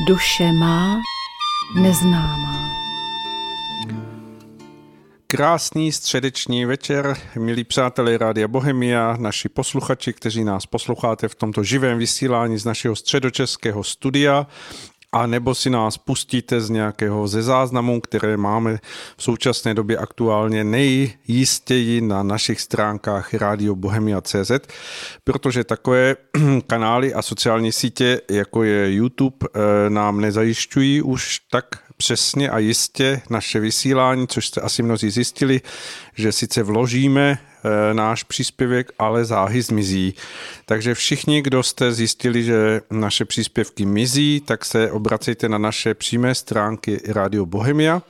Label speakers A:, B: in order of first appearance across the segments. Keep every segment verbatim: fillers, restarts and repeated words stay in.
A: Duše má neznámá.
B: Krásný středeční večer, milí přátelé Rádia Bohemia, naši posluchači, kteří nás posloucháte v tomto živém vysílání z našeho středočeského studia, a nebo si nás pustíte z nějakého ze záznamů, které máme v současné době aktuálně nejjistěji na našich stránkách radio bohemia tečka cé zet, protože takové kanály a sociální sítě, jako je YouTube, nám nezajišťují už tak přesně a jistě naše vysílání, což jste asi mnozí zjistili, že sice vložíme náš příspěvek, ale záhy zmizí. Takže všichni, kdo jste zjistili, že naše příspěvky mizí, tak se obracejte na naše přímé stránky Radio Bohemia,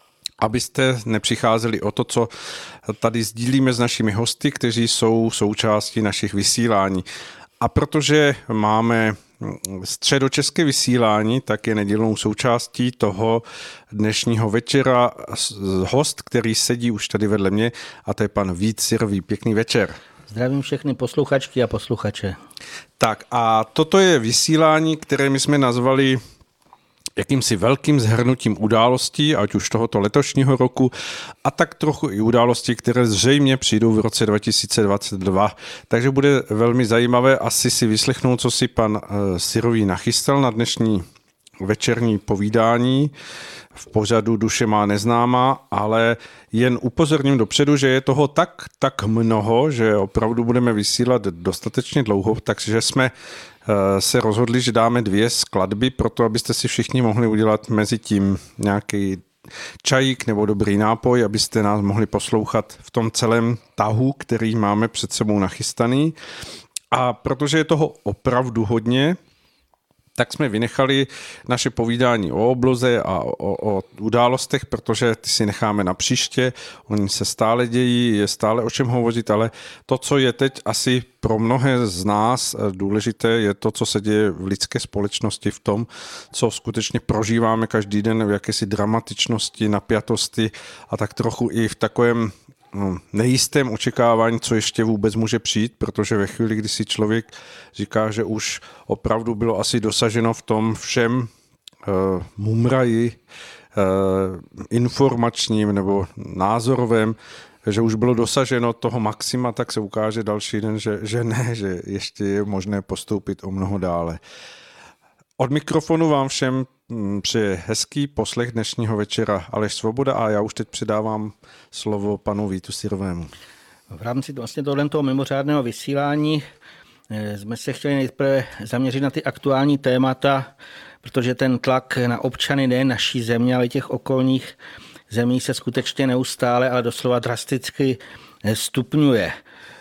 B: abyste nepřicházeli o to, co tady sdílíme s našimi hosty, kteří jsou součástí našich vysílání. A protože máme středočeské vysílání, tak je nedílnou součástí toho dnešního večera host, který sedí už tady vedle mě, a to je pan Vít Syrový. Pěkný večer.
C: Zdravím všechny posluchačky a posluchače.
B: Tak a toto je vysílání, které my jsme nazvali jakýmsi velkým shrnutím událostí, ať už tohoto letošního roku, a tak trochu i událostí, které zřejmě přijdou v roce dva tisíce dvacet dva. Takže bude velmi zajímavé asi si vyslechnout, co si pan Syrový nachystal na dnešní večerní povídání v pořadu Duše má neznámá, ale jen upozorním dopředu, že je toho tak, tak mnoho, že opravdu budeme vysílat dostatečně dlouho, takže jsme se rozhodli, že dáme dvě skladby, proto abyste si všichni mohli udělat mezi tím nějaký čajík nebo dobrý nápoj, abyste nás mohli poslouchat v tom celém tahu, který máme před sebou nachystaný. A protože je toho opravdu hodně, tak jsme vynechali naše povídání o obloze a o, o událostech, protože ty si necháme na příště, oni se stále dějí, je stále o čem hovořit, ale to, co je teď asi pro mnohé z nás důležité, je to, co se děje v lidské společnosti, v tom, co skutečně prožíváme každý den v jakési dramatičnosti, napjatosti a tak trochu i v takovém nejistém očekávání, co ještě vůbec může přijít, protože ve chvíli, kdy si člověk říká, že už opravdu bylo asi dosaženo v tom všem uh, mumraji uh, informačním nebo názorovém, že už bylo dosaženo toho maxima, tak se ukáže další den, že, že ne, že ještě je možné postoupit o mnoho dále. Od mikrofonu vám všem přeje hezký poslech dnešního večera Aleš Svoboda a já už teď předávám slovo panu Vítu Syrovému.
C: V rámci vlastně tohoto mimořádného vysílání jsme se chtěli nejprve zaměřit na ty aktuální témata, protože ten tlak na občany nejen naší země, ale i těch okolních zemí se skutečně neustále, ale doslova drasticky stupňuje.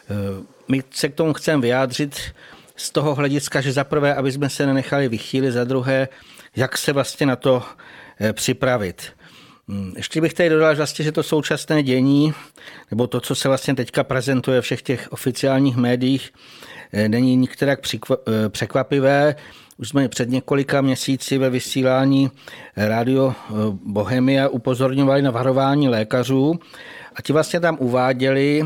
C: My se k tomu chceme vyjádřit z toho hlediska, že za prvé, aby jsme se nenechali vychýlit, za druhé, jak se vlastně na to připravit. Ještě bych tady dodal vlastně, že to současné dění, nebo to, co se vlastně teďka prezentuje ve všech těch oficiálních médiích, není nikterak překvapivé. Už jsme před několika měsíci ve vysílání Radio Bohemia upozorňovali na varování lékařů a ti vlastně tam uváděli,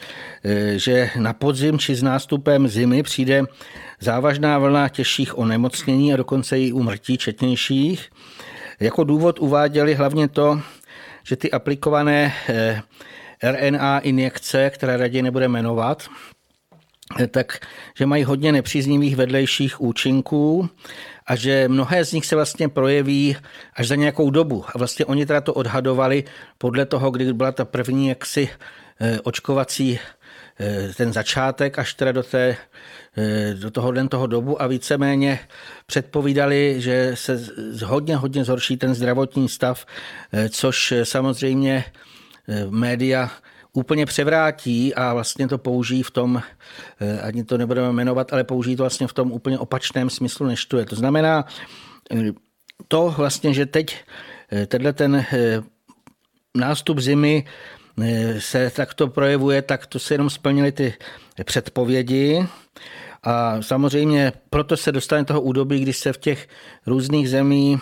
C: že na podzim či s nástupem zimy přijde závažná vlna těžších onemocnění a dokonce i úmrtí četnějších. Jako důvod uváděli hlavně to, že ty aplikované R N A injekce, které raději nebude jmenovat, tak že mají hodně nepříznivých vedlejších účinků a že mnohé z nich se vlastně projeví až za nějakou dobu. A vlastně oni teda to odhadovali podle toho, kdy byla ta první jaksi očkovací ten začátek až teda do, té, do toho den toho dobu a víceméně předpovídali, že se hodně, hodně zhorší ten zdravotní stav, což samozřejmě média úplně převrátí a vlastně to použijí v tom, ani to nebudeme jmenovat, ale použijí to vlastně v tom úplně opačném smyslu, než to je. To znamená to vlastně, že teď tenhle ten nástup zimy se takto projevuje, tak to se jenom splnily ty předpovědi a samozřejmě proto se dostane toho údobí, když se v těch různých zemí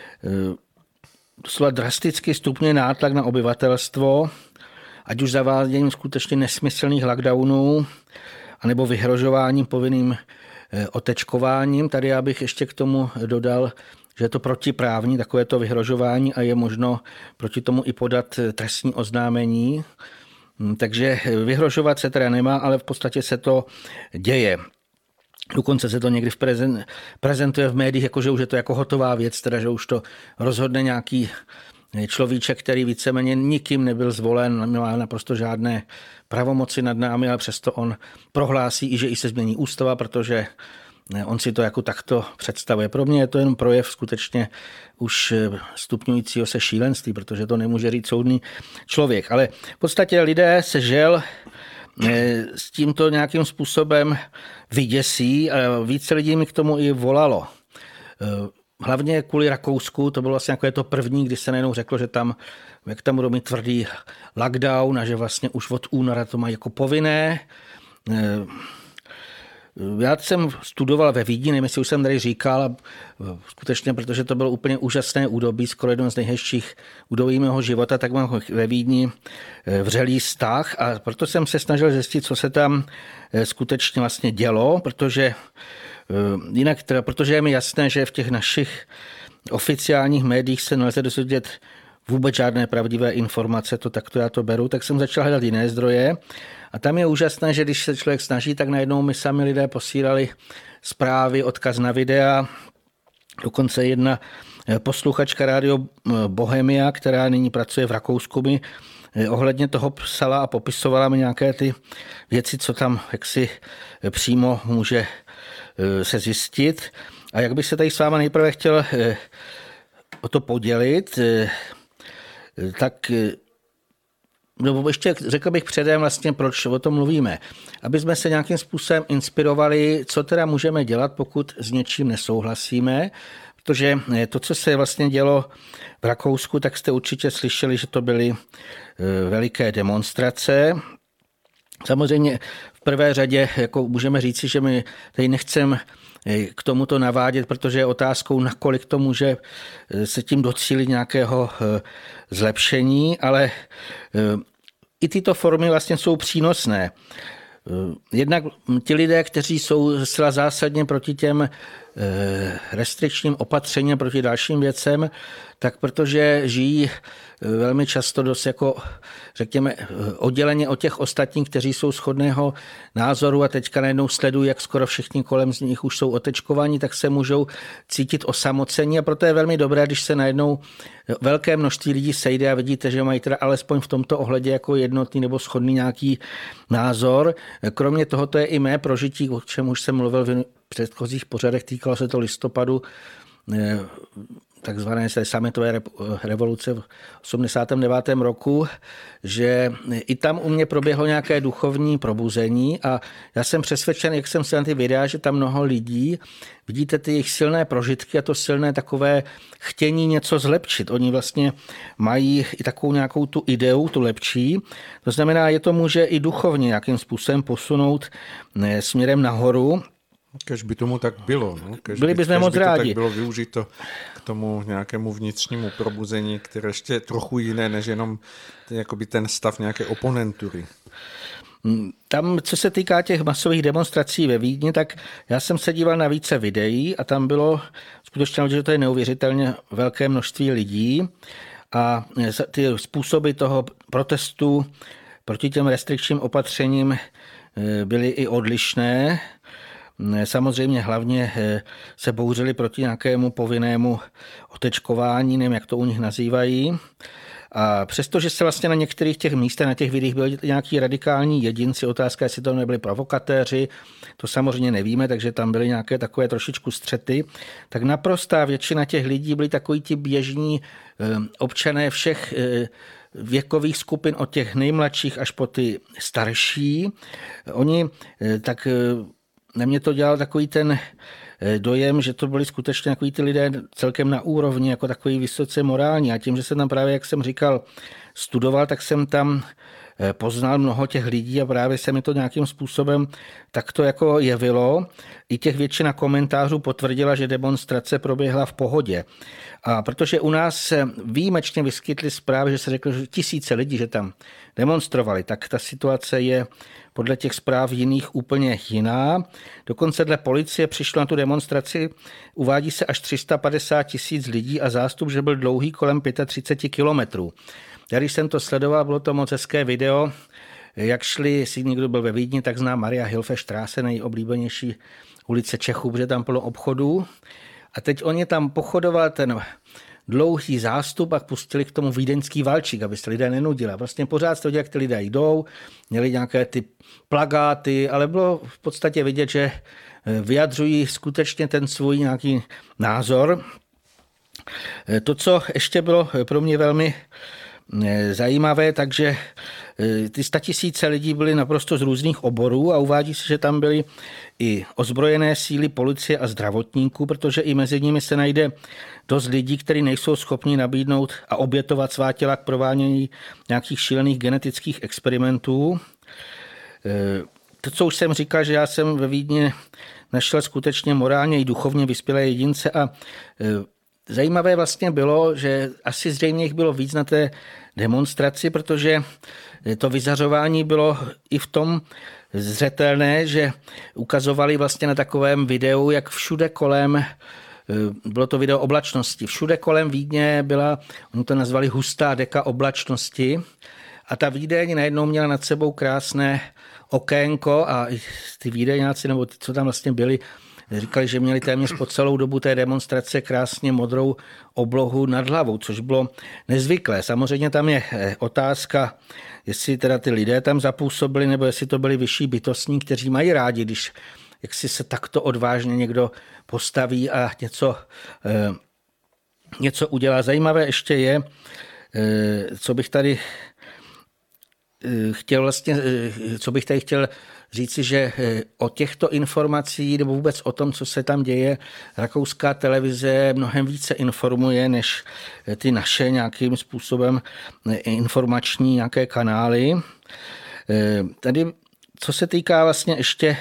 C: doslova drasticky stupňuje nátlak na obyvatelstvo, ať už zaváděním skutečně nesmyslných lockdownů, anebo vyhrožováním povinným otečkováním. Tady já bych ještě k tomu dodal že je to protiprávní, takovéto vyhrožování a je možno proti tomu i podat trestní oznámení. Takže vyhrožovat se teda nemá, ale v podstatě se to děje. Dokonce se to někdy v prezent, prezentuje v médiích, jako že už je to jako hotová věc, teda že už to rozhodne nějaký človíček, který víceméně nikým nebyl zvolen, nemá naprosto žádné pravomoci nad námi, ale přesto on prohlásí, i že i se změní ústava, protože on si to jako takto představuje. Pro mě je to jen projev skutečně už stupňujícího se šílenství, protože to nemůže říct soudný člověk. Ale v podstatě lidé se žel s tímto nějakým způsobem vyděsí a více lidí mi k tomu i volalo. Hlavně kvůli Rakousku, to bylo vlastně jako je to první, kdy se najednou řeklo, že tam, jak tam budou mít tvrdý lockdown a že vlastně už od února to mají jako povinné. Já jsem studoval ve Vídni, nevím, jestli už jsem tady říkal, skutečně, protože to bylo úplně úžasné údobí, skoro jedno z nejhezčích údobí mého života, tak mám ve Vídni vřelý vztah a proto jsem se snažil zjistit, co se tam skutečně vlastně dělo, protože jinak teda, protože je mi jasné, že v těch našich oficiálních médiích se nelze dozvědět vůbec žádné pravdivé informace, to takto já to beru, tak jsem začal hledat jiné zdroje. A tam je úžasné, že když se člověk snaží, tak najednou mi sami lidé posílali zprávy, odkaz na videa. Dokonce jedna posluchačka Rádio Bohemia, která nyní pracuje v Rakousku, mi ohledně toho psala a popisovala mi nějaké ty věci, co tam jaksi přímo může se zjistit. A jak bych se tady s váma nejprve chtěl o to podělit, tak no, ještě řekl bych předem vlastně, proč o tom mluvíme. Aby jsme se nějakým způsobem inspirovali, co teda můžeme dělat, pokud s něčím nesouhlasíme, protože to, co se vlastně dělo v Rakousku, tak jste určitě slyšeli, že to byly veliké demonstrace. Samozřejmě v prvé řadě jako můžeme říci, že my tady nechceme k tomuto navádět, protože je otázkou, nakolik to může se tím docílit nějakého zlepšení, ale i tyto formy vlastně jsou přínosné. Jednak ti lidé, kteří jsou zcela zásadně proti těm restrikčním opatřením, proti dalším věcem, tak protože žijí velmi často dost jako, řekněme, odděleně od těch ostatních, kteří jsou shodného názoru a teďka najednou sledují, jak skoro všichni kolem z nich už jsou otečkovaní, tak se můžou cítit osamocení a proto je velmi dobré, když se najednou velké množství lidí sejde a vidíte, že mají teda alespoň v tomto ohledě jako jednotný nebo shodný nějaký názor. Kromě toho to je i mé prožití, o čem už jsem mluvil v předchozích pořadech, týkalo se to listopadu, takzvané sametové revoluce v osmdesátém devátém roku, že i tam u mě proběhlo nějaké duchovní probuzení a já jsem přesvědčen, jak jsem si na ty videa, že tam mnoho lidí, vidíte ty jejich silné prožitky a to silné takové chtění něco zlepšit. Oni vlastně mají i takovou nějakou tu ideu, tu lepší. To znamená, je to může i duchovně nějakým způsobem posunout směrem nahoru.
B: Kež by tomu tak bylo. No? Kež
C: Byli bychom moc
B: by to
C: rádi.
B: Tak bylo využito k tomu nějakému vnitřnímu probuzení, které ještě je trochu jiné, než jenom jakoby ten stav nějaké oponentury.
C: Tam, co se týká těch masových demonstrací ve Vídni, tak já jsem se díval na více videí a tam bylo skutečně, že to je neuvěřitelně velké množství lidí a ty způsoby toho protestu proti těm restrikčním opatřením byly i odlišné. Samozřejmě hlavně se bouřili proti nějakému povinnému otečkování, nevím, jak to u nich nazývají. A přestože se vlastně na některých těch místech, na těch videích byli nějaký radikální jedinci, otázka, jestli to nebyli provokatéři, to samozřejmě nevíme, takže tam byly nějaké takové trošičku střety, tak naprostá většina těch lidí byli takoví ti běžní občané všech věkových skupin, od těch nejmladších až po ty starší. Oni tak na mě to dělal takový ten dojem, že to byli skutečně takový ty lidé celkem na úrovni, jako takový vysoce morální. A tím, že jsem tam právě, jak jsem říkal, studoval, tak jsem tam poznal mnoho těch lidí a právě se mi to nějakým způsobem takto jako jevilo. I těch většina komentářů potvrdila, že demonstrace proběhla v pohodě. A protože u nás se výjimečně vyskytly zprávy, že se řeklo, že tisíce lidí, že tam demonstrovali, tak ta situace je podle těch zpráv jiných úplně jiná. Dokonce dle policie přišlo na tu demonstraci, uvádí se až tři sta padesát tisíc lidí a zástup, že byl dlouhý kolem třicet pět kilometrů. Já když jsem to sledoval, bylo to moc hezké video, jak šli, jestli někdo byl ve Vídni, tak zná Maria Hilfe-Straße, nejoblíbenější ulice Čechů, protože tam plno obchodů. A teď oni tam pochodoval ten dlouhý zástup a pustili k tomu vídeňský valčík, aby se lidé nenudili. Vlastně pořád to jak ty lidé jdou, měli nějaké ty plagáty, ale bylo v podstatě vidět, že vyjadřují skutečně ten svůj nějaký názor. To, co ještě bylo pro mě velmi zajímavé, takže ty statisíce lidí byly naprosto z různých oborů a uvádí se, že tam byly i ozbrojené síly, policie a zdravotníků, protože i mezi nimi se najde dost lidí, kteří nejsou schopni nabídnout a obětovat svá těla k provádění nějakých šílených genetických experimentů. To, co už jsem říkal, že já jsem ve Vídni našel skutečně morálně i duchovně vyspělé jedince a zajímavé vlastně bylo, že asi zřejmě jich bylo víc na té demonstraci, protože to vyzařování bylo i v tom zřetelné, že ukazovali vlastně na takovém videu, jak všude kolem, bylo to video oblačnosti, všude kolem Vídně byla, oni to nazvali hustá deka oblačnosti a ta Vídeň najednou měla nad sebou krásné okénko a ty vídeňáci, nebo ty, co tam vlastně byli, říkali, že měli téměř po celou dobu té demonstrace krásně modrou oblohu nad hlavou, což bylo nezvyklé. Samozřejmě tam je otázka, jestli teda ty lidé tam zapůsobili, nebo jestli to byli vyšší bytostní, kteří mají rádi, když jak si se takto odvážně někdo postaví a něco, něco udělá. Zajímavé ještě je, co bych tady chtěl vlastně, co bych tady chtěl říci, že o těchto informací nebo vůbec o tom, co se tam děje, rakouská televize mnohem více informuje, než ty naše nějakým způsobem informační nějaké kanály. Tady, co se týká vlastně ještě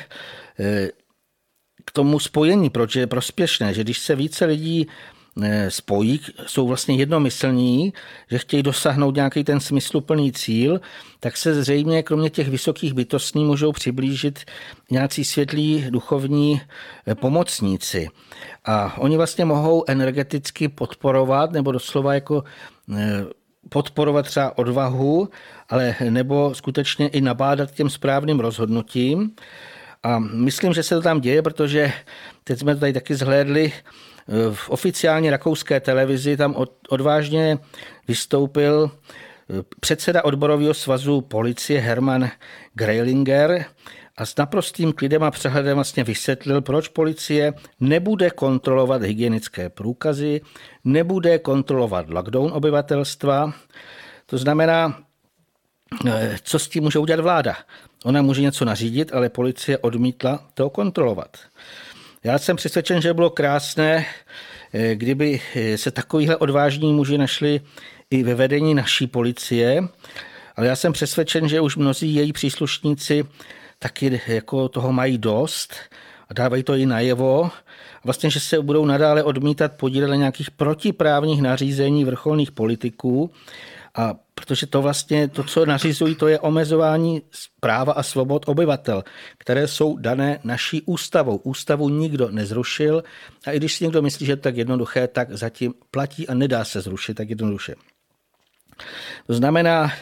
C: k tomu spojení, proč je prospěšné, že když se více lidí spojí, jsou vlastně jednomyslní, že chtějí dosáhnout nějaký ten smysluplný cíl, tak se zřejmě kromě těch vysokých bytostní můžou přiblížit nějací světlí duchovní pomocníci. A oni vlastně mohou energeticky podporovat nebo doslova jako podporovat třeba odvahu, ale nebo skutečně i nabádat těm správným rozhodnutím. A myslím, že se to tam děje, protože teď jsme to tady taky zhlédli, v oficiální rakouské televizi tam odvážně vystoupil předseda odborového svazu policie Hermann Greilinger a s naprostým klidem a přehledem vlastně vysvětlil, proč policie nebude kontrolovat hygienické průkazy, nebude kontrolovat lockdown obyvatelstva. To znamená, co s tím může udělat vláda. Ona může něco nařídit, ale policie odmítla to kontrolovat. Já jsem přesvědčen, že bylo krásné, kdyby se takovýhle odvážní muži našli i ve vedení naší policie, ale já jsem přesvědčen, že už mnozí její příslušníci taky jako toho mají dost a dávají to i najevo. Vlastně, že se budou nadále odmítat podílet na nějakých protiprávních nařízení vrcholných politiků, a protože to vlastně, to, co nařizují, to je omezování práva a svobod obyvatel, které jsou dané naší ústavou. Ústavu nikdo nezrušil a i když si někdo myslí, že je to tak jednoduché, tak zatím platí a nedá se zrušit tak jednoduše. To znamená,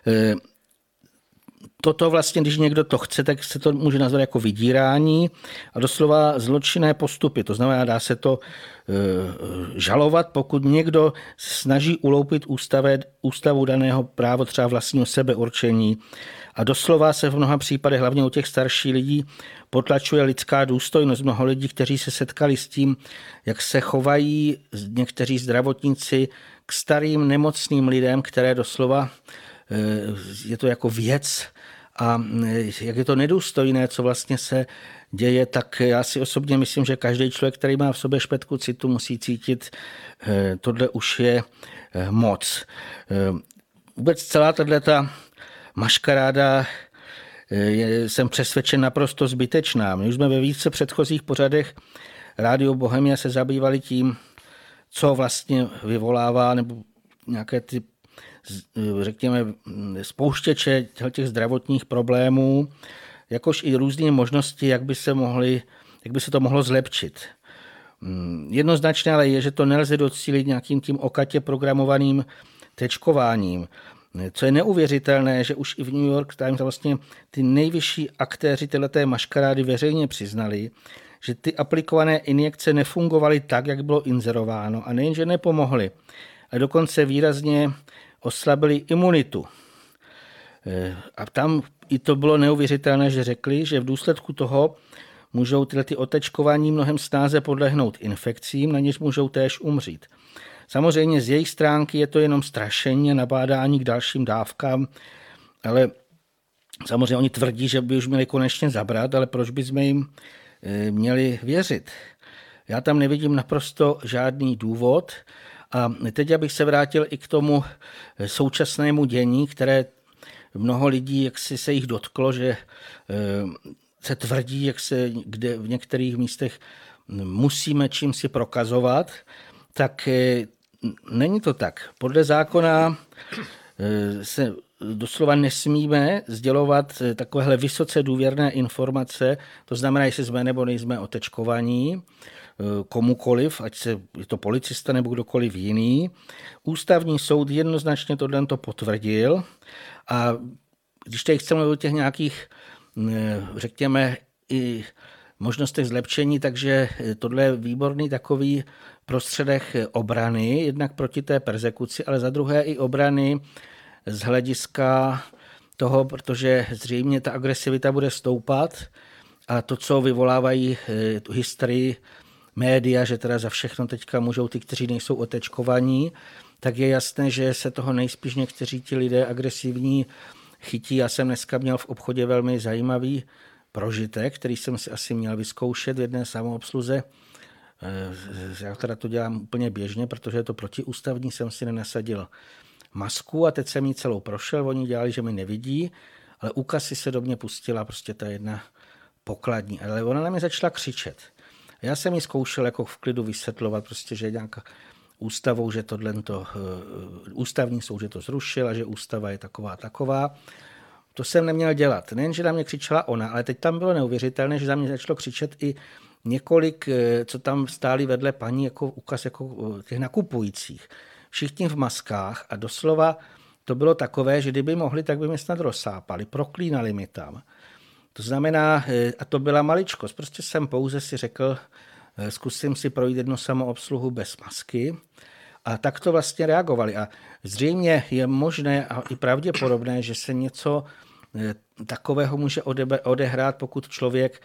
C: toto vlastně, když někdo to chce, tak se to může nazvat jako vydírání a doslova zločinné postupy. To znamená, dá se to žalovat, pokud někdo snaží uloupit ústave, ústavu daného právo třeba vlastního sebeurčení. A doslova se v mnoha případech, hlavně u těch starších lidí, potlačuje lidská důstojnost. Mnoho lidí, kteří se setkali s tím, jak se chovají někteří zdravotníci k starým nemocným lidem, které doslova je to jako věc a jak je to nedůstojné, co vlastně se děje, tak já si osobně myslím, že každý člověk, který má v sobě špetku citu, musí cítit, tohle už je moc. Vůbec celá tato maškaráda je, jsem přesvědčen, naprosto zbytečná. My už jsme ve více předchozích pořadech Rádio Bohemia se zabývali tím, co vlastně vyvolává, nebo nějaké ty, řekněme, spouštěče těch zdravotních problémů, jakož i různé možnosti, jak by se mohly, jak by se to mohlo zlepšit. Jednoznačné ale je, že to nelze docílit nějakým tím okatě programovaným tečkováním. Co je neuvěřitelné, že už i v New York Times vlastně ty nejvyšší aktéři téhleté maškarády veřejně přiznali, že ty aplikované injekce nefungovaly tak, jak bylo inzerováno, a nejenže nepomohly, ale dokonce výrazně oslabili imunitu. A tam i to bylo neuvěřitelné, že řekli, že v důsledku toho můžou tyhle ty otečkování mnohem snáze podlehnout infekcím, na něž můžou též umřít. Samozřejmě z jejich stránky je to jenom strašení a nabádání k dalším dávkám, ale samozřejmě oni tvrdí, že by už měli konečně zabrat, ale proč by jsme jim měli věřit? Já tam nevidím naprosto žádný důvod. A teď abych se vrátil i k tomu současnému dění, které mnoho lidí, jak si se jich dotklo, že se tvrdí, jak se kde v některých místech musíme čím si prokazovat, tak není to tak. Podle zákona se doslova nesmíme sdělovat takovéhle vysoce důvěrné informace, to znamená, jestli jsme nebo nejsme otečkovaní, komukoliv, ať se, je to policista nebo kdokoliv jiný. Ústavní soud jednoznačně tohle to potvrdil a když teď chceme o těch nějakých, řekněme, i možnostech zlepšení, takže tohle je výborný takový prostředek obrany, jednak proti té perzekuci, ale za druhé i obrany z hlediska toho, protože zřejmě ta agresivita bude stoupat a to, co vyvolávají tu hysterii média, že teda za všechno teďka můžou ty, kteří nejsou otečkovaní, tak je jasné, že se toho nejspíš někteří ti lidé agresivní chytí. Já jsem dneska měl v obchodě velmi zajímavý prožitek, který jsem si asi měl vyzkoušet v jedné samoobsluze. Já teda to dělám úplně běžně, protože je to protiústavní, jsem si nenasadil masku a teď jsem ji celou prošel, oni dělali, že mi nevidí, ale u kasy se do mě pustila prostě ta jedna pokladní, ale ona na mě začala křičet. Já jsem ji zkoušel jako v klidu vysvětlovat, prostě, že je nějaká ústavou, že tohle to, ústavní soud, že to zrušil a že ústava je taková taková. To jsem neměl dělat. Nejen, že na mě křičela ona, ale teď tam bylo neuvěřitelné, že za mě začalo křičet i několik, co tam stáli vedle paní, jako ukaz jako těch nakupujících. Všichni v maskách a doslova to bylo takové, že kdyby mohli, tak by mě snad rozsápali, proklínali mi tam. To znamená, a to byla maličkost, prostě jsem pouze si řekl, zkusím si projít jednu samoobsluhu bez masky a tak to vlastně reagovali. A zřejmě je možné a i pravděpodobné, že se něco takového může odehrát, pokud člověk,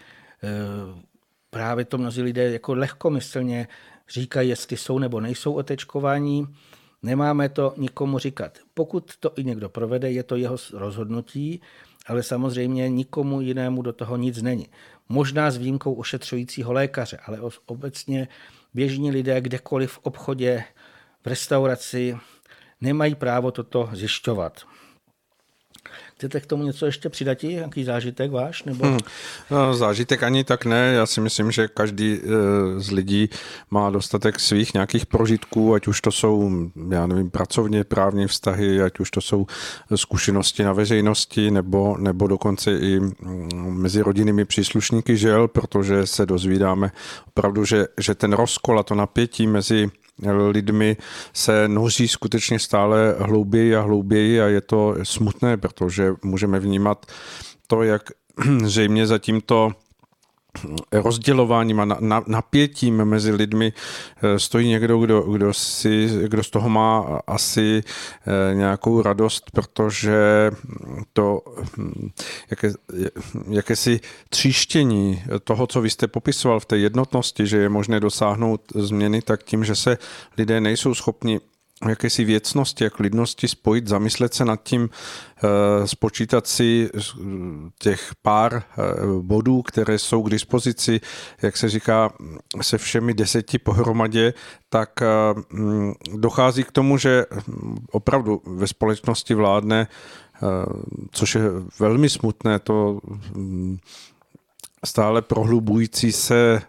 C: právě to mnozí lidé jako lehkomyslně říkají, jestli jsou nebo nejsou otečkování. Nemáme to nikomu říkat. Pokud to i někdo provede, je to jeho rozhodnutí, ale samozřejmě nikomu jinému do toho nic není. Možná s výjimkou ošetřujícího lékaře, ale obecně běžní lidé kdekoliv v obchodě, v restauraci nemají právo toto zjišťovat. Chcete k tomu něco ještě přidat? Jaký zážitek váš? Nebo... Hmm.
B: No, zážitek ani tak ne. Já si myslím, že každý z lidí má dostatek svých nějakých prožitků, ať už to jsou, já nevím, pracovně právní vztahy, ať už to jsou zkušenosti na veřejnosti, nebo, nebo dokonce i mezi rodinnými příslušníky, žel, protože se dozvídáme opravdu, že, že ten rozkol a to napětí mezi lidmi se noří skutečně stále hlouběji a hlouběji a je to smutné, protože můžeme vnímat to, jak zřejmě za tímto rozdělováním a napětím mezi lidmi stojí někdo, kdo, kdo, si, kdo z toho má asi nějakou radost, protože to jaké, jakési tříštění toho, co vy jste popisoval v té jednotnosti, že je možné dosáhnout změny, tak tím, že se lidé nejsou schopni jakési věcnosti a klidnosti spojit, zamyslet se nad tím, spočítat si těch pár bodů, které jsou k dispozici, jak se říká, se všemi deseti pohromadě, tak dochází k tomu, že opravdu ve společnosti vládne, což je velmi smutné, to stále prohlubující se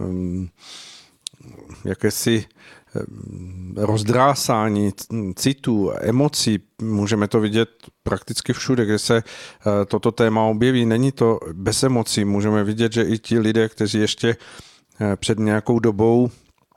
B: jakési rozdrásání citů, emocí. Můžeme to vidět prakticky všude, kde se toto téma objeví. Není to bez emocí. Můžeme vidět, že i ti lidé, kteří ještě před nějakou dobou,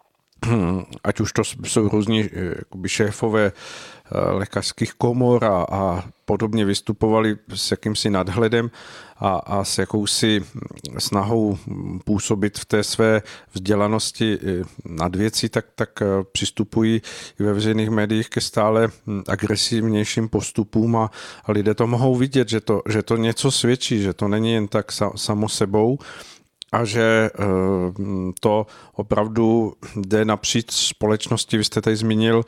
B: ať už to jsou různí jakoby šéfové lékařských komor a, a podobně, vystupovali s jakýmsi nadhledem a, a s jakousi snahou působit v té své vzdělanosti nad věcí, tak, tak přistupují i ve veřejných médiích ke stále agresivnějším postupům a, a lidé to mohou vidět, že to, že to něco svědčí, že to není jen tak sa, samo sebou, a že to opravdu jde napříč společnosti. Vy jste tady zmínil,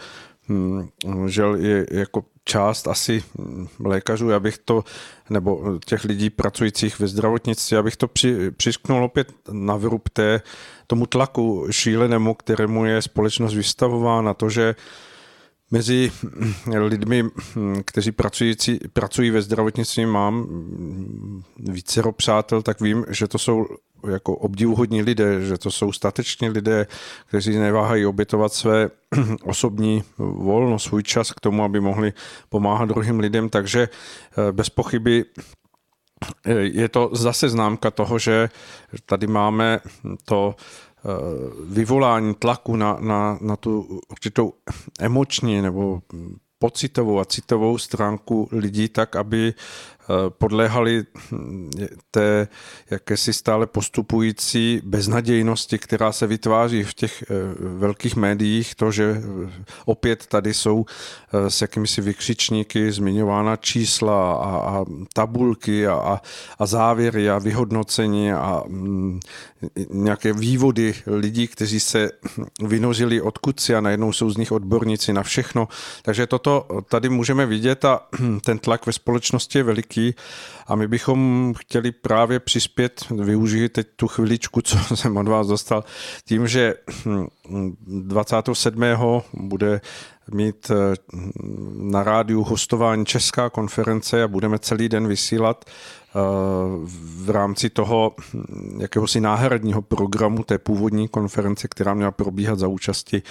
B: že je jako část asi lékařů, já bych to, nebo těch lidí pracujících ve zdravotnictví, abych to při, přisknul opět na vrub té, tomu tlaku šílenému, kterému je společnost vystavována, to, že mezi lidmi, kteří pracující, pracují ve zdravotnictví, mám vícero přátel, tak vím, že to jsou jako obdivuhodní lidé, že to jsou stateční lidé, kteří neváhají obětovat své osobní volno, svůj čas k tomu, aby mohli pomáhat druhým lidem, takže bez pochyby je to zase známka toho, že tady máme to vyvolání tlaku na, na, na tu určitou emoční nebo pocitovou a citovou stránku lidí tak, aby podléhali té jakési stále postupující beznadějnosti, která se vytváří v těch velkých médiích, to, že opět tady jsou s jakýmisi vykřičníky zmiňována čísla a, a tabulky a, a, a závěry a vyhodnocení a mm, nějaké vývody lidí, kteří se vynořili odkud a najednou jsou z nich odborníci na všechno. Takže toto tady můžeme vidět a ten tlak ve společnosti je veliký. A my bychom chtěli právě přispět, využít teď tu chviličku, co jsem od vás dostal, tím, že dvacátého sedmého bude mít na rádiu hostování Česká konference a budeme celý den vysílat v rámci toho jakéhosi náhradního programu té původní konference, která měla probíhat za účasti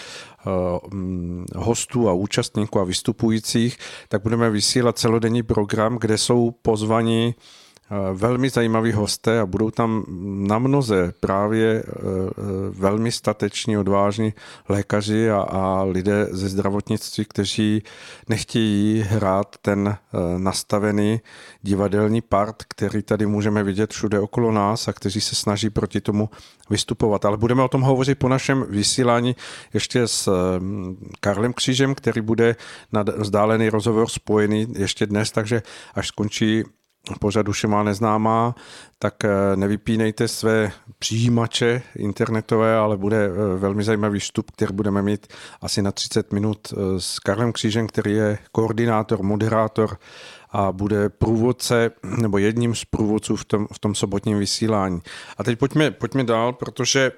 B: hostů a účastníků a vystupujících, tak budeme vysílat celodenní program, kde jsou pozvaní velmi zajímaví hosté a budou tam na mnoze právě velmi stateční, odvážní lékaři a, a lidé ze zdravotnictví, kteří nechtějí hrát ten nastavený divadelní part, který tady můžeme vidět všude okolo nás a kteří se snaží proti tomu vystupovat. Ale budeme o tom hovořit po našem vysílání ještě s Karlem Křížem, který bude na vzdálený rozhovor spojený ještě dnes, takže až skončí pořad Duše má neznámá, tak nevypínejte své přijímače internetové, ale bude velmi zajímavý vstup, který budeme mít asi na třicet minut s Karlem Křížem, který je koordinátor, moderátor a bude průvodce nebo jedním z průvodců v tom, v tom sobotním vysílání. A teď pojďme, pojďme dál, protože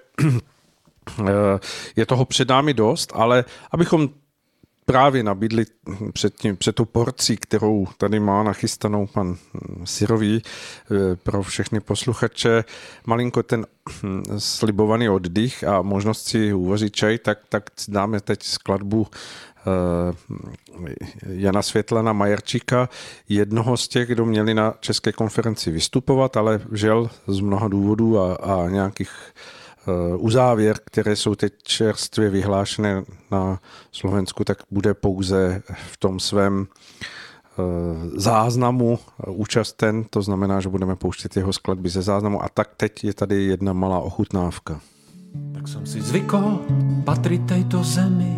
B: je toho před námi dost, ale abychom právě nabídli před, tím, před tu porcí, kterou tady má nachystanou pan Syrový pro všechny posluchače, malinko ten slibovaný oddych a možnost si uvařit čaj, tak, tak dáme teď skladbu Jana Světlana Majerčíka, jednoho z těch, kdo měli na České konferenci vystupovat, ale žel z mnoha důvodů a, a nějakých uzávěr, které jsou teď čerstvě vyhlášené na Slovensku, tak bude pouze v tom svém záznamu účasten, to znamená, že budeme pouštět jeho skladby ze záznamu a tak teď je tady jedna malá ochutnávka.
D: Tak som si zvykol patriť tejto zemi.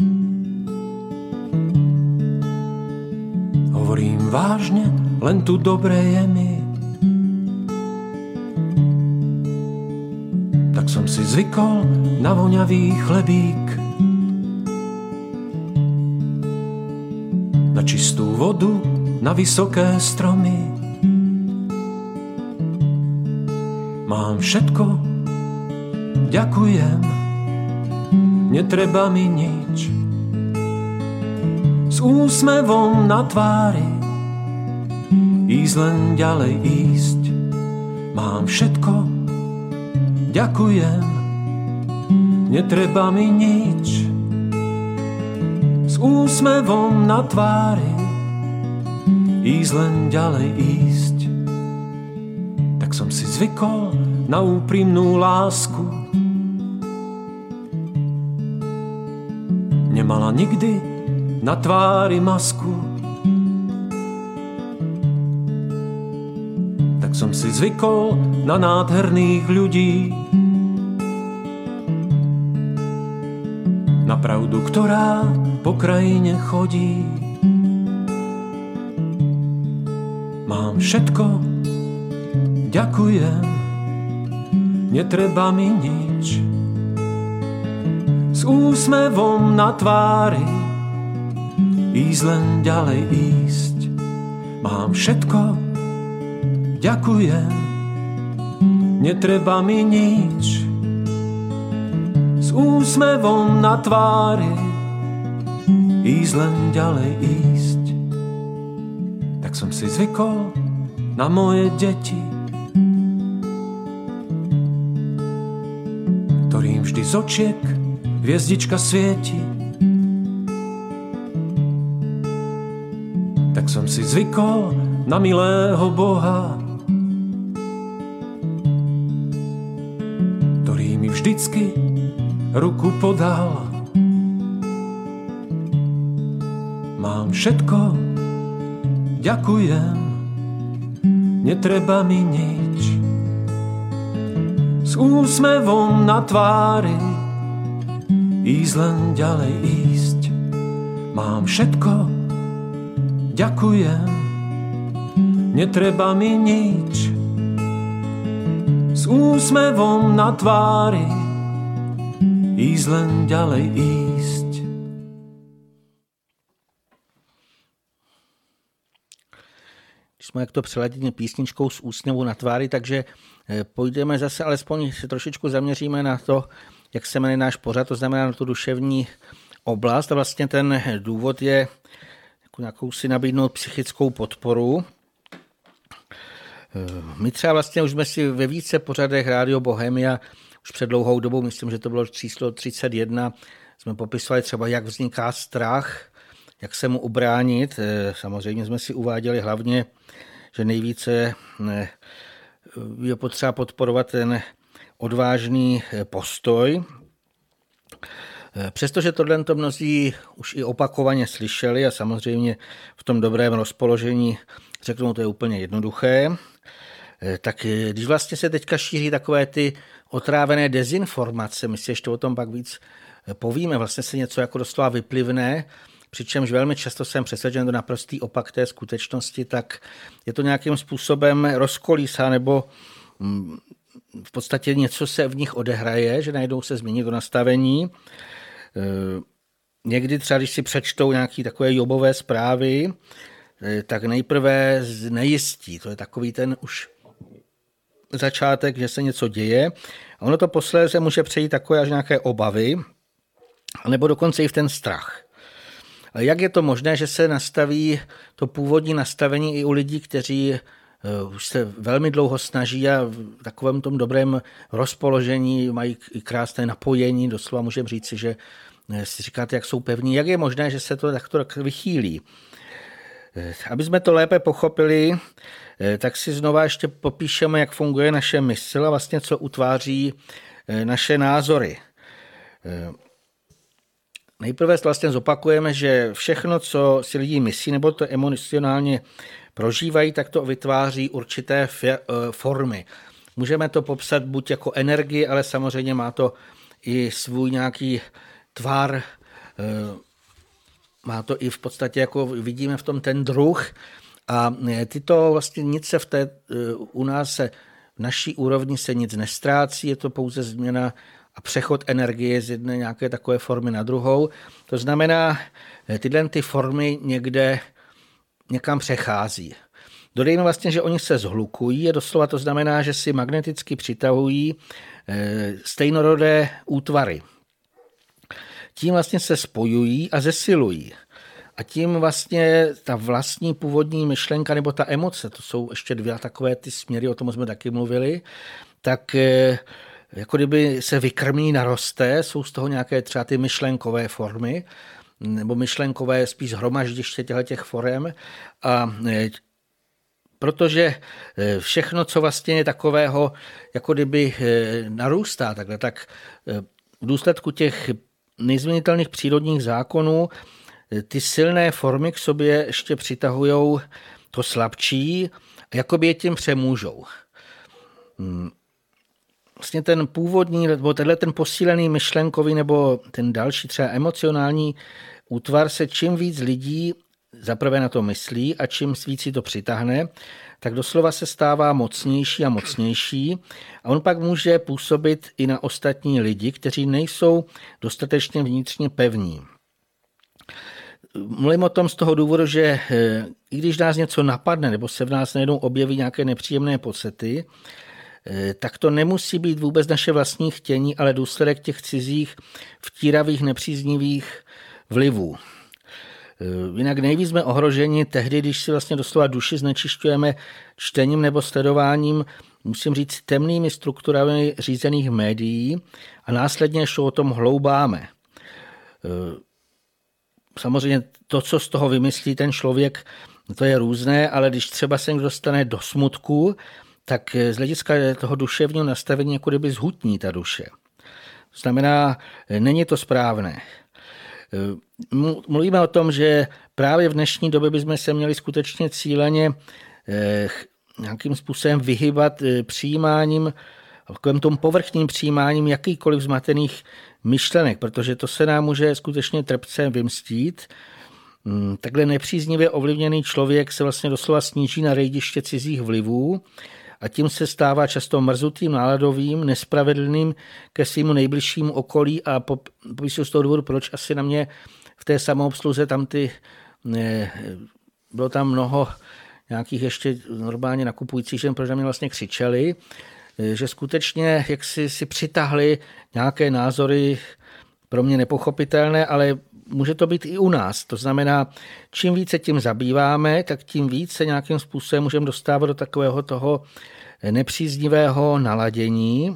D: Hovorím vážne, len tu dobré je mi. Tak som si zvykol na voňavý chlebík. na čistú vodu, na vysoké stromy. Mám všetko, ďakujem, netreba mi nič. S úsmevom na tvári ísť len ďalej ísť. Mám všetko, ďakujem, netreba mi nič. S úsmevom na tvári ísť len ďalej ísť. Tak som si zvykol na úprimnú lásku. Nemala nikdy na tvári masku. Tak som si zvykol na nádherných ľudí. Na pravdu, ktorá po krajine chodí. Mám všetko, ďakujem, netreba mi nič. S úsmevom na tvári ísť len ďalej ísť. Mám všetko, ďakujem, netreba mi nič. S úsmevom na tvári ísť len ďalej ísť. Tak som si zvykol na moje deti, ktorým vždy z očiek hviezdička svieti. Tak som si zvykol na milého Boha, ktorý mi vždycky ruku podal. Mám všetko, ďakujem, netreba mi nič. S úsmevom na tvári ísť len ďalej ísť. Mám všetko, ďakujem, netreba mi nič. S úsmevom na tvári ísť len ďalej ísť.
C: Když jsme jak to přeladili písničkou s úsměvou na tváři, takže půjdeme zase, alespoň se trošičku zaměříme na to, jak se jmenuje náš pořad, to znamená na tu duševní oblast. A vlastně ten důvod je nějakou si nabídnout psychickou podporu. My třeba vlastně už jsme si ve více pořadech Rádio Bohemia už před dlouhou dobou, myslím, že to bylo číslo třicet jedna, jsme popisovali třeba, jak vzniká strach, jak se mu ubránit. Samozřejmě jsme si uváděli hlavně, že nejvíce je potřeba podporovat ten odvážný postoj. Přestože tohle to mnozí už i opakovaně slyšeli a samozřejmě v tom dobrém rozpoložení řeknou, to je úplně jednoduché, tak když vlastně se teďka šíří takové ty otrávené dezinformace, my si ještě o tom pak víc povíme, vlastně se něco jako doslova vyplivne, přičemž velmi často jsem přesvědčen do naprostý opak té skutečnosti, tak je to nějakým způsobem rozkolísá nebo v podstatě něco se v nich odehraje, že najednou se změní to nastavení. Někdy třeba, když si přečtou nějaké takové jobové zprávy, tak nejprve znejistí. To je takový ten už začátek, že se něco děje. A ono to posléze může přejít takové až nějaké obavy, nebo dokonce i v ten strach. Ale jak je to možné, že se nastaví to původní nastavení i u lidí, kteří už se velmi dlouho snaží a v takovém tom dobrém rozpoložení mají i krásné napojení, doslova můžeme říci, že si říkáte, jak jsou pevní, jak je možné, že se to takto vychýlí. Aby jsme to lépe pochopili, tak si znova ještě popíšeme, jak funguje naše mysl a vlastně co utváří naše názory. Nejprve vlastně zopakujeme, že všechno, co si lidi myslí nebo to emocionálně prožívají, tak to vytváří určité formy. Můžeme to popsat buď jako energii, ale samozřejmě má to i svůj nějaký tvar, má to i v podstatě, jako vidíme v tom ten druh. A tyto vlastně nic se v té, u nás se, v naší úrovni se nic nestrácí, je to pouze změna a přechod energie z jedné nějaké takové formy na druhou. To znamená, tyhle ty formy někde někam přechází. Dodejme vlastně, že oni se zhlukují, a doslova to znamená, že si magneticky přitahují stejnorodé útvary. Tím vlastně se spojují a zesilují. A tím vlastně ta vlastní původní myšlenka nebo ta emoce, to jsou ještě dvě takové ty směry, o tom jsme taky mluvili, tak jako kdyby se vykrmí, naroste, jsou z toho nějaké třeba ty myšlenkové formy, nebo myšlenkové spíš hromaždiště těch forem. A protože všechno, co vlastně je takového, jako kdyby narůstá takhle, tak v důsledku těch nezměnitelných přírodních zákonů ty silné formy k sobě ještě přitahují to slabší a jakoby je tím přemůžou. Vlastně ten původní, nebo tenhle ten posílený myšlenkový nebo ten další třeba emocionální útvar se čím víc lidí zaprvé na to myslí a čím víc si to přitáhne, tak doslova se stává mocnější a mocnější a on pak může působit i na ostatní lidi, kteří nejsou dostatečně vnitřně pevní. Mluvím o tom z toho důvodu, že i když nás něco napadne nebo se v nás najednou objeví nějaké nepříjemné pocity, tak to nemusí být vůbec naše vlastní chtění, ale důsledek těch cizích, vtíravých, nepříznivých vlivů. Jinak nejvíc jsme ohroženi tehdy, když si vlastně doslova duši znečišťujeme čtením nebo sledováním, musím říct, temnými strukturami řízených médií a následně ještě o tom hloubáme. Samozřejmě to, co z toho vymyslí ten člověk, to je různé, ale když třeba se někdo dostane do smutku, tak z hlediska toho duševního nastavení jako kdyby zhutní ta duše. To znamená, není to správné. Mluvíme o tom, že právě v dnešní době bychom se měli skutečně cíleně nějakým způsobem vyhybat přijímáním, takovým tom povrchním přijímáním jakýkoliv zmatených myšlenek, protože to se nám může skutečně trpce vymstít. Takhle nepříznivě ovlivněný člověk se vlastně doslova sníží na rejdiště cizích vlivů a tím se stává často mrzutým, náladovým, nespravedlným ke svému nejbližšímu okolí a popíšu z toho důvodu, proč asi na mě v té samoobsluze tam ty, ne, bylo tam mnoho nějakých ještě normálně nakupujících žen, proč na mě vlastně křičeli, že skutečně jak si, si přitahli nějaké názory pro mě nepochopitelné, ale může to být i u nás. To znamená, čím více tím zabýváme, tak tím více nějakým způsobem můžeme dostávat do takového toho nepříznivého naladění.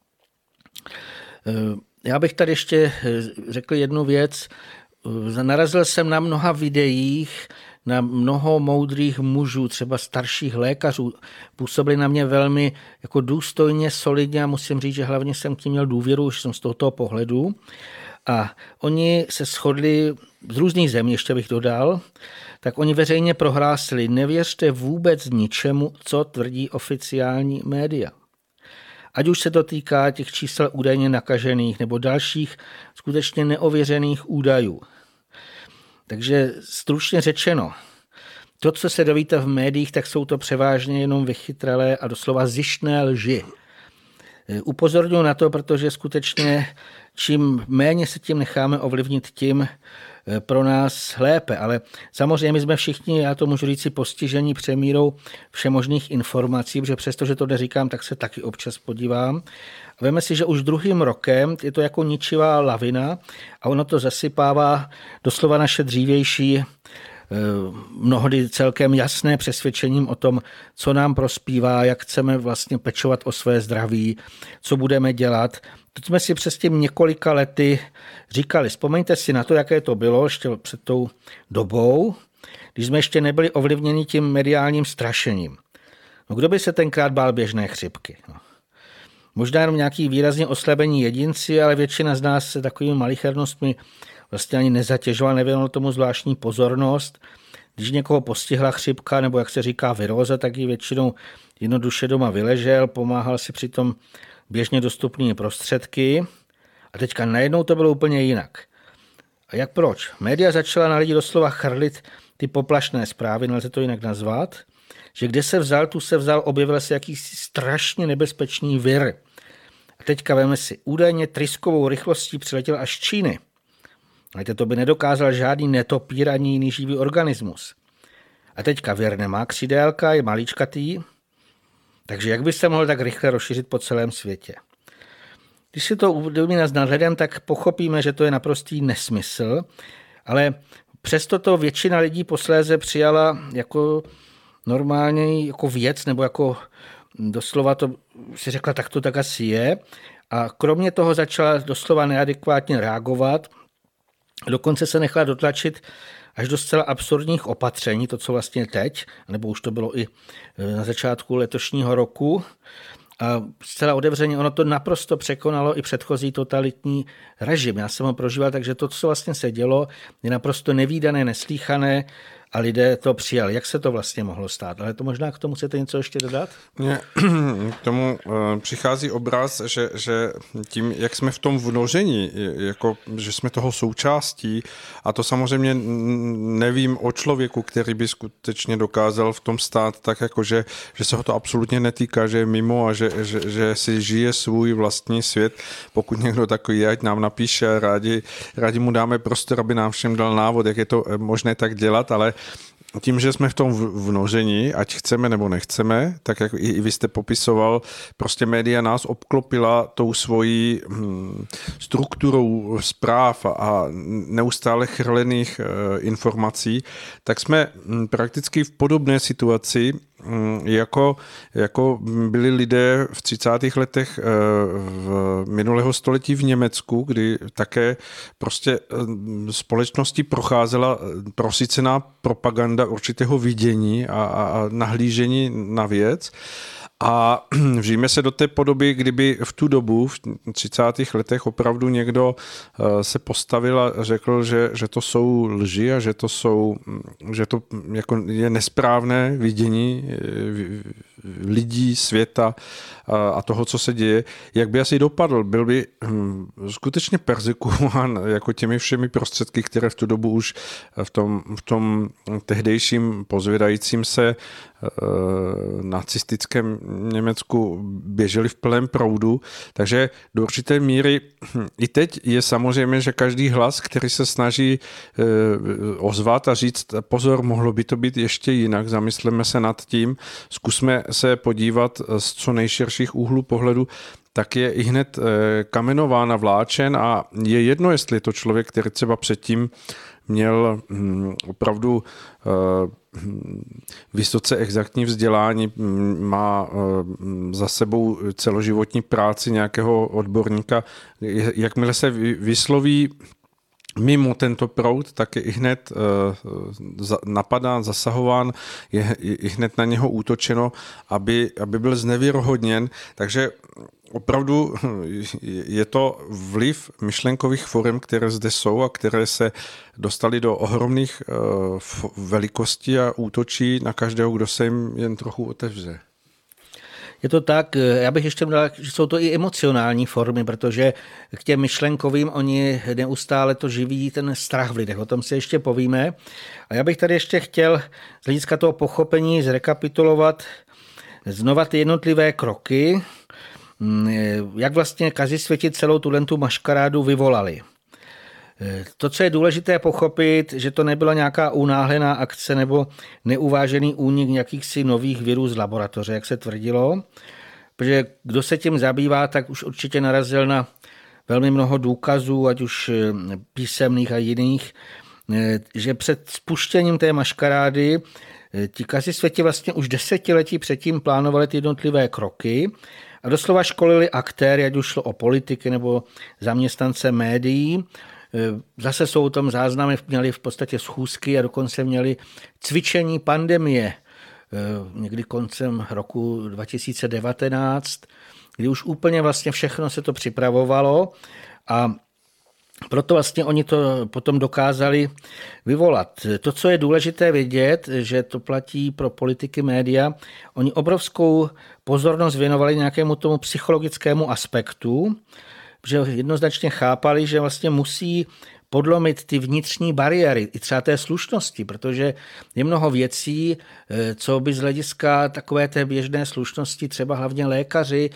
C: Já bych tady ještě řekl jednu věc. Narazil jsem na mnoha videích, na mnoho moudrých mužů, třeba starších lékařů. Působili na mě velmi jako důstojně, solidně a musím říct, že hlavně jsem k tím měl důvěru, už jsem z tohoto pohledu. A oni se shodli z různých zemí, ještě bych dodal, tak oni veřejně prohlásili, nevěřte vůbec ničemu, co tvrdí oficiální média. Ať už se to týká těch čísel údajně nakažených nebo dalších skutečně neověřených údajů. Takže stručně řečeno, to, co se dovíte v médiích, tak jsou to převážně jenom vychytralé a doslova zištné lži. Upozorňuji na to, protože skutečně čím méně se tím necháme ovlivnit, tím pro nás lépe. Ale samozřejmě my jsme všichni, já to můžu říct, si postižení přemírou všemožných informací, protože přestože to neříkám, tak se taky občas podívám. A veme si, že už druhým rokem je to jako ničivá lavina a ono to zasypává doslova naše dřívější mnohdy celkem jasné přesvědčením o tom, co nám prospívá, jak chceme vlastně pečovat o své zdraví, co budeme dělat. To jsme si přes tím několika lety říkali. Vzpomeňte si na to, jaké to bylo ještě před tou dobou, když jsme ještě nebyli ovlivněni tím mediálním strašením. No, kdo by se tenkrát bál běžné chřipky? No. Možná jenom nějaký výrazně oslabení jedinci, ale většina z nás se takovými malichernostmi vlastně ani nezatěžoval, nevěnoval tomu zvláštní pozornost. Když někoho postihla chřipka, nebo jak se říká viróza, tak ji většinou jednoduše doma vyležel, pomáhal si přitom běžně dostupnými prostředky. A teďka najednou to bylo úplně jinak. A jak proč? Média začala na lidi doslova chrlit ty poplašné zprávy, nelze to jinak nazvat, že kde se vzal, tu se vzal, objevil se jakýsi strašně nebezpečný vir. A teďka veme si, údajně tryskovou rychlostí přiletěl až z Číny. Ale to by nedokázal žádný netopír ani jiný živý organismus. A teďka věr nemá křidélka, je maličkatý, takže jak by se mohl tak rychle rozšířit po celém světě? Když si to uvědomíme s nadhledem, tak pochopíme, že to je naprostý nesmysl, ale přesto to většina lidí posléze přijala jako normálně jako věc, nebo jako doslova to si řekla, tak to tak asi je. A kromě toho začala doslova neadekvátně reagovat. Dokonce se nechala dotlačit až do zcela absurdních opatření, to, co vlastně teď, nebo už to bylo i na začátku letošního roku. A zcela otevřeně ono to naprosto překonalo i předchozí totalitní režim. Já jsem ho prožíval, takže to, co vlastně se dělo, je naprosto nevídané, neslýchané a lidé to přijali. Jak se to vlastně mohlo stát? Ale to možná k tomu chcete něco ještě dodat?
B: Mně k tomu přichází obraz, že, že tím, jak jsme v tom vnoření, jako, že jsme toho součástí, a to samozřejmě nevím o člověku, který by skutečně dokázal v tom stát tak, jako že, že se ho to absolutně netýká, že je mimo a že, že, že si žije svůj vlastní svět. Pokud někdo takový je, ať nám napíše a rádi, rádi mu dáme prostor, aby nám všem dal návod, jak je to možné tak dělat, ale tím, že jsme v tom vnoření, ať chceme nebo nechceme, tak jak i vy jste popisoval, prostě média nás obklopila tou svojí hm, strukturou zpráv a neustále chrlených e, informací, tak jsme hm, prakticky v podobné situaci, hm, jako, jako byli lidé v třicátých letech e, v minulého století v Německu, kdy také prostě e, společnosti procházela prosycená propaganda určitého vidění a, a, a nahlížení na věc. A vžijeme se do té podoby, kdyby v tu dobu, v třicátých letech, opravdu někdo se postavil a řekl, že, že to jsou lži a že to jsou, že to jako je nesprávné vidění lidí, světa a toho, co se děje. Jak by asi dopadl? Byl by skutečně perzekuován jako těmi všemi prostředky, které v tu dobu už v tom, v tom tehdejším pozvědajícím se nacistickém Německu běželi v plném proudu, takže do určité míry i teď je samozřejmě, že každý hlas, který se snaží ozvat a říct pozor, mohlo by to být ještě jinak, zamysleme se nad tím, zkusme se podívat z co nejširších úhlů pohledu, tak je i hned kamenován a vláčen a je jedno, jestli je to člověk, který třeba předtím měl opravdu vysoce exaktní vzdělání, má za sebou celoživotní práci nějakého odborníka. Jakmile se vysloví mimo tento proud, tak je i hned napadán, zasahován, je i hned na něho útočeno, aby, aby byl znevěrohodněn. Takže opravdu je to vliv myšlenkových forem, které zde jsou a které se dostaly do ohromných velikostí a útočí na každého, kdo se jim jen trochu otevře.
C: Je to tak, já bych ještě dodal, že jsou to i emocionální formy, protože k těm myšlenkovým oni neustále to živí ten strach v lidech, o tom si ještě povíme. A já bych tady ještě chtěl z hlediska toho pochopení zrekapitulovat znova ty jednotlivé kroky, jak vlastně kazisvěti celou tu maškarádu vyvolali. To, co je důležité pochopit, že to nebyla nějaká unáhlená akce nebo neuvážený únik nějakýchsi nových virů z laboratoře, jak se tvrdilo, protože kdo se tím zabývá, tak už určitě narazil na velmi mnoho důkazů, ať už písemných a jiných, že před spuštěním té maškarády ti kazisvěti vlastně už desetiletí předtím plánovali ty jednotlivé kroky a doslova školili aktéry, ať už šlo o politiky nebo zaměstnance médií. Zase jsou tam záznamy, měli v podstatě schůzky a dokonce měli cvičení pandemie někdy koncem roku dva tisíce devatenáct, kdy už úplně vlastně všechno se to připravovalo a proto vlastně oni to potom dokázali vyvolat. To, co je důležité vědět, že to platí pro politiky média, oni obrovskou pozornost věnovali nějakému tomu psychologickému aspektu, že jednoznačně chápali, že vlastně musí podlomit ty vnitřní bariéry, i třeba té slušnosti, protože je mnoho věcí, co by z hlediska takové té běžné slušnosti třeba hlavně lékaři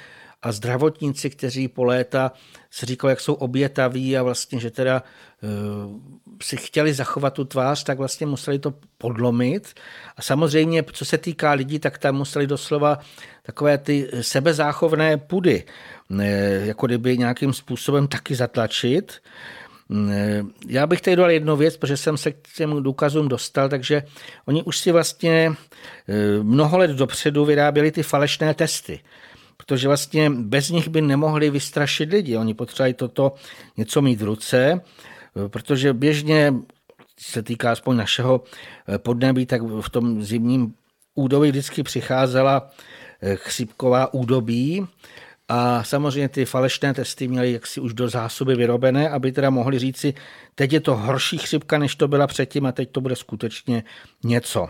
C: a zdravotníci, kteří po léta se říkalo, jak jsou obětaví a vlastně, že teda uh, si chtěli zachovat tu tvář, tak vlastně museli to podlomit. A samozřejmě, co se týká lidí, tak tam museli doslova takové ty sebezáchovné pudy, jako kdyby nějakým způsobem taky zatlačit. Já bych tady dal jednu věc, protože jsem se k těm důkazům dostal, takže oni už si vlastně mnoho let dopředu vyráběli ty falešné testy, protože vlastně bez nich by nemohli vystrašit lidi. Oni potřebovali toto něco mít v ruce, protože běžně se týká aspoň našeho podnebí, tak v tom zimním údobí vždycky přicházela chřipková údobí a samozřejmě ty falešné testy měly jaksi už do zásoby vyrobené, aby teda mohli říci, teď je to horší chřipka, než to byla předtím a teď to bude skutečně něco.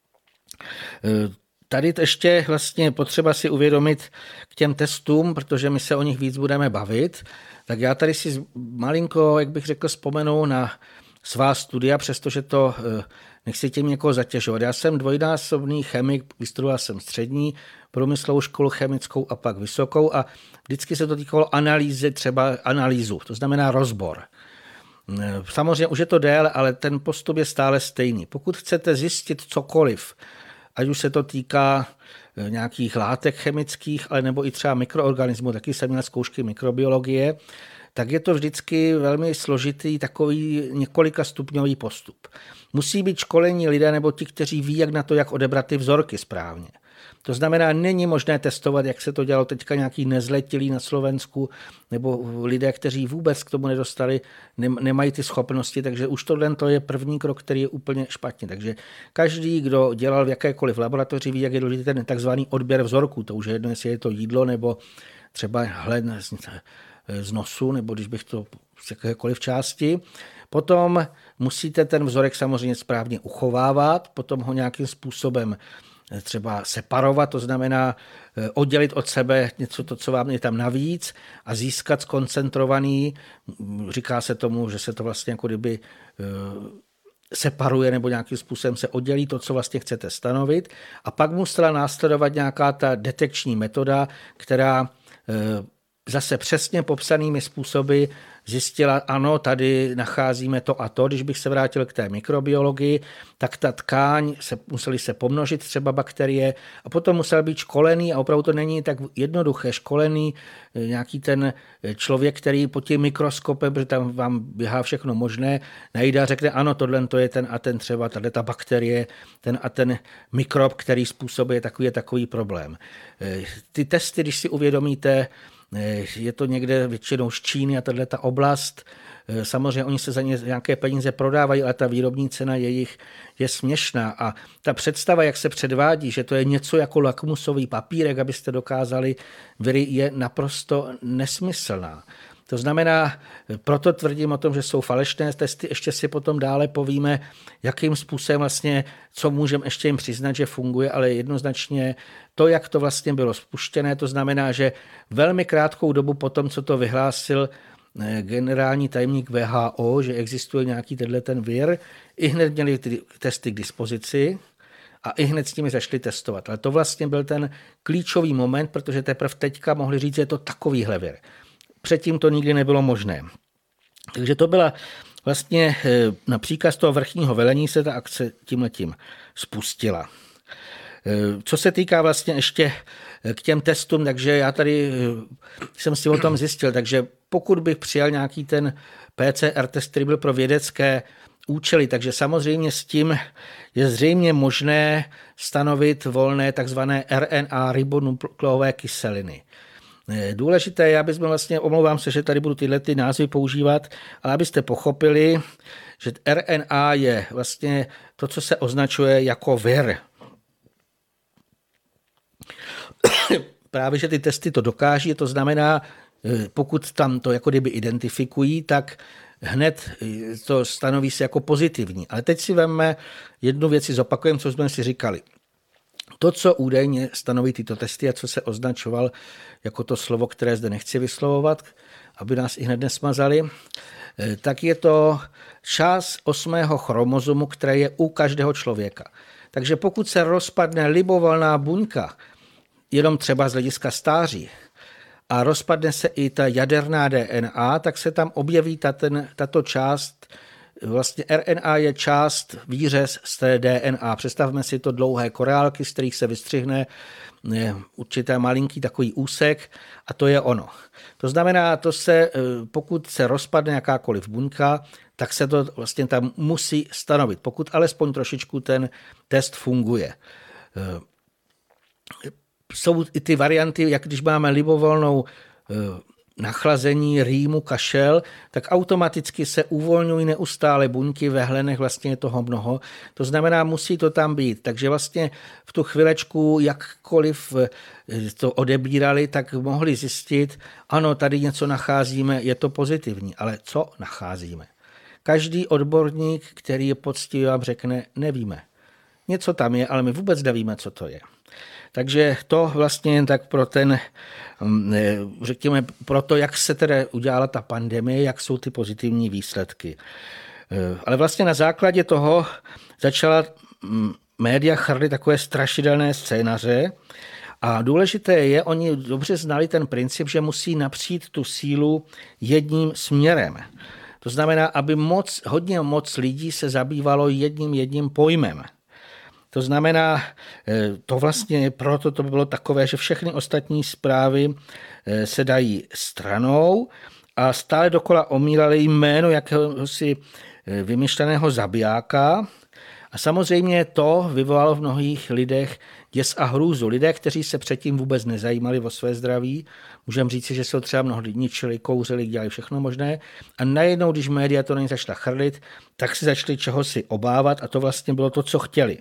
C: Tady ještě vlastně potřeba si uvědomit k těm testům, protože my se o nich víc budeme bavit, tak já tady si malinko, jak bych řekl, vzpomenu na svá studia, přestože to nechci tím někoho zatěžovat. Já jsem dvojnásobný chemik, vystudoval jsem střední průmyslovou školu chemickou a pak vysokou a vždycky se to týkalo analýzy, třeba analýzu, to znamená rozbor. Samozřejmě už je to déle, ale ten postup je stále stejný. Pokud chcete zjistit cokoliv, ať už se to týká nějakých látek chemických, ale nebo i třeba mikroorganismů, taky jsem měl zkoušky mikrobiologie, tak je to vždycky velmi složitý takový několika stupňový postup. Musí být školení lidé nebo ti, kteří ví, jak na to, jak odebrat ty vzorky správně. To znamená, není možné testovat, jak se to dělalo teďka nějaký nezletilí na Slovensku, nebo lidé, kteří vůbec k tomu nedostali, nemají ty schopnosti, takže už tohle to je první krok, který je úplně špatně. Takže každý, kdo dělal v jakékoliv laboratoři, ví, jak je důležitý ten takzvaný odběr vzorků. To už je jedno, jestli je to jídlo, nebo třeba hlen z nosu, nebo když bych to z jakékoliv části. Potom musíte ten vzorek samozřejmě správně uchovávat, potom ho nějakým způsobem třeba separovat, to znamená oddělit od sebe něco, to, co vám je tam navíc a získat skoncentrovaný, říká se tomu, že se to vlastně jako kdyby separuje nebo nějakým způsobem se oddělí to, co vlastně chcete stanovit a pak musela následovat nějaká ta detekční metoda, která zase přesně popsanými způsoby zjistila, ano, tady nacházíme to a to. Když bych se vrátil k té mikrobiologii, tak ta tkáň, se, museli se pomnožit třeba bakterie a potom musel být školený a opravdu to není tak jednoduché, školený nějaký ten člověk, který pod tím mikroskopem, protože tam vám běhá všechno možné, najde a řekne, ano, tohle to je ten a ten třeba, tady ta bakterie, ten a ten mikrob, který způsobuje takový takový problém. Ty testy, když si uvědomíte, je to někde většinou z Číny a tato oblast. Samozřejmě oni se za ně nějaké peníze prodávají, ale ta výrobní cena jejich je směšná. A ta představa, jak se předvádí, že to je něco jako lakmusový papírek, abyste dokázali, je naprosto nesmyslná. To znamená, proto tvrdím o tom, že jsou falešné testy, ještě si potom dále povíme, jakým způsobem vlastně, co můžeme ještě jim přiznat, že funguje, ale jednoznačně to, jak to vlastně bylo spuštěné, to znamená, že velmi krátkou dobu potom, co to vyhlásil generální tajemník W H O, že existuje nějaký tenhle ten vir, i hned měli ty testy k dispozici a i hned s nimi začali testovat. Ale to vlastně byl ten klíčový moment, protože teprve teďka mohli říct, že je to takovýhle vir. Předtím to nikdy nebylo možné. Takže to byla vlastně na příkaz toho vrchního velení se ta akce tímhletím spustila. Co se týká vlastně ještě k těm testům, takže já tady jsem si o tom zjistil, takže pokud bych přijal nějaký ten P C R test, který byl pro vědecké účely, takže samozřejmě s tím je zřejmě možné stanovit volné takzvané R N A ribonukleové kyseliny. Důležité je, aby jsme vlastně, omlouvám se, že tady budu tyhle ty názvy používat, ale abyste pochopili, že R N A je vlastně to, co se označuje jako vir. Právě, že ty testy to dokáží, to znamená, pokud tam to jako kdyby identifikují, tak hned to stanoví se jako pozitivní. Ale teď si veme jednu věc, si zopakujeme, co jsme si říkali. To, co údajně stanoví tyto testy a co se označoval jako to slovo, které zde nechci vyslovovat, aby nás i hned nesmazali, tak je to část osmého chromozomu, které je u každého člověka. Takže pokud se rozpadne libovolná buňka, jenom třeba z hlediska stáří, a rozpadne se i ta jaderná D N A, tak se tam objeví tato, tato část, vlastně R N A je část, výřez z té D N A. Představme si to dlouhé korálky, z kterých se vystřihne určitý malinký takový úsek a to je ono. To znamená, to se, pokud se rozpadne jakákoliv buňka, tak se to vlastně tam musí stanovit, pokud alespoň trošičku ten test funguje. Jsou i ty varianty, jak když máme libovolnou nachlazení, rýmu, kašel, tak automaticky se uvolňují neustále buňky, ve hlenech vlastně je toho mnoho. To znamená, musí to tam být. Takže vlastně v tu chvilečku, jakkoliv to odebírali, tak mohli zjistit, ano, tady něco nacházíme, je to pozitivní, ale co nacházíme? Každý odborník, který je poctivý, vám řekne, nevíme. Něco tam je, ale my vůbec nevíme, co to je. Takže to vlastně jen tak pro ten, řekněme, pro to, jak se tedy udělala ta pandemie, jak jsou ty pozitivní výsledky. Ale vlastně na základě toho začala média chrlit takové strašidelné scénaře a důležité je, oni dobře znali ten princip, že musí napřít tu sílu jedním směrem. To znamená, aby moc, hodně moc lidí se zabývalo jedním jedním pojmem. To znamená, to vlastně proto to by bylo takové, že všechny ostatní zprávy se dají stranou a stále dokola omílali jméno jakéhosi vymyšleného zabijáka. A samozřejmě to vyvolalo v mnohých lidech děs a hrůzu. Lidé, kteří se předtím vůbec nezajímali o své zdraví, můžeme říct, že se třeba mnohdy ničili, kouřili, dělali všechno možné. A najednou, když média to není začala chrlit, tak si začali čeho si obávat a to vlastně bylo to, co chtěli.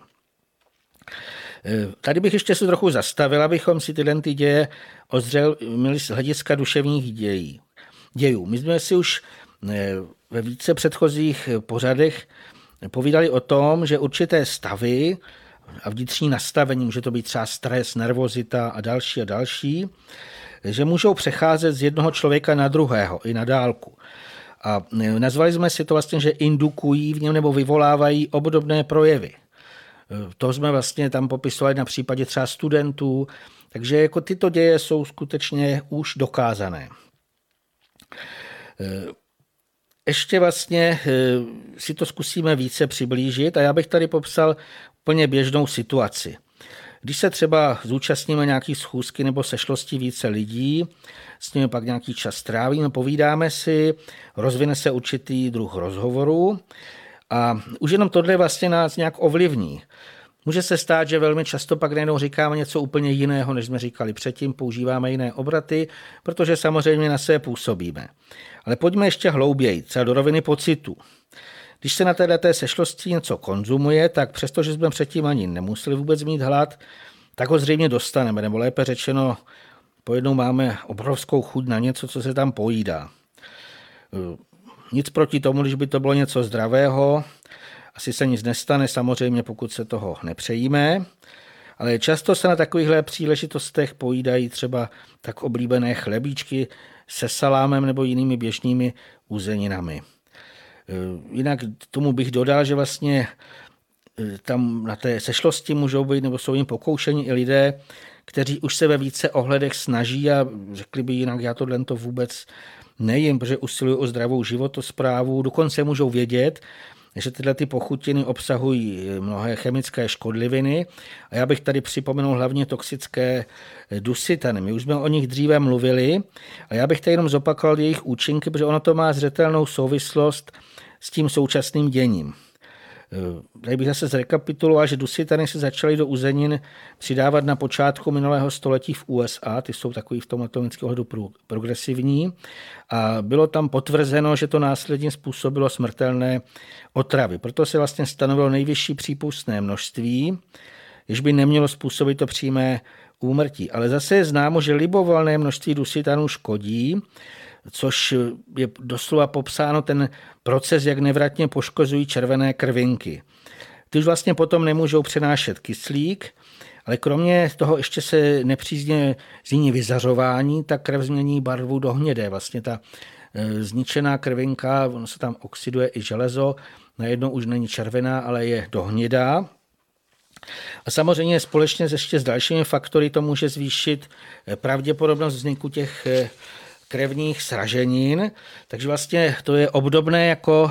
C: Tady bych ještě se trochu zastavil, abychom si tyhle ty děje ozřel, měli z hlediska duševních dějí, dějů. My jsme si už ve více předchozích pořadech povídali o tom, že určité stavy a vnitřní nastavení, může to být třeba stres, nervozita a další a další, že můžou přecházet z jednoho člověka na druhého i na dálku. A nazvali jsme si to vlastně, že indukují v něm nebo vyvolávají obdobné projevy. To jsme vlastně tam popisovali na případě třeba studentů, takže jako tyto děje jsou skutečně už dokázané. Ještě vlastně si to zkusíme více přiblížit a já bych tady popsal úplně běžnou situaci. Když se třeba zúčastníme nějaký schůzky nebo sešlosti více lidí, s nimi pak nějaký čas trávíme, povídáme si, rozvine se určitý druh rozhovoru a už jenom tohle vlastně nás nějak ovlivní. Může se stát, že velmi často pak najednou říkáme něco úplně jiného, než jsme říkali předtím, používáme jiné obraty, protože samozřejmě na sebe působíme. Ale pojďme ještě hlouběji, třeba do roviny pocitu. Když se na této sešlosti něco konzumuje, tak přestože jsme předtím ani nemuseli vůbec mít hlad, tak ho zřejmě dostaneme, nebo lépe řečeno, pojednou máme obrovskou chuť na něco, co se tam pojídá. Nic proti tomu, když by to bylo něco zdravého, asi se nic nestane, samozřejmě pokud se toho nepřejíme, ale často se na takovýchhle příležitostech pojídají třeba tak oblíbené chlebíčky se salámem nebo jinými běžnými uzeninami. Jinak tomu bych dodal, že vlastně tam na té sešlosti můžou být nebo jsou jim pokoušeni i lidé, kteří už se ve více ohledech snaží a řekli by jinak, já tohle to vůbec nejím, protože usilují o zdravou životosprávu, dokonce můžou vědět, že tyhle ty pochutiny obsahují mnohé chemické škodliviny a já bych tady připomenul hlavně toxické dusitany. My už jsme o nich dříve mluvili a já bych tady jenom zopakoval jejich účinky, protože ono to má zřetelnou souvislost s tím současným děním. Tady bych zase zrekapituloval, že dusitany se začaly do uzenin přidávat na počátku minulého století v U S A, ty jsou takový v tom atomickém ohledu progresivní a bylo tam potvrzeno, že to následně způsobilo smrtelné otravy. Proto se vlastně stanovilo nejvyšší přípustné množství, jež by nemělo způsobit to přímé úmrtí. Ale zase je známo, že libovolné množství dusitanů škodí, což je doslova popsáno ten proces, jak nevratně poškozují červené krvinky. Ty už vlastně potom nemůžou přenášet kyslík, ale kromě toho ještě se nepřízně změní vyzařování, ta krev změní barvu do hnědé. Vlastně ta zničená krvinka, ono se tam oxiduje i železo, najednou už není červená, ale je dohnědá. A samozřejmě společně ještě s dalšími faktory to může zvýšit pravděpodobnost vzniku těch krevních sraženin. Takže vlastně to je obdobné jako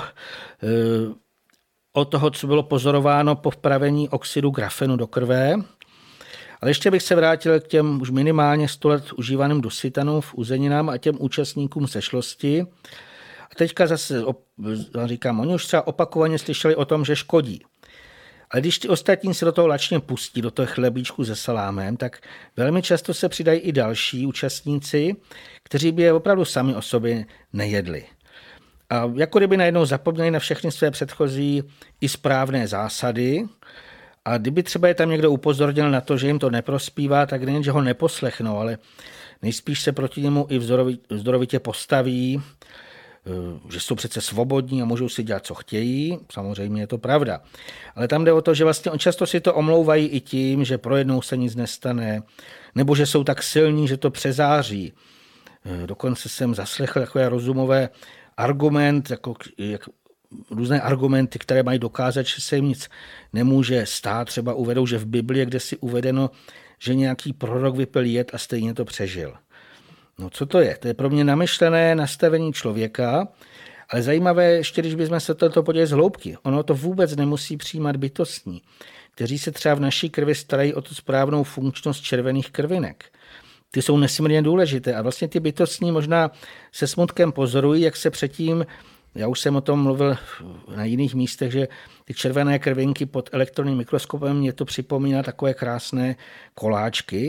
C: od toho, co bylo pozorováno po vpravení oxidu grafenu do krve. Ale ještě bych se vrátil k těm už minimálně sto let užívaným dusitanům v uzeninám a těm účastníkům sešlosti. A teďka zase říkám, oni už třeba opakovaně slyšeli o tom, že škodí. Ale když ty ostatní se do toho lačně pustí, do toho chlebíčku se salámem, tak velmi často se přidají i další účastníci, kteří by je opravdu sami o sobě nejedli. A jako kdyby najednou zapomněli na všechny své předchozí i správné zásady, a kdyby třeba je tam někdo upozornil na to, že jim to neprospívá, tak nejen, že ho neposlechnou, ale nejspíš se proti němu i vzdorovitě postaví, že jsou přece svobodní a můžou si dělat, co chtějí. Samozřejmě je to pravda. Ale tam jde o to, že vlastně často si to omlouvají i tím, že pro jednou se nic nestane, nebo že jsou tak silní, že to přezáří. Dokonce jsem zaslechl takové rozumové argument, jako, jak, různé argumenty, které mají dokázat, že se jim nic nemůže stát. Třeba uvedou, že v Biblii, kde si uvedeno, že nějaký prorok vypil jed a stejně to přežil. No co to je? To je pro mě namyšlené nastavení člověka, ale zajímavé ještě, když bychom se toto podívali z hloubky. Ono to vůbec nemusí přijímat bytostní, kteří se třeba v naší krvi starají o tu správnou funkčnost červených krvinek. Ty jsou nesmírně důležité a vlastně ty bytostní možná se smutkem pozorují, jak se předtím, já už jsem o tom mluvil na jiných místech, že ty červené krvinky pod elektronním mikroskopem mě to připomíná takové krásné koláčky.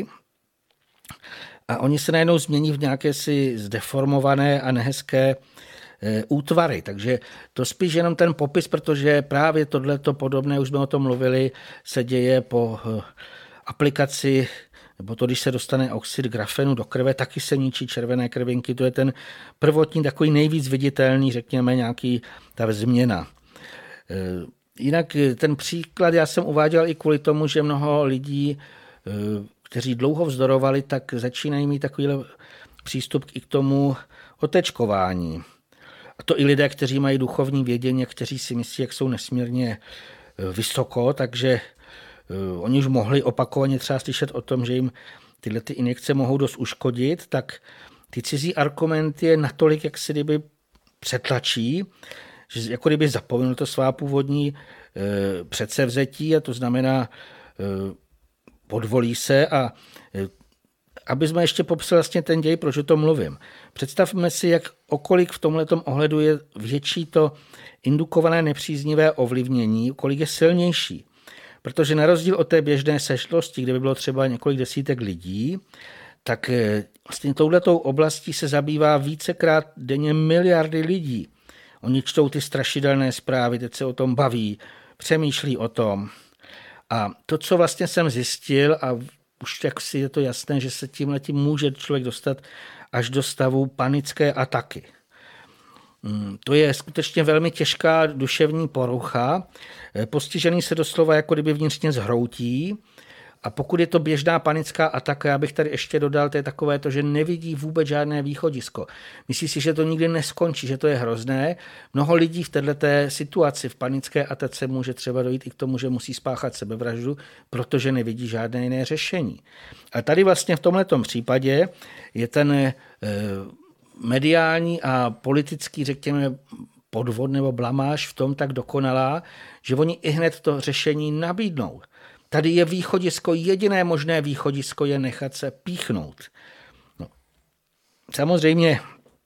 C: A oni se najednou změní v nějaké si zdeformované a nehezké e, útvary. Takže to spíš jenom ten popis, protože právě tohleto podobné, už jsme o tom mluvili, se děje po e, aplikaci, nebo to, když se dostane oxid grafenu do krve, taky se ničí červené krvinky. To je ten prvotní, takový nejvíc viditelný, řekněme, nějaký ta změna. E, jinak ten příklad já jsem uváděl i kvůli tomu, že mnoho lidí e, kteří dlouho vzdorovali, tak začínají mít takový přístup i k tomu otečkování. A to i lidé, kteří mají duchovní vědění, kteří si myslí, jak jsou nesmírně vysoko, takže oni už mohli opakovaně třeba slyšet o tom, že jim tyhle ty injekce mohou dost uškodit, tak ty cizí argumenty je natolik, jak si kdyby přetlačí, že jako kdyby zapomenul to svá původní předsevzetí, a to znamená podvolí se. A aby jsme ještě popsali vlastně ten děj, proč o tom mluvím. Představme si, jak okolik v tomhletom ohledu je větší to indukované nepříznivé ovlivnění, kolik je silnější. Protože na rozdíl od té běžné sešlosti, kde by bylo třeba několik desítek lidí, tak vlastně touhletou oblastí se zabývá vícekrát denně miliardy lidí. Oni čtou ty strašidelné zprávy, teď se o tom baví, přemýšlí o tom. A to, co vlastně jsem zjistil, a už tak si je to jasné, že se tímhletím může člověk dostat až do stavu panické ataky. To je skutečně velmi těžká duševní porucha. Postižený se doslova jako kdyby vnitřně zhroutí. A pokud je to běžná panická ataka, já bych tady ještě dodal, to je takové to, že nevidí vůbec žádné východisko. Myslí si, že to nikdy neskončí, že to je hrozné. Mnoho lidí v této situaci, v panické atace může třeba dojít i k tomu, že musí spáchat sebevraždu, protože nevidí žádné jiné řešení. A tady vlastně v tomhletom případě je ten eh, mediální a politický, řekněme, podvod nebo blamáž v tom tak dokonalá, že oni i hned to řešení nabídnou. Tady je východisko, jediné možné východisko je nechat se píchnout. No. Samozřejmě,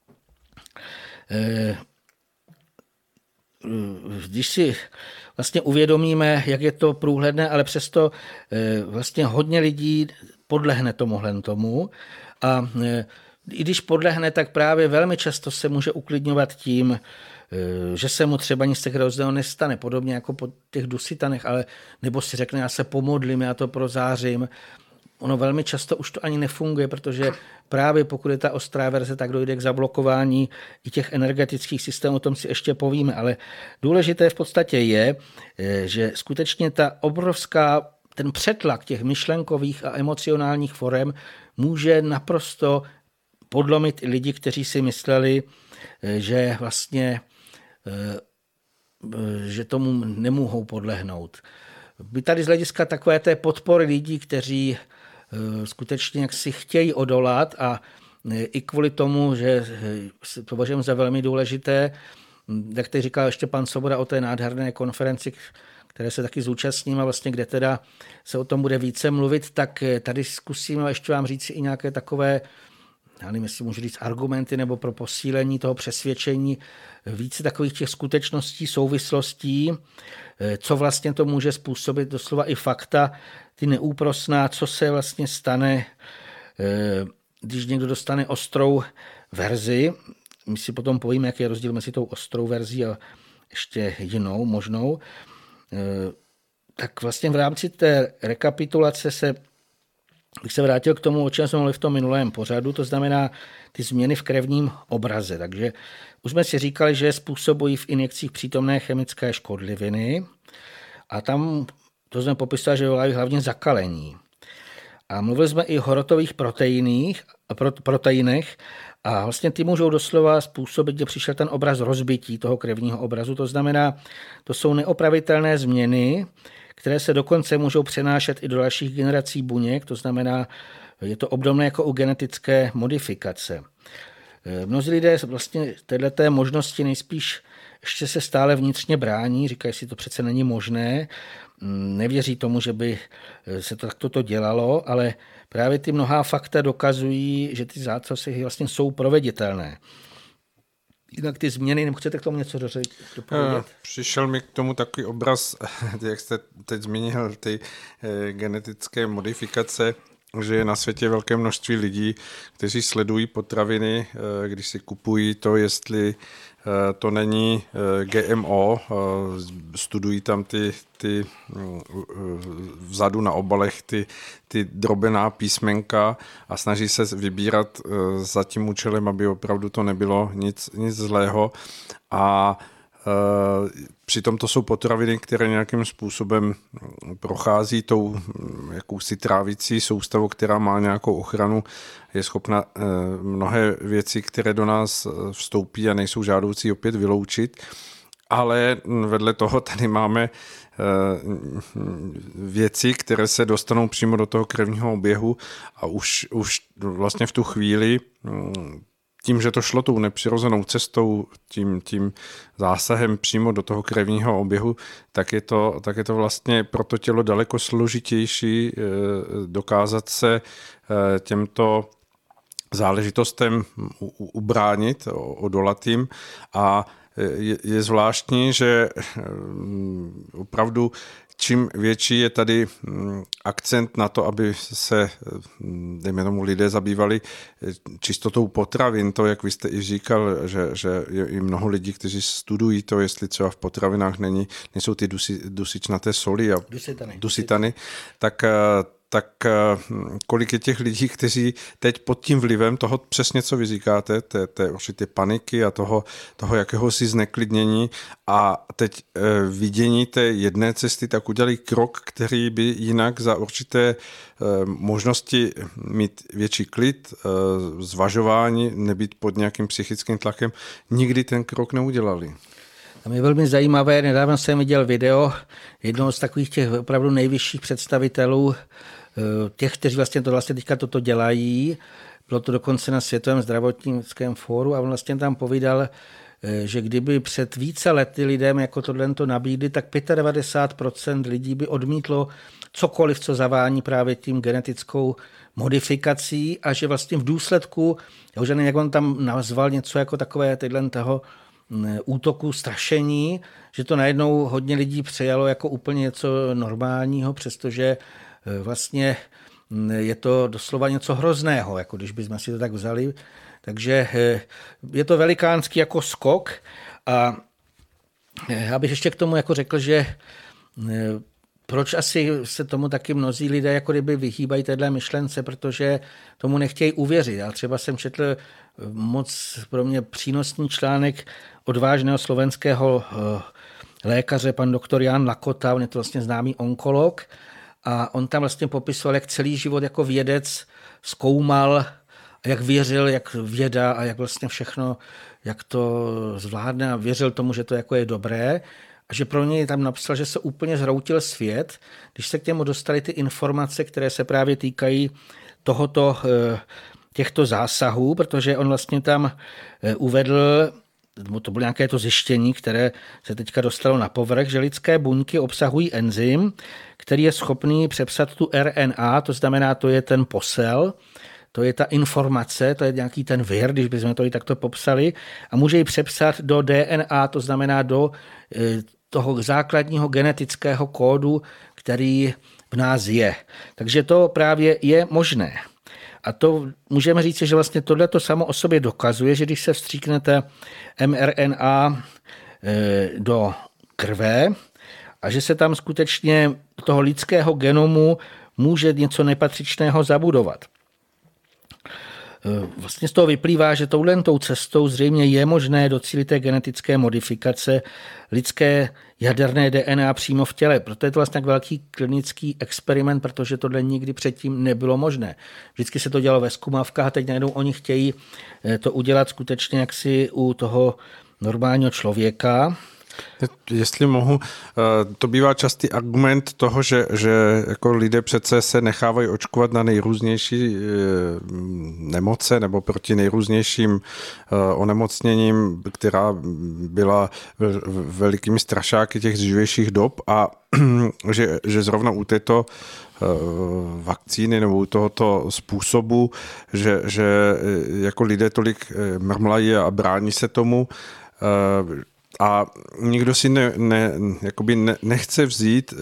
C: když si vlastně uvědomíme, jak je to průhledné, ale přesto vlastně hodně lidí podlehne tomuhle tomu a i když podlehne, tak právě velmi často se může uklidňovat tím, že se mu třeba nic tak hrozného nestane, podobně jako po těch dusitanech, ale nebo si řekne, já se pomodlím, já to prozářím. Ono velmi často už to ani nefunguje, protože právě pokud je ta ostrá verze, tak dojde k zablokování i těch energetických systémů, o tom si ještě povíme, ale důležité v podstatě je, že skutečně ta obrovská, ten přetlak těch myšlenkových a emocionálních forem může naprosto podlomit i lidi, kteří si mysleli, že vlastně že tomu nemohou podlehnout. by tady z hlediska takové té podpory lidí, kteří skutečně jak si chtějí odolat a i kvůli tomu, že to považujeme za velmi důležité, jak teď říkal ještě pan Svoboda o té nádherné konferenci, které se taky zúčastním a vlastně kde teda se o tom bude více mluvit, tak tady zkusíme ještě vám říct i nějaké takové, já nevím, jestli můžu říct argumenty nebo pro posílení toho přesvědčení více takových těch skutečností, souvislostí, co vlastně to může způsobit, doslova i fakta, ty neúprosná, co se vlastně stane, když někdo dostane ostrou verzi. My si potom povíme, jaký je rozdíl mezi tou ostrou verzí a ještě jinou možnou. Tak vlastně v rámci té rekapitulace se, bych se vrátil k tomu, o čem jsme mluvili v tom minulém pořadu, to znamená ty změny v krevním obraze. Takže už jsme si říkali, že způsobují v injekcích přítomné chemické škodliviny a tam to jsme popisali, že vyvolají hlavně zakalení. A mluvili jsme i o horotových proteinech, proteinech a vlastně ty můžou doslova způsobit, kde přišel ten obraz rozbití toho krevního obrazu. To znamená, to jsou neopravitelné změny, které se dokonce můžou přenášet i do dalších generací buněk, to znamená, je to obdobné jako u genetické modifikace. Mnozí lidé vlastně této možnosti nejspíš ještě se stále vnitřně brání, říkají si, to přece není možné, nevěří tomu, že by se to takto to dělalo, ale právě ty mnohá fakta dokazují, že ty zácasy vlastně jsou proveditelné. Jinak ty změny, nechcete k tomu něco dopovědět?
B: Přišel mi k tomu takový obraz, jak jste teď zmínil, ty genetické modifikace, že je na světě velké množství lidí, kteří sledují potraviny, když si kupují to, jestli to není G M O, studují tam ty, ty vzadu na obalech ty, ty drobená písmenka a snaží se vybírat za tím účelem, aby opravdu to nebylo nic, nic zlého. A přitom to jsou potraviny, které nějakým způsobem prochází tou jakousi trávicí soustavou, která má nějakou ochranu, je schopna mnohé věci, které do nás vstoupí a nejsou žádoucí, opět vyloučit. Ale vedle toho tady máme věci, které se dostanou přímo do toho krevního oběhu a už, už vlastně v tu chvíli tím, že to šlo tou nepřirozenou cestou, tím, tím zásahem přímo do toho krevního oběhu, tak je to, tak je to vlastně pro to tělo daleko složitější dokázat se těmto záležitostem ubránit, odolat jim. A je, je zvláštní, že opravdu čím větší je tady akcent na to, aby se, dejme tomu, lidé zabývali čistotou potravin, to, jak vy jste i říkal, že, že je i mnoho lidí, kteří studují to, jestli třeba v potravinách není, nejsou ty dusi, dusičnaté soli a
C: dusitany,
B: dusitany, tak tak kolik je těch lidí, kteří teď pod tím vlivem toho přesně, co vy říkáte, té, té určité paniky a toho, toho jakéhosi zneklidnění a teď vidění té jedné cesty, tak udělali krok, který by jinak za určité možnosti mít větší klid, zvažování, nebýt pod nějakým psychickým tlakem, nikdy ten krok neudělali.
C: Tam je velmi zajímavé, nedávno jsem viděl video jednoho z takových těch opravdu nejvyšších představitelů, těch, kteří vlastně to vlastně teďka toto dělají. Bylo to dokonce na Světovém zdravotnickém fóru a on vlastně tam povídal, že kdyby před více lety lidem jako tohle to nabídli, tak devadesát pět procent lidí by odmítlo cokoliv, co zavání právě tím genetickou modifikací a že vlastně v důsledku, já už nevím, jak on tam nazval něco jako takové tyhle toho útoku, strašení, že to najednou hodně lidí přejalo jako úplně něco normálního, přestože vlastně je to doslova něco hrozného, jako když bychom si to tak vzali. Takže je to velikánský jako skok a já bych ještě k tomu jako řekl, že proč asi se tomu taky mnozí lidé jako kdyby vyhýbají téhle myšlence, protože tomu nechtějí uvěřit. Já třeba jsem četl moc pro mě přínosný článek odvážného slovenského lékaře, pan doktor Jan Lakota, on je to vlastně známý onkolog, a on tam vlastně popisoval, jak celý život jako vědec zkoumal, a jak věřil, jak věda a jak vlastně všechno, jak to zvládne a věřil tomu, že to jako je dobré. a že pro něj tam napsal, že se úplně zhroutil svět, když se k němu dostaly ty informace, které se právě týkají tohoto, těchto zásahů, protože on vlastně tam uvedl, to bylo nějaké to zjištění, které se teďka dostalo na povrch, že lidské buňky obsahují enzym, který je schopný přepsat tu R N A, to znamená, to je ten posel, to je ta informace, to je nějaký ten vir, když bychom to i takto popsali, a může ji přepsat do D N A, to znamená do toho základního genetického kódu, který v nás je. Takže to právě je možné. A to můžeme říct, že vlastně tohle to samo o sobě dokazuje, že když se vstříknete mRNA do krve a že se tam skutečně do toho lidského genomu může něco nepatřičného zabudovat. Vlastně z toho vyplývá, že touhletou cestou zřejmě je možné docílit té genetické modifikace lidské jaderné D N A přímo v těle. Proto je to vlastně tak velký klinický experiment, protože tohle nikdy předtím nebylo možné. Vždycky se to dělalo ve zkumavkách a teď najednou oni chtějí to udělat skutečně jaksi u toho normálního člověka.
B: Jestli mohu, to bývá častý argument toho, že, že jako lidé přece se nechávají očkovat na nejrůznější nemoce nebo proti nejrůznějším onemocněním, která byla velikými strašáky těch dřívějších dob a že, že zrovna u této vakcíny nebo u tohoto způsobu, že, že jako lidé tolik mrmlají a brání se tomu, a nikdo si ne, ne, jakoby ne, nechce vzít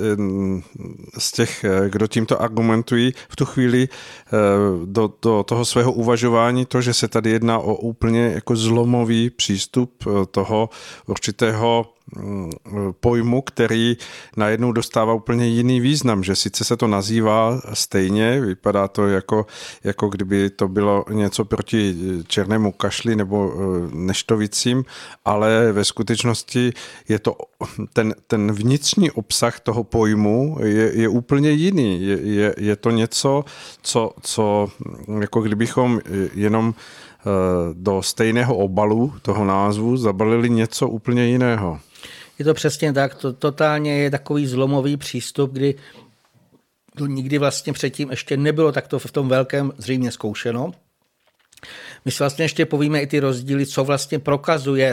B: z těch, kdo tímto argumentují v tu chvíli do, do toho svého uvažování to, že se tady jedná o úplně jako zlomový přístup toho určitého pojmu, který najednou dostává úplně jiný význam, že sice se to nazývá stejně, vypadá to jako, jako kdyby to bylo něco proti černému kašli nebo neštovicím, ale ve skutečnosti je to ten, ten vnitřní obsah toho pojmu je, je úplně jiný. Je, je, je to něco, co, co jako kdybychom jenom do stejného obalu toho názvu zabalili něco úplně jiného.
C: Je to přesně tak, to totálně je takový zlomový přístup, kdy to nikdy vlastně předtím ještě nebylo takto v tom velkém zřejmě zkoušeno. My si vlastně ještě povíme i ty rozdíly, co vlastně prokazuje,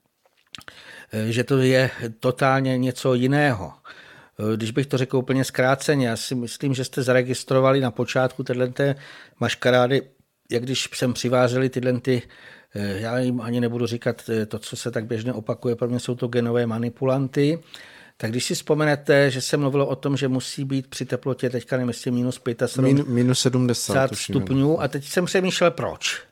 C: že to je totálně něco jiného. Když bych to řekl úplně zkráceně, já si myslím, že jste zaregistrovali na počátku této maškarády, jak když jsem přiváželi tyhle ty, já jim ani nebudu říkat to, co se tak běžně opakuje, pro mě jsou to genové manipulanty, tak když si vzpomenete, že se mluvilo o tom, že musí být při teplotě, teďka nemyslím minus sedmdesát,
B: minus sedmdesát
C: stupňů, a teď jsem přemýšlel, proč.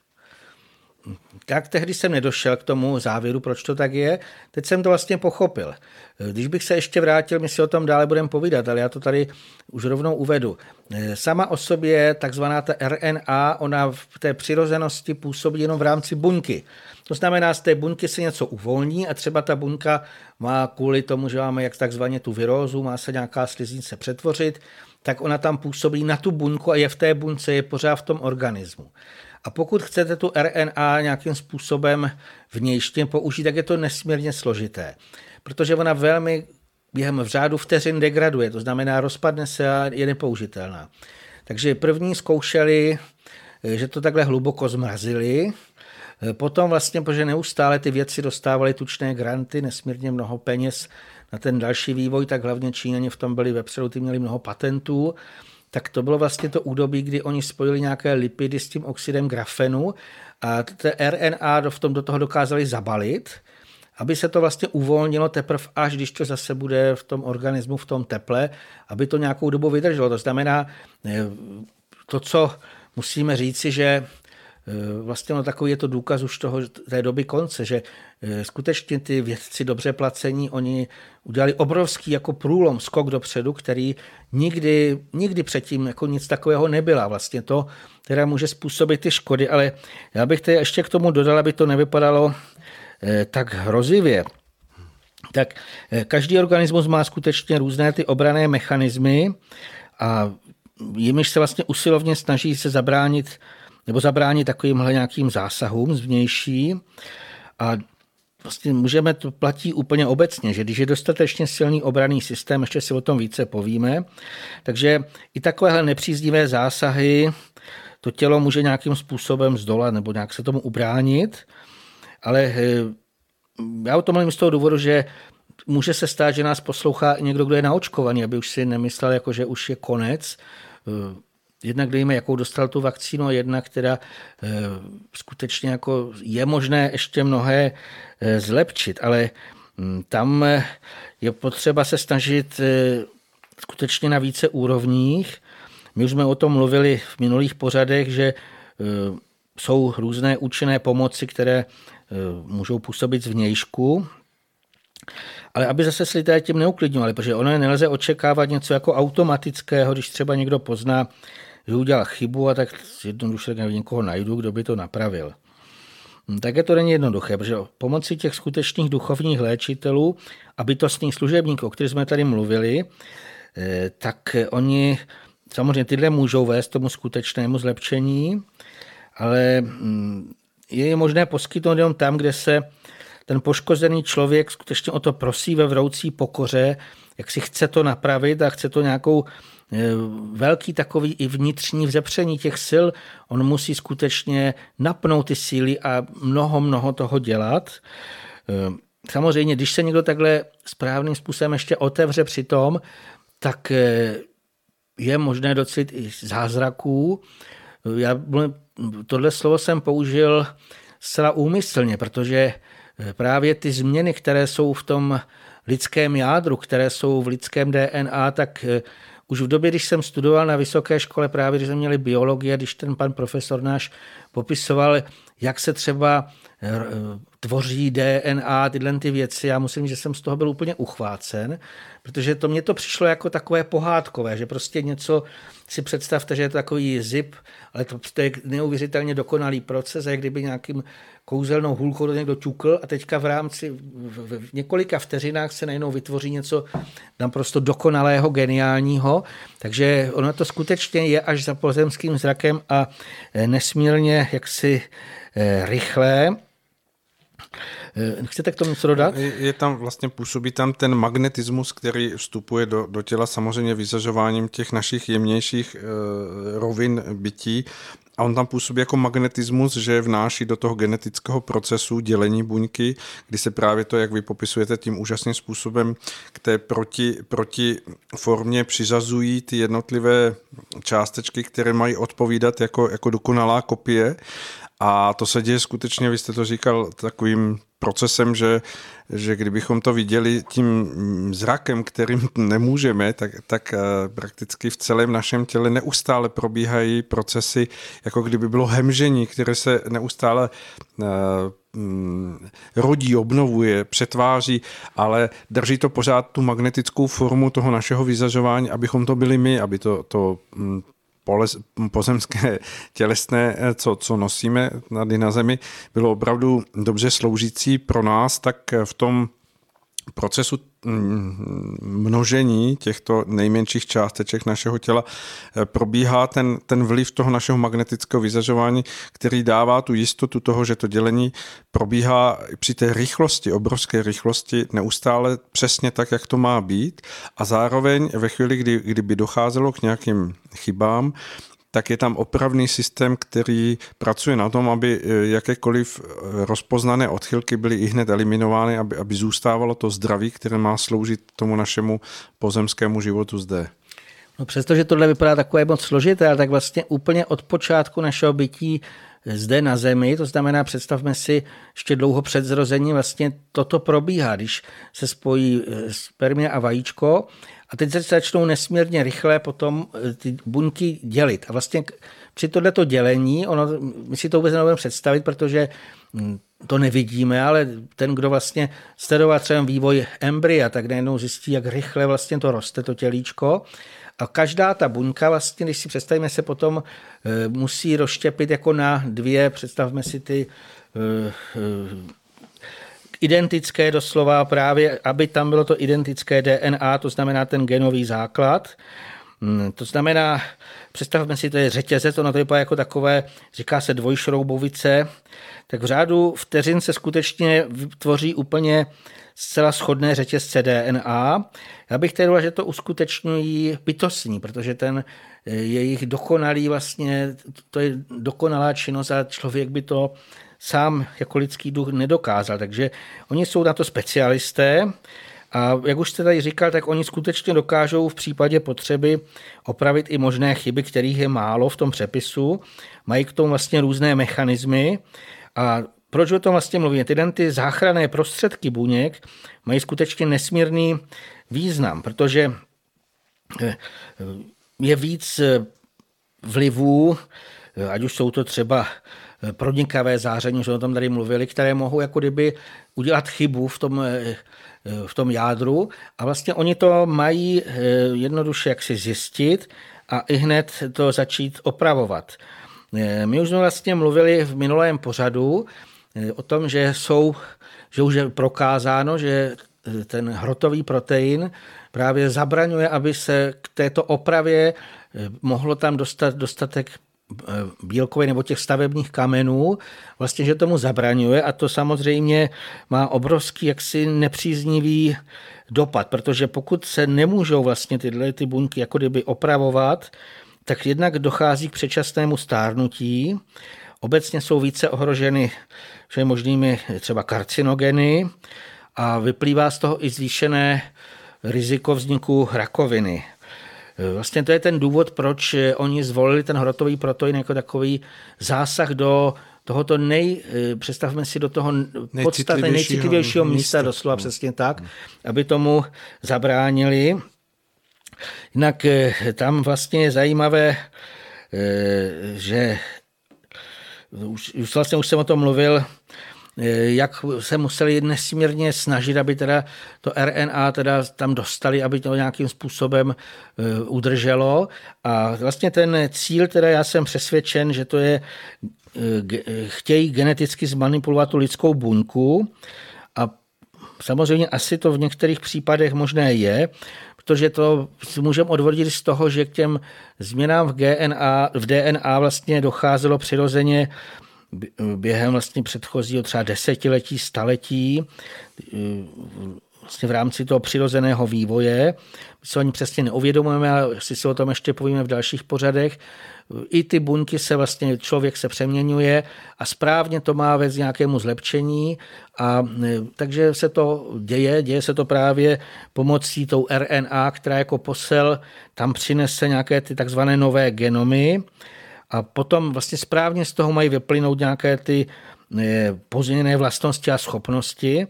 C: Tak tehdy jsem nedošel k tomu závěru, proč to tak je. Teď jsem to vlastně pochopil. Když bych se ještě vrátil, my si o tom dále budeme povídat, ale já to tady už rovnou uvedu. Sama o sobě, takzvaná ta R N A, ona v té přirozenosti působí jenom v rámci buňky. To znamená, z té buňky se něco uvolní a třeba ta buňka má kvůli tomu, že máme jak takzvaně tu virózu, má se nějaká sliznice přetvořit, tak ona tam působí na tu buňku a je v té buňce, je pořád v tom organismu. A pokud chcete tu R N A nějakým způsobem vnějšně použít, tak je to nesmírně složité, protože ona velmi během v řádu vteřin degraduje, to znamená rozpadne se a je nepoužitelná. Takže první zkoušeli, že to takhle hluboko zmrazili, potom vlastně, protože neustále ty věci dostávaly tučné granty, nesmírně mnoho peněz na ten další vývoj, tak hlavně Číňani v tom byli vepředu, ty měli mnoho patentů, tak to bylo vlastně to údobí, kdy oni spojili nějaké lipidy s tím oxidem grafenu a té R N A v tom do toho dokázali zabalit, aby se to vlastně uvolnilo teprve až, když to zase bude v tom organismu, v tom teple, aby to nějakou dobu vydrželo. To znamená, to, co musíme říci, že vlastně no, takový je to důkaz už toho, té doby konce, že skutečně ty vědci dobře placení, oni udělali obrovský jako průlom, skok dopředu, který nikdy, nikdy předtím jako nic takového nebyla. Vlastně to, která může způsobit ty škody, ale já bych tady ještě k tomu dodal, aby to nevypadalo eh, tak hrozivě. Tak eh, každý organismus má skutečně různé ty obranné mechanismy a jimiž se vlastně usilovně snaží se zabránit nebo zabránit takovýmhle nějakým zásahům zvnější. A vlastně můžeme, to platí úplně obecně, že když je dostatečně silný obranný systém, ještě si o tom více povíme, takže i takovéhle nepříznivé zásahy to tělo může nějakým způsobem zdolat nebo nějak se tomu ubránit, ale já o tom mluvím z toho důvodu, že může se stát, že nás poslouchá i někdo, kdo je naočkovaný, aby už si nemyslel, jako, že už je konec. Jednak dejme, jakou dostal tu vakcínu, a jedna, která skutečně jako je možné ještě mnohé zlepšit, ale tam je potřeba se snažit skutečně na více úrovních. My už jsme o tom mluvili v minulých pořadech, že jsou různé účinné pomoci, které můžou působit zvnějšku, ale aby zase se lidé tím neuklidňovali, protože ono nelze očekávat něco jako automatického, když třeba někdo pozná, že udělal chybu a tak jednoduše někoho najdu, kdo by to napravil. Také to není jednoduché, protože pomocí těch skutečných duchovních léčitelů a bytostných služebníků, o kterých jsme tady mluvili, tak oni samozřejmě tyhle můžou vést tomu skutečnému zlepšení, ale je možné poskytnout jenom tam, kde se ten poškozený člověk skutečně o to prosí ve vroucí pokoře, jak si chce to napravit a chce to nějakou velký takový i vnitřní vzepření těch sil. On musí skutečně napnout ty síly a mnoho, mnoho toho dělat. Samozřejmě, když se někdo takhle správným způsobem ještě otevře při tom, tak je možné docit i zázraků. Já tohle slovo jsem použil zcela úmyslně, protože právě ty změny, které jsou v tom lidském jádru, které jsou v lidském D N A, tak už v době, když jsem studoval na vysoké škole, právě když jsme měli biologie, když ten pan profesor náš popisoval, jak se třeba tvoří D N A, tyhle ty věci, já musím říct, že jsem z toho byl úplně uchvácen, protože to mně to přišlo jako takové pohádkové, že prostě něco si představte, že je to takový zip, ale to, to je neuvěřitelně dokonalý proces, a jak kdyby nějakým kouzelnou hůlkou to někdo ťukl a teďka v rámci v, v několika vteřinách se najednou vytvoří něco naprosto dokonalého, geniálního, takže ono to skutečně je až za pozemským zrakem a nesmírně jaksi rychlé. Chcete k tomu něco dodat?
B: Je tam vlastně, působí tam ten magnetismus, který vstupuje do, do těla samozřejmě vyzařováním těch našich jemnějších e, rovin bytí. A on tam působí jako magnetismus, že vnáší do toho genetického procesu dělení buňky, kdy se právě to, jak vy popisujete tím úžasným způsobem, k té proti, proti formě přiřazují ty jednotlivé částečky, které mají odpovídat jako, jako dokonalá kopie. A to se děje skutečně, vy jste to říkal, takovým procesem, že, že kdybychom to viděli tím zrakem, kterým nemůžeme, tak, tak prakticky v celém našem těle neustále probíhají procesy, jako kdyby bylo hemžení, které se neustále rodí, obnovuje, přetváří, ale drží to pořád tu magnetickou formu toho našeho vyzařování, abychom to byli my, aby to, to pozemské tělesné, co, co nosíme tady na zemi, bylo opravdu dobře sloužící pro nás, tak v tom procesu množení těchto nejmenších částeček našeho těla probíhá ten, ten vliv toho našeho magnetického vyzařování, který dává tu jistotu toho, že to dělení probíhá při té rychlosti, obrovské rychlosti, neustále přesně tak, jak to má být, a zároveň ve chvíli, kdy, kdyby docházelo k nějakým chybám, tak je tam opravný systém, který pracuje na tom, aby jakékoliv rozpoznané odchylky byly i hned eliminovány, aby, aby zůstávalo to zdraví, které má sloužit tomu našemu pozemskému životu zde.
C: No, přestože tohle vypadá takové moc složité, ale tak vlastně úplně od počátku našeho bytí zde na zemi, to znamená, představme si, ještě dlouho před zrozením vlastně toto probíhá, když se spojí spermie a vajíčko, a teď se začnou nesmírně rychle potom ty buňky dělit. A vlastně při tohleto dělení, ono, my si to vůbec nebudeme představit, protože to nevidíme, ale ten, kdo vlastně sledoval třeba vývoj embrya, tak najednou zjistí, jak rychle vlastně to roste, to tělíčko. A každá ta buňka vlastně, když si představíme, se potom musí rozštěpit jako na dvě, představme si ty identické doslova právě, aby tam bylo to identické D N A, to znamená ten genový základ. To znamená, představme si, to je řetězec, ono to vypadá jako takové, říká se dvojšroubovice, tak v řádu vteřin se skutečně tvoří úplně zcela shodné řetězce D N A. Já bych tedy, že to uskutečňují bytostní, protože ten jejich dokonalý vlastně, to je dokonalá činnost a člověk by to sám jako lidský duch nedokázal. Takže oni jsou na to specialisté a jak už jste tady říkal, tak oni skutečně dokážou v případě potřeby opravit i možné chyby, kterých je málo v tom přepisu. Mají k tomu vlastně různé mechanismy a proč o tom vlastně mluvím? Tyhle ty záchranné prostředky buněk mají skutečně nesmírný význam, protože je víc vlivů, ať už jsou to třeba pronikavé záření, že o tom tady mluvili, které mohou jako kdyby udělat chybu v tom, v tom jádru a vlastně oni to mají jednoduše jaksi zjistit a i hned to začít opravovat. My už jsme vlastně mluvili v minulém pořadu o tom, že jsou, že už je prokázáno, že ten hrotový protein právě zabraňuje, aby se k této opravě mohlo tam dostat dostatek bílkovin nebo těch stavebních kamenů, vlastně, že tomu zabraňuje a to samozřejmě má obrovský jaksi nepříznivý dopad, protože pokud se nemůžou vlastně tyhle ty buňky jako kdyby opravovat, tak jednak dochází k předčasnému stárnutí, obecně jsou více ohroženy všemi možnými třeba karcinogeny a vyplývá z toho i zvýšené riziko vzniku rakoviny. Vlastně to je ten důvod, proč oni zvolili ten hrotový protein jako takový zásah do tohoto nej, představme si do toho podstatně nejcitlivějšího místa, místa, doslova přesně tak, aby tomu zabránili. Jinak tam vlastně je zajímavé, že už, už vlastně už jsem o tom mluvil, jak se museli nesmírně snažit, aby teda to R N A teda tam dostali, aby to nějakým způsobem udrželo. A vlastně ten cíl, teda já jsem přesvědčen, že to je, chtějí geneticky zmanipulovat tu lidskou buňku a samozřejmě asi to v některých případech možné je, protože to si můžeme odvodit z toho, že k těm změnám v, G N A, v D N A vlastně docházelo přirozeně během vlastně předchozího třeba desetiletí, staletí, vlastně v rámci toho přirozeného vývoje. My se o ní přesně neuvědomujeme, ale si se o tom ještě povíme v dalších pořadech. I ty buňky se vlastně, člověk se přeměňuje a správně to má vést nějakému zlepšení a takže se to děje, děje se to právě pomocí tou R N A, která jako posel tam přinese nějaké ty takzvané nové genomy a potom vlastně správně z toho mají vyplynout nějaké ty pozměněné vlastnosti a schopnosti.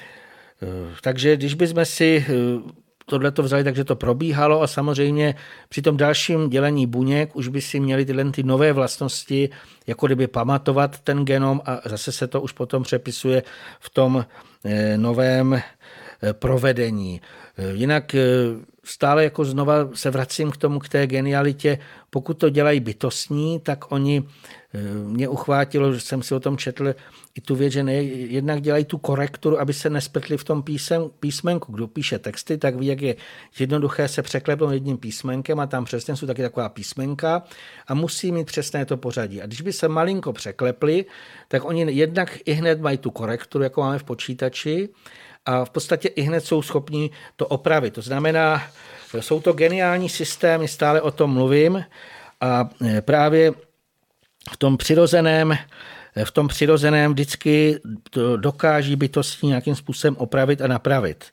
C: Takže když bychom si tohleto vzali, takže to probíhalo a samozřejmě při tom dalším dělení buněk už by si měli tyhle ty nové vlastnosti jako kdyby pamatovat ten genom a zase se to už potom přepisuje v tom novém provedení. Jinak stále jako znova se vracím k tomu, k té genialitě. Pokud to dělají bytostní, tak oni, mě uchvátilo, že jsem si o tom četl i tu věc, že ne, jednak dělají tu korekturu, aby se nespletli v tom písem, písmenku. Kdo píše texty, tak ví, jak je jednoduché se překlepnout jedním písmenkem a tam přesně jsou taky taková písmenka a musí mít přesné to pořadí. A když by se malinko překlepli, tak oni jednak i hned mají tu korekturu, jako máme v počítači, a v podstatě i hned jsou schopni to opravit. To znamená, jsou to geniální systémy, stále o tom mluvím a právě v tom přirozeném, v tom přirozeném vždycky to dokáží bytostní nějakým způsobem opravit a napravit.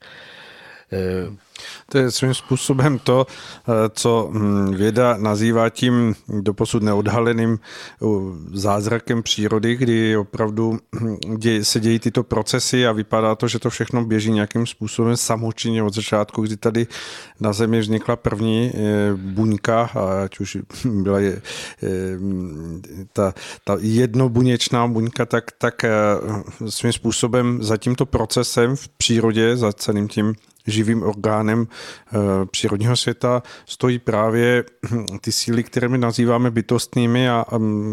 B: To je svým způsobem to, co věda nazývá tím doposud neodhaleným zázrakem přírody, kdy opravdu se dějí tyto procesy a vypadá to, že to všechno běží nějakým způsobem samočinně od začátku, kdy tady na Zemi vznikla první buňka, ať už byla je, ta, ta jednobuněčná buňka, tak, tak svým způsobem za tímto procesem v přírodě, za celým tím živým orgánem e, přírodního světa, stojí právě ty síly, které my nazýváme bytostnými a, a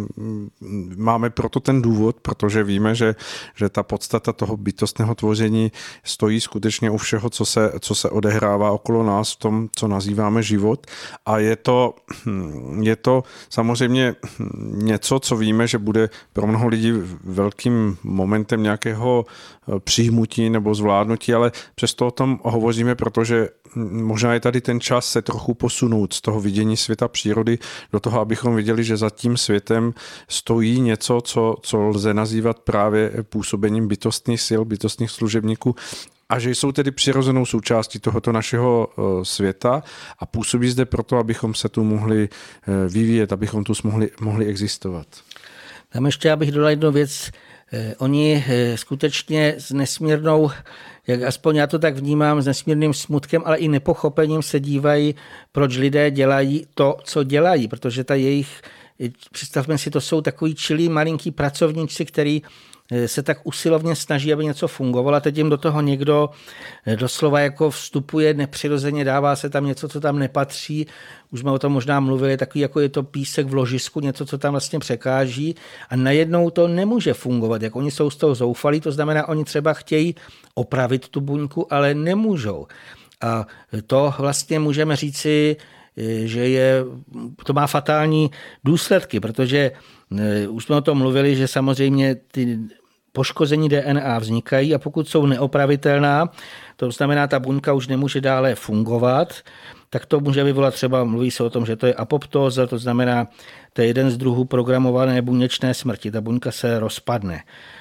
B: máme proto ten důvod, protože víme, že, že ta podstata toho bytostného tvoření stojí skutečně u všeho, co se, co se odehrává okolo nás v tom, co nazýváme život. A je to, je to samozřejmě něco, co víme, že bude pro mnoho lidí velkým momentem nějakého přijmutí nebo zvládnutí, ale přesto o tom hovoříme, protože možná je tady ten čas se trochu posunout z toho vidění světa přírody do toho, abychom viděli, že za tím světem stojí něco, co, co lze nazývat právě působením bytostných sil, bytostných služebníků, a že jsou tedy přirozenou součástí tohoto našeho světa a působí zde proto, abychom se tu mohli vyvíjet, abychom tu mohli, mohli existovat.
C: Tam ještě abych dodal jednu věc. Oni skutečně s nesmírnou, jak aspoň já to tak vnímám, s nesmírným smutkem, ale i nepochopením se dívají, proč lidé dělají to, co dělají, protože ta jejich, představme si, to jsou takový čilí malinký pracovníci, který se tak usilovně snaží, aby něco fungovalo, a teď jim do toho někdo doslova jako vstupuje nepřirozeně, dává se tam něco, co tam nepatří. Už jsme o tom možná mluvili, takový jako je to písek v ložisku, něco, co tam vlastně překáží, a najednou to nemůže fungovat. Jak oni jsou z toho zoufalí, to znamená, oni třeba chtějí opravit tu buňku, ale nemůžou. A to vlastně můžeme říci, že je, to má fatální důsledky, protože už jsme o tom mluvili, že samozřejmě ty poškození D N A vznikají, a pokud jsou neopravitelná, to znamená, ta buňka už nemůže dále fungovat, tak to může vyvolat třeba, mluví se o tom, že to je apoptóza, to znamená, to je jeden z druhů programované buněčné smrti, ta buňka se rozpadne.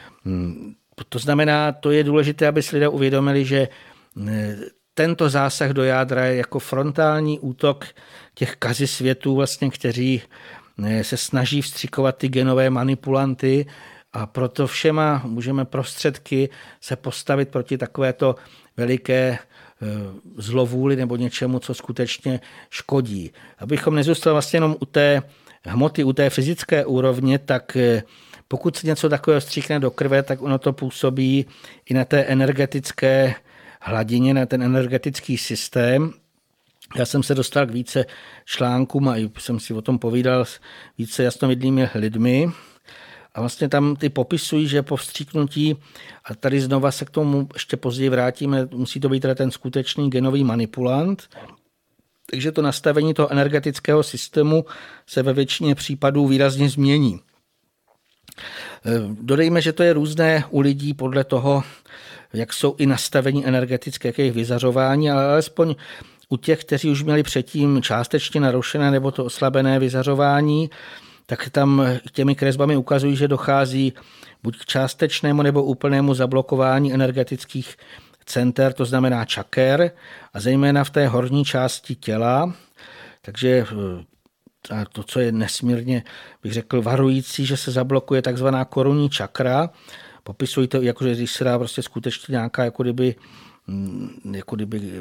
C: To znamená, to je důležité, aby si lidé uvědomili, že tento zásah do jádra je jako frontální útok těch kazisvětů, vlastně, kteří se snaží vstřikovat ty genové manipulanty, a proto všema můžeme prostředky se postavit proti takovéto veliké zlovůli nebo něčemu, co skutečně škodí. Abychom nezůstali vlastně jenom u té hmoty, u té fyzické úrovně, tak pokud se něco takového stříkne do krve, tak ono to působí i na té energetické hladině, na ten energetický systém. Já jsem se dostal k více článkům a jsem si o tom povídal s více jasnovidnými lidmi. A vlastně tam ty popisují, že po vstříknutí, a tady znova se k tomu ještě později vrátíme, musí to být teda ten skutečný genový manipulant. Takže to nastavení toho energetického systému se ve většině případů výrazně změní. Dodejme, že to je různé u lidí podle toho, jak jsou i nastavení energetické, jak je jejich vyzařování, ale alespoň u těch, kteří už měli předtím částečně narušené nebo to oslabené vyzařování, tak tam těmi kresbami ukazují, že dochází buď k částečnému nebo úplnému zablokování energetických center, to znamená čaker, a zejména v té horní části těla. Takže to, co je nesmírně, bych řekl, varující, že se zablokuje takzvaná korunní čakra. Popisují to, jakože když se dá prostě skutečně nějaká jako kdyby, jako kdyby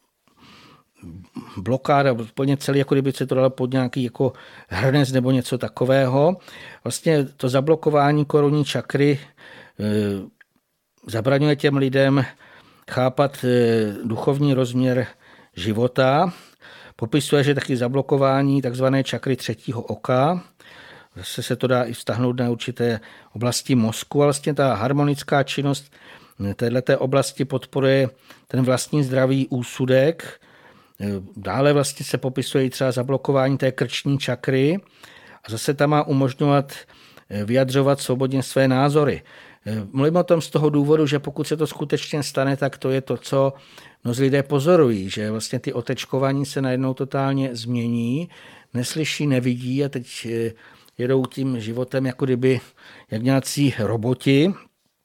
C: blokáda, úplně celý, jako kdyby se to dalo pod nějaký jako hrnec nebo něco takového. Vlastně to zablokování korunní čakry e, zabraňuje těm lidem chápat e, duchovní rozměr života. Popisuje, že taky zablokování takzvané čakry třetího oka, zase se to dá i vztahnout na určité oblasti mozku, a vlastně ta harmonická činnost této oblasti podporuje ten vlastní zdravý úsudek. Dále vlastně se popisuje třeba zablokování té krční čakry a zase tam má umožňovat vyjadřovat svobodně své názory. Mluvím o tom z toho důvodu, že pokud se to skutečně stane, tak to je to, co mnozí lidé pozorují, že vlastně ty otečkování se najednou totálně změní, neslyší, nevidí a teď jedou tím životem jako kdyby jak nějací roboti.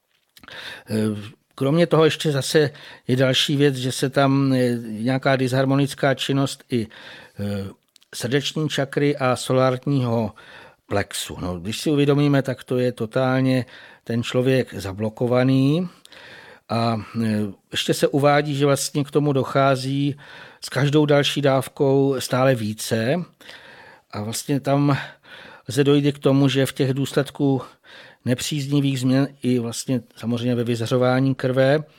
C: Kromě toho ještě zase je další věc, že se tam nějaká disharmonická činnost i srdeční čakry a solárního plexu. No, když si uvědomíme, tak to je totálně ten člověk zablokovaný a ještě se uvádí, že vlastně k tomu dochází s každou další dávkou stále více a vlastně tam se dojde k tomu, že v těch důsledků nepříznivých změn i vlastně samozřejmě ve vyzařování krve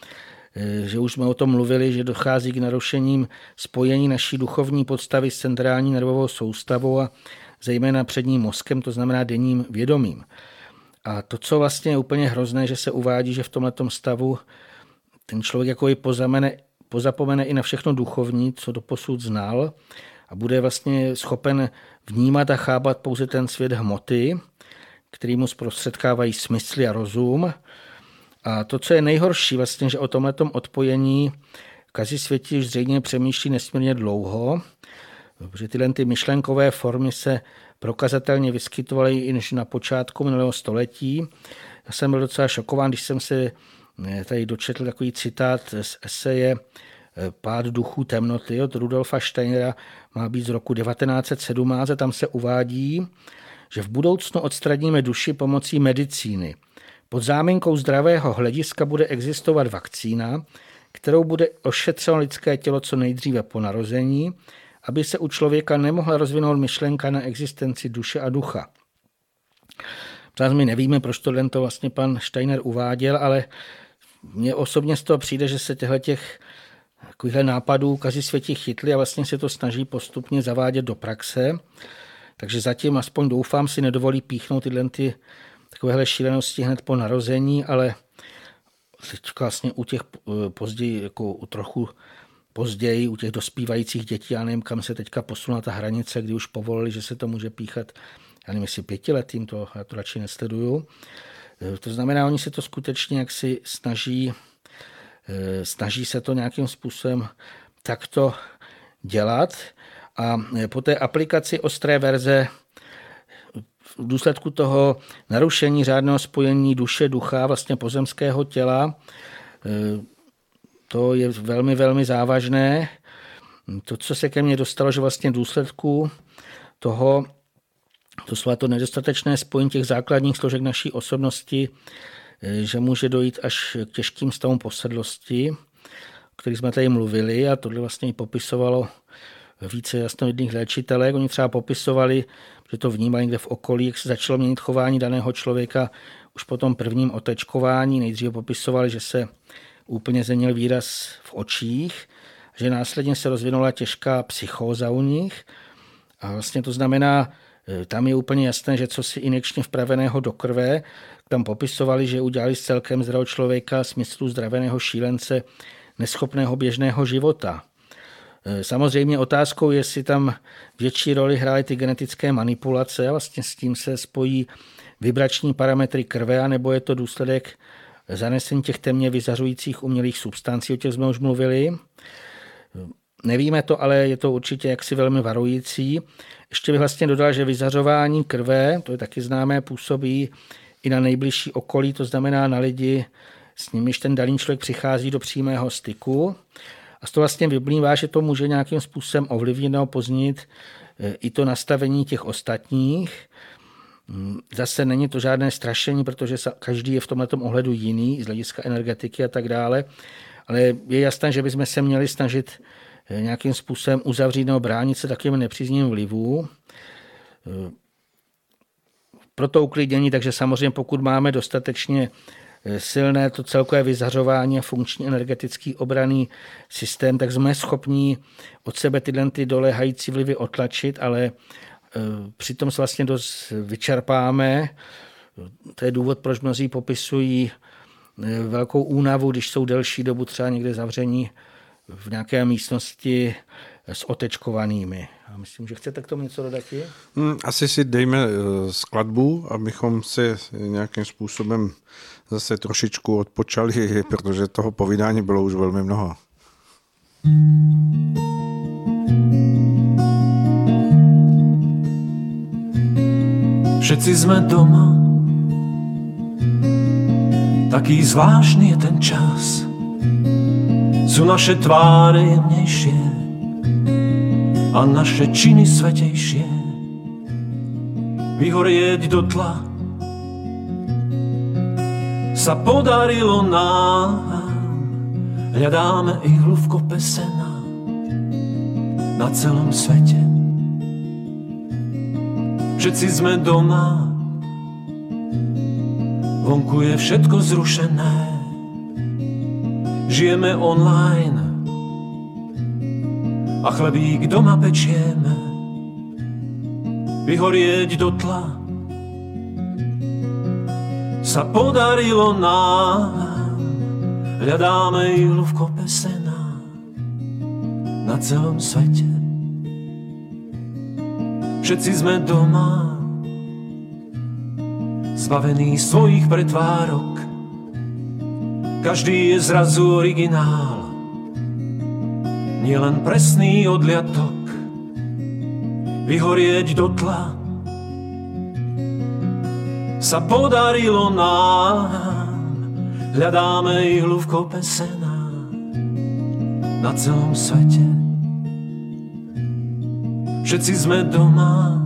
C: že už jsme o tom mluvili, že dochází k narušením spojení naší duchovní podstavy s centrální nervovou soustavou a zejména předním mozkem, to znamená denním vědomím. A to, co vlastně je úplně hrozné, že se uvádí, že v tomhletom stavu ten člověk jako i pozamene, pozapomene i na všechno duchovní, co doposud znal, a bude vlastně schopen vnímat a chápat pouze ten svět hmoty, který mu zprostředkávají smysly a rozum. A to, co je nejhorší, vlastně, že o tomhletom odpojení Kazisvěti už zřejmě přemýšlí nesmírně dlouho, protože tyhle ty myšlenkové formy se prokazatelně vyskytovaly již na počátku minulého století. Já jsem byl docela šokován, když jsem se tady dočetl takový citát z eseje Pád duchů temnoty od Rudolfa Steinera, má být z roku devatenáct set sedmnáct, a tam se uvádí, že v budoucnu odstraníme duši pomocí medicíny. Pod záminkou zdravého hlediska bude existovat vakcína, kterou bude ošetřeno lidské tělo co nejdříve po narození, aby se u člověka nemohla rozvinout myšlenka na existenci duše a ducha. Třeba my nevíme, proč tohle to vlastně pan Steiner uváděl, ale mně osobně z toho přijde, že se těchto těch takovýchhle nápadů Kazisvěti chytli a vlastně se to snaží postupně zavádět do praxe. Takže zatím aspoň doufám si nedovolí píchnout tyhle ty takovéhle šílenosti hned po narození, ale vlastně u těch později, jako u trochu později, u těch dospívajících dětí, já nevím, kam se teďka posunula ta hranice, kdy už povolili, že se to může píchat, já nevím, jestli pětiletým, to já to radši nesleduju. To znamená, oni se to skutečně jaksi snaží, snaží se to nějakým způsobem takto dělat. A po té aplikaci ostré verze v důsledku toho narušení řádného spojení duše, ducha, vlastně pozemského těla, to je velmi, velmi závažné. To, co se ke mně dostalo, že vlastně v důsledku toho, to jsou to nedostatečné spojení těch základních složek naší osobnosti, že může dojít až k těžkým stavům posedlosti, o kterých jsme tady mluvili, a tohle vlastně i popisovalo více jasnovidných léčitelek. Oni třeba popisovali, že to vnímali někde v okolí, jak se začalo měnit chování daného člověka už po tom prvním otečkování. Nejdříve popisovali, že se úplně změnil výraz v očích, že následně se rozvinula těžká psychóza u nich. A vlastně to znamená, tam je úplně jasné, že co si injekčně vpraveného do krve, tam popisovali, že udělali z celkem zdravého člověka smyslu zdraveného šílence, neschopného běžného života. Samozřejmě otázkou je, jestli tam větší roli hrály ty genetické manipulace a vlastně s tím se spojí vibrační parametry krve, nebo je to důsledek zanesení těch temně vyzařujících umělých substancí, o těch jsme už mluvili. Nevíme to, ale je to určitě jaksi velmi varující. Ještě bych vlastně dodal, že vyzařování krve, to je taky známé, působí i na nejbližší okolí, to znamená na lidi, s nimiž ten daný člověk přichází do přímého styku. A z toho vlastně vyplývá, že to může nějakým způsobem ovlivnit nebo poznit i to nastavení těch ostatních. Zase není to žádné strašení, protože každý je v tomhletom ohledu jiný, z hlediska energetiky a tak dále. Ale je jasné, že bychom se měli snažit nějakým způsobem uzavřít nebo bránit se takovým nepříznivým vlivům. Pro to uklidnění, takže samozřejmě pokud máme dostatečně silné to celkové vyzařování a funkční energetický obranný systém, tak jsme schopní od sebe tyhle ty doléhající vlivy otlačit, ale přitom se vlastně dost vyčerpáme. To je důvod, proč mnozí popisují velkou únavu, když jsou delší dobu třeba někde zavření v nějaké místnosti s otečkovanými. A myslím, že chcete k tomu něco dodat?
B: Asi si dejme skladbu, abychom se nějakým způsobem zase trošičku odpočali, protože toho povídání bylo už velmi mnoho.
D: Všetci sme doma, taký zvláštny je ten čas. Sú naše tváre jemnejšie a naše činy svetejšie. Vyhorieť do tla sa podarilo nám. Hľadáme ihlu v kope sena na celom svete. Všetci sme doma, vonku je všetko zrušené. žijeme online a chlebík doma pečieme, vyhorieť do tla sa podarilo nám, hľadáme ihlu v kope sena na celom svete. Všetci sme doma, zbavení svojich pretvárok, každý je zrazu originál, nielen presný odliatok, vyhorieť do tla sa podarilo nám, hľadáme ihlu v kope sena na celom svete. Všetci sme doma,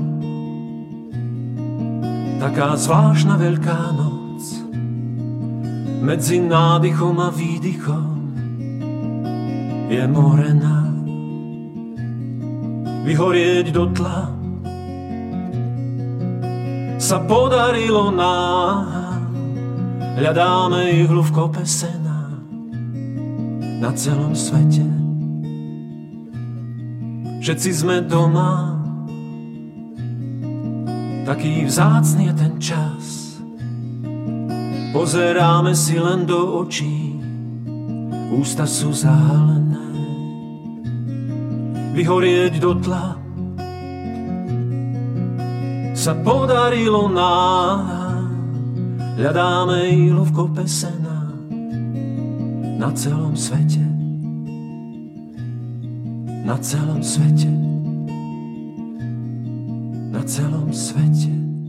D: taká zvláštna veľká noc, medzi nádychom a výdychom je morená. Vyhorieť do tla sa podarilo nám, hľadáme ihlu v kope sena na celom svete. Všetci sme doma, taký vzácny je ten čas, pozeráme si len do očí, ústa sú zahalené. Vyhorieť do tla sa podarilo nám, hľadáme ihlu v kope sena na celom svete, na celom svete, na celom svete.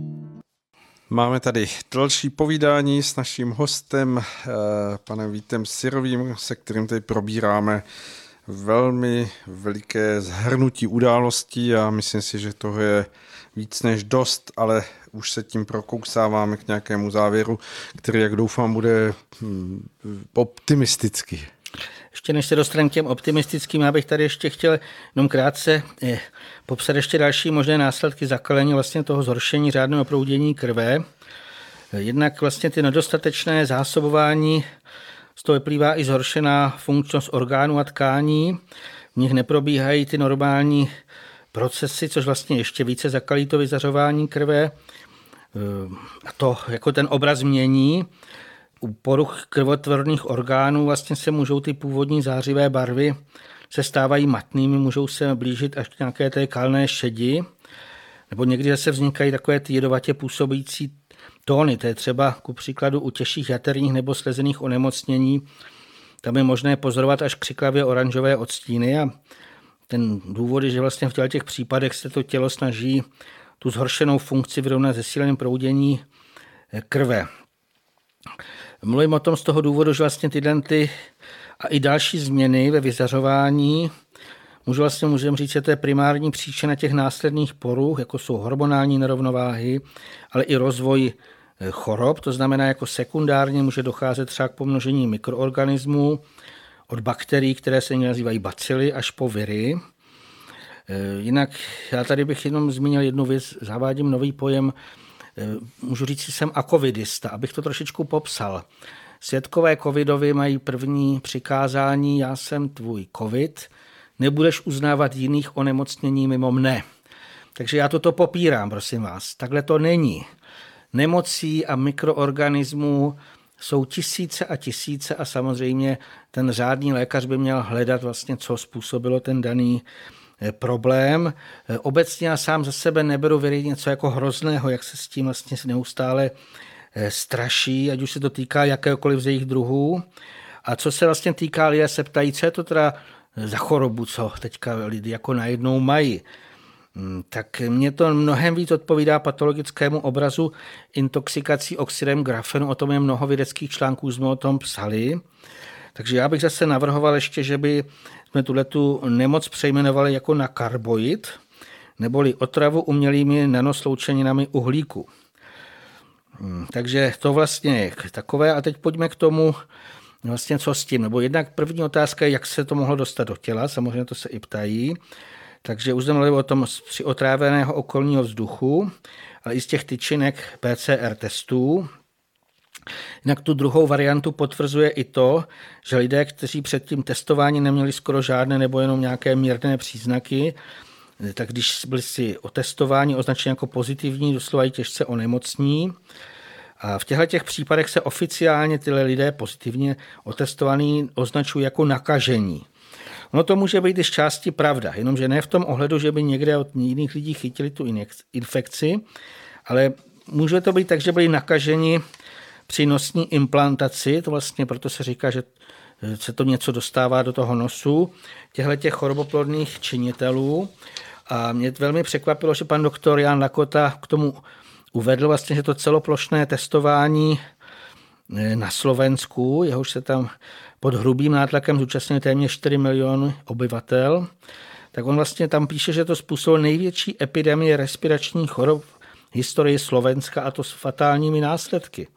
B: Máme tady další povídání s naším hostem, panem Vítem Syrovým, se kterým tady probíráme velmi veliké shrnutí událostí a myslím si, že toho je víc než dost, ale už se tím prokousáváme k nějakému závěru, který, jak doufám, bude optimistický.
C: Ještě než se dostaneme k těm optimistickým, já bych tady ještě chtěl jenom krátce eh, popsat ještě další možné následky zakalení vlastně toho zhoršení řádného proudění krve. Jednak vlastně ty nedostatečné zásobování, z toho vyplývá i zhoršená funkčnost orgánů a tkání, v nich neprobíhají ty normální procesy, což vlastně ještě více zakalí to vyzařování krve. A to jako ten obraz mění. U poruch krvotvorných orgánů vlastně se můžou ty původní zářivé barvy se stávají matnými, můžou se blížit až k nějaké té kalné šedi, nebo někdy zase vznikají takové ty jedovatě působící tóny. To je třeba ku příkladu u těžších jaterních nebo slezených onemocnění. Tam je možné pozorovat až křiklavě oranžové odstíny a ten důvod je, že vlastně v těch případech se to tělo snaží tu zhoršenou funkci vyrovnat zesíleným proudění krve. Mluvím o tom z toho důvodu, že vlastně tyhle ty a i další změny ve vyzařování můžu vlastně můžeme říct, že to je primární příčina těch následných poruch, jako jsou hormonální nerovnováhy, ale i rozvoj chorob, to znamená jako sekundárně může docházet třeba k pomnožení mikroorganismů, od bakterií, které se nazývají bacily, až po viry. Jinak já tady bych jenom zmínil jednu věc, zavádím nový pojem, můžu říct, že jsem akovidista, abych to trošičku popsal. Svědkové covidovi mají první přikázání, já jsem tvůj covid, nebudeš uznávat jiných onemocnění mimo mne. Takže já toto popírám, prosím vás. Takhle to není. Nemocí a mikroorganismů jsou tisíce a tisíce a samozřejmě ten řádný lékař by měl hledat vlastně, co způsobilo ten daný problém. Obecně já sám za sebe neberu viry něco jako hrozného, jak se s tím vlastně neustále straší, ať už se to týká jakéhokoliv z jejich druhů. A co se vlastně týká, lidé se ptají, co je to teda za chorobu, co teďka lidi jako najednou mají. Tak mně to mnohem víc odpovídá patologickému obrazu intoxikací oxidem grafenu, o tom je mnoho vědeckých článků, jsme o tom psali. Takže já bych zase navrhoval ještě, že by jsme tuhletu nemoc přejmenovali jako na karboid, neboli otravu umělými nanosloučeninami uhlíku. Takže to vlastně je takové a teď pojďme k tomu, vlastně co s tím. Nebo jednak první otázka je, jak se to mohlo dostat do těla, samozřejmě to se i ptají. Takže už jsme mluvili o tom při otráveného okolního vzduchu, ale i z těch tyčinek P C R testů. Jinak tu druhou variantu potvrzuje i to, že lidé, kteří před tím testováním neměli skoro žádné nebo jenom nějaké mírné příznaky, tak když byli si otestováni, označeni jako pozitivní, doslova i těžce onemocní. A v těchto těch případech se oficiálně tyhle lidé pozitivně otestovaní označují jako nakažení. Ono to může být i z části pravda, jenomže ne v tom ohledu, že by někde od jiných lidí chytili tu infekci, ale může to být tak, že byli nakaženi při nosní implantaci, to vlastně proto se říká, že se to něco dostává do toho nosu těchto těch choroboplodných činitelů. A mě velmi překvapilo, že pan doktor Jan Lakota k tomu uvedl vlastně, že to celoplošné testování na Slovensku, jehož se tam pod hrubým nátlakem zúčastnili téměř čtyři miliony obyvatel, tak on vlastně tam píše, že to způsobilo největší epidemie respiračních chorob v historii Slovenska, a to s fatálními následky.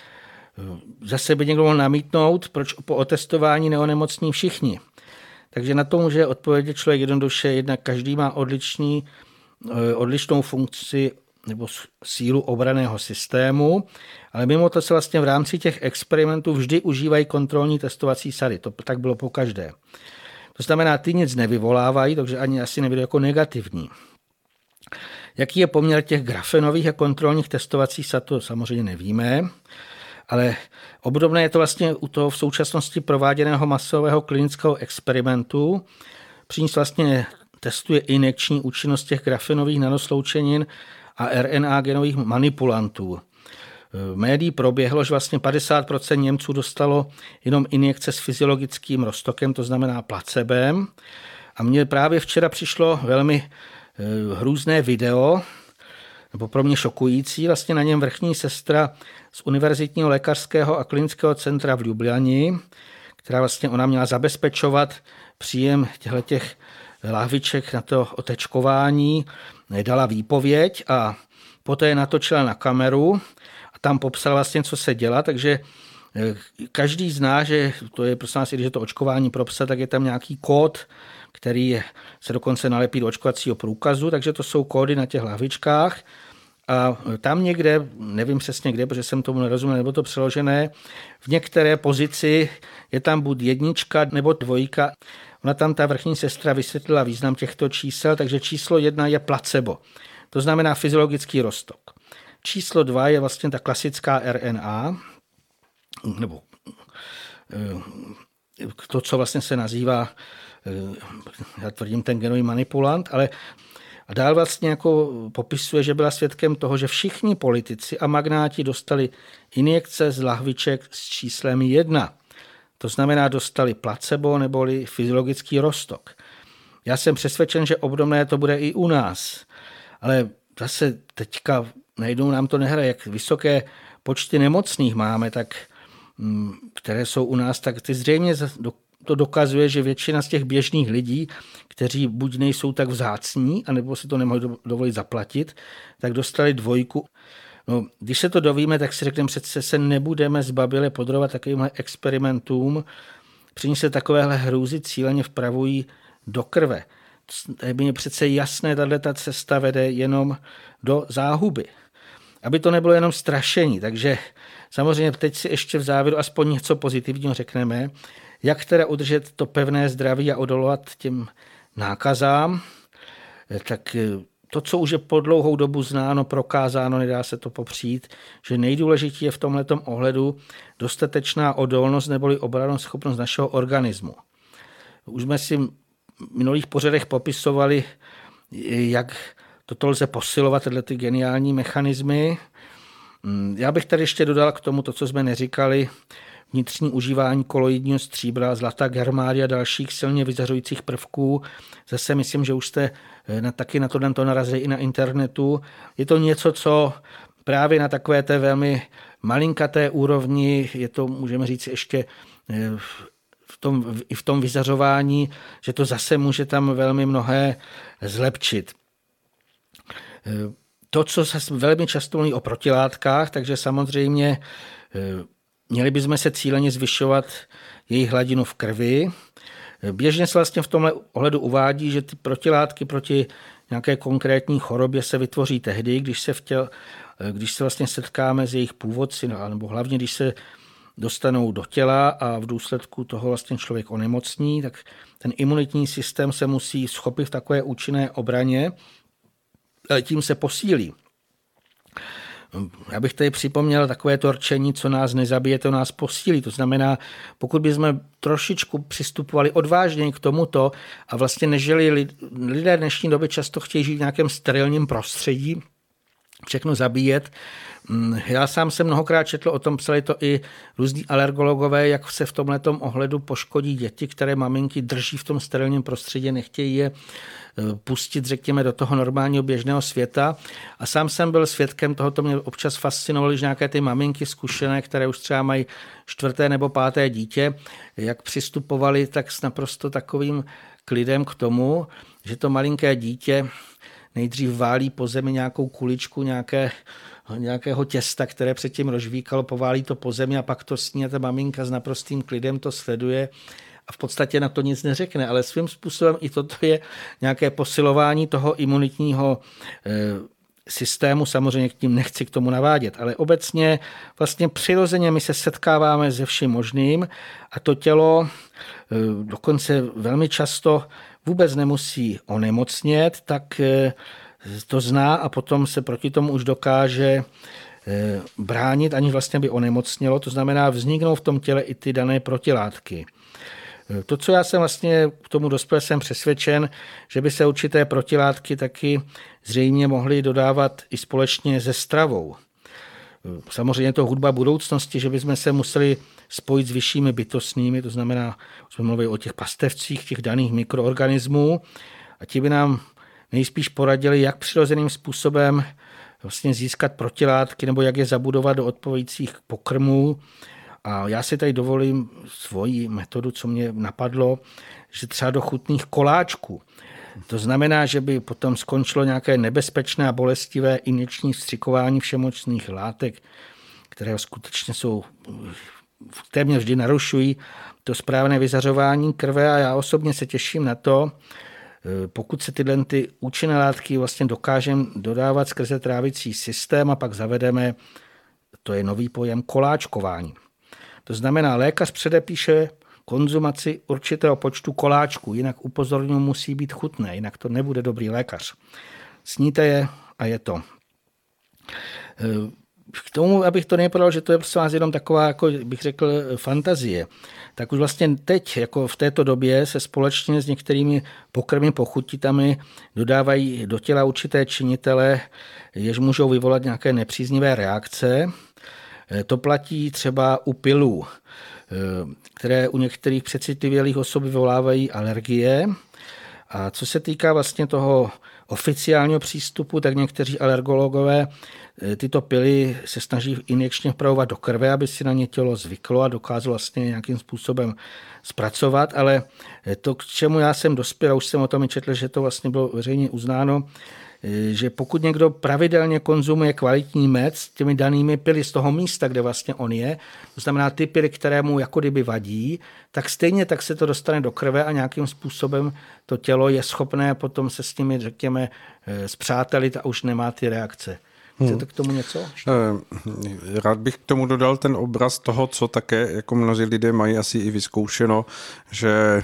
C: Zase by někdo mohl namítnout, proč po otestování neonemocní všichni. Takže na to může odpovědět člověk jednoduše, jednak každý má odlišný, odlišnou funkci nebo sílu obranného systému, ale mimo to se vlastně v rámci těch experimentů vždy užívají kontrolní testovací sady. To tak bylo po každé. To znamená, ty nic nevyvolávají, takže ani asi nebyly jako negativní. Jaký je poměr těch grafenových a kontrolních testovacích sad, to samozřejmě nevíme, ale obdobné je to vlastně u toho v současnosti prováděného masového klinického experimentu. Při ní vlastně testuje injekční účinnost těch grafenových nanosloučenin a R N A genových manipulantů. V médií proběhlo, že vlastně padesát procent Němců dostalo jenom injekce s fyziologickým roztokem, to znamená placebem. A mně právě včera přišlo velmi hrůzné video, nebo pro mě šokující, vlastně na něm vrchní sestra z Univerzitního lékařského a klinického centra v Ljubljani, která vlastně ona měla zabezpečovat příjem těchto lahviček na to otečkování, dala výpověď a poté natočila na kameru a tam popsala vlastně, co se dělá, takže každý zná, že to je prostě nás, když je to očkování pro psa, tak je tam nějaký kód, který je, se dokonce nalepí do očkovacího průkazu, takže to jsou kódy na těch lahvičkách. A tam někde, nevím přesně kde, protože jsem tomu nerozuměl, nebo to přeložené, v některé pozici je tam buď jednička nebo dvojka. Ona tam ta vrchní sestra vysvětlila význam těchto čísel, takže číslo jedna je placebo. To znamená fyziologický roztok. Číslo dva je vlastně ta klasická R N A, nebo to, co vlastně se nazývá, já tvrdím, ten genový manipulant, ale a dál vlastně jako popisuje, že byla svědkem toho, že všichni politici a magnáti dostali injekce z lahviček s číslem jedna. To znamená, dostali placebo neboli fyziologický roztok. Já jsem přesvědčen, že obdobné to bude i u nás. Ale zase teďka najednou nám to nehraje, jak vysoké počty nemocných máme, tak, které jsou u nás, tak ty zřejmě to dokazuje, že většina z těch běžných lidí, kteří buď nejsou tak vzácní, anebo si to nemohli dovolit zaplatit, tak dostali dvojku. No, když se to dovíme, tak si řekneme, přece se nebudeme zbabile podrobovat takovýmhle experimentům, při nich se takovéhle hrůzy cíleně vpravují do krve. To je přece jasné, tato cesta vede jenom do záhuby. Aby to nebylo jenom strašení. Takže samozřejmě teď si ještě v závěru aspoň něco pozitivního řekneme, jak teda udržet to pevné zdraví a odolovat těm nákazám. Tak to, co už je po dlouhou dobu znáno, prokázáno, nedá se to popřít, že nejdůležitější je v tomhletom ohledu dostatečná odolnost neboli obranoschopnost našeho organismu. Už jsme si v minulých pořadech popisovali, jak toto lze posilovat, tyhle ty geniální mechanismy. Já bych tady ještě dodal k tomu to, co jsme neříkali, vnitřní užívání koloidního stříbra, zlata, germády a dalších silně vyzařujících prvků. Zase myslím, že už jste na, taky na to, to narazili i na internetu. Je to něco, co právě na takové té velmi malinkaté úrovni, je to, můžeme říct, ještě v tom, i v tom vyzařování, že to zase může tam velmi mnohé zlepšit. To, co se velmi často mluví o protilátkách, takže samozřejmě měli bychom se cíleně zvyšovat jejich hladinu v krvi. Běžně se vlastně v tomhle ohledu uvádí, že ty protilátky proti nějaké konkrétní chorobě se vytvoří tehdy, když se v těle když se vlastně setkáme s jejich původci, nebo hlavně když se dostanou do těla a v důsledku toho vlastně člověk onemocní, tak ten imunitní systém se musí schopit v takové účinné obraně, ale tím se posílí. Já bych tady připomněl takové to rčení, co nás nezabije, to nás posílí. To znamená, pokud bychom trošičku přistupovali odvážněji k tomuto a vlastně nežili, lidé v dnešní době často chtějí žít v nějakém sterilním prostředí, všechno zabíjet. Já sám jsem mnohokrát četl o tom, psali to i různí alergologové, jak se v tomhletom ohledu poškodí děti, které maminky drží v tom sterilním prostředí, nechtějí je pustit, řekněme, do toho normálního běžného světa. A sám jsem byl svědkem tohoto, mě občas fascinovalo, že nějaké ty maminky zkušené, které už třeba mají čtvrté nebo páté dítě, jak přistupovali tak s naprosto takovým klidem k tomu, že to malinké dítě nejdřív válí po zemi nějakou kuličku nějaké, nějakého těsta, které předtím rozžvíkalo, poválí to po zemi a pak to sní a ta maminka s naprostým klidem to sleduje a v podstatě na to nic neřekne, ale svým způsobem i toto je nějaké posilování toho imunitního e, systému, samozřejmě k tím nechci k tomu navádět, ale obecně vlastně přirozeně my se setkáváme se vším možným a to tělo e, dokonce velmi často vůbec nemusí onemocnět, tak to zná a potom se proti tomu už dokáže bránit, aniž vlastně by onemocnělo. To znamená, vzniknou v tom těle i ty dané protilátky. To, co já jsem vlastně k tomu dospěl, jsem přesvědčen, že by se určité protilátky taky zřejmě mohly dodávat i společně se stravou. Samozřejmě to hudba budoucnosti, že bychom se museli spojit s vyššími bytostnými, to znamená, jsme mluvili o těch pastevcích, těch daných mikroorganismů a ti by nám nejspíš poradili, jak přirozeným způsobem vlastně získat protilátky nebo jak je zabudovat do odpovídajících pokrmů. A já si tady dovolím svoji metodu, co mě napadlo, že třeba do chutných koláčků. To znamená, že by potom skončilo nějaké nebezpečné a bolestivé injekční vstřikování všemocných látek, které skutečně jsou téměř vždy narušují to správné vyzařování krve a já osobně se těším na to, pokud se tyhle ty účinné látky vlastně dokážeme dodávat skrze trávicí systém a pak zavedeme, to je nový pojem, koláčkování. To znamená, lékař předepíše konzumaci určitého počtu koláčků, jinak upozorňuji, musí být chutné, jinak to nebude dobrý lékař. Sníte je a je to. K tomu, abych to nepodal, že to je prostě jenom taková, jako bych řekl, fantazie, tak už vlastně teď, jako v této době, se společně s některými pokrmy, pochutitami dodávají do těla určité činitele, jež můžou vyvolat nějaké nepříznivé reakce. To platí třeba u pilů, které u některých přecitlivělých osob vyvolávají alergie. A co se týká vlastně toho oficiálního přístupu, tak někteří alergologové tyto pily se snaží injekčně vpravovat do krve, aby si na ně tělo zvyklo a dokázalo vlastně nějakým způsobem zpracovat, ale to, k čemu já jsem dospěl, už jsem o tom četl, že to vlastně bylo veřejně uznáno, že pokud někdo pravidelně konzumuje kvalitní med s těmi danými pily z toho místa, kde vlastně on je, to znamená ty pily, které mu jako kdyby vadí, tak stejně tak se to dostane do krve a nějakým způsobem to tělo je schopné potom se s nimi, řekněme, spřátelit a už nemá ty reakce. Chcete k tomu něco?
B: Rád bych k tomu dodal ten obraz toho, co také jako mnozí lidé mají asi i vyzkoušeno, že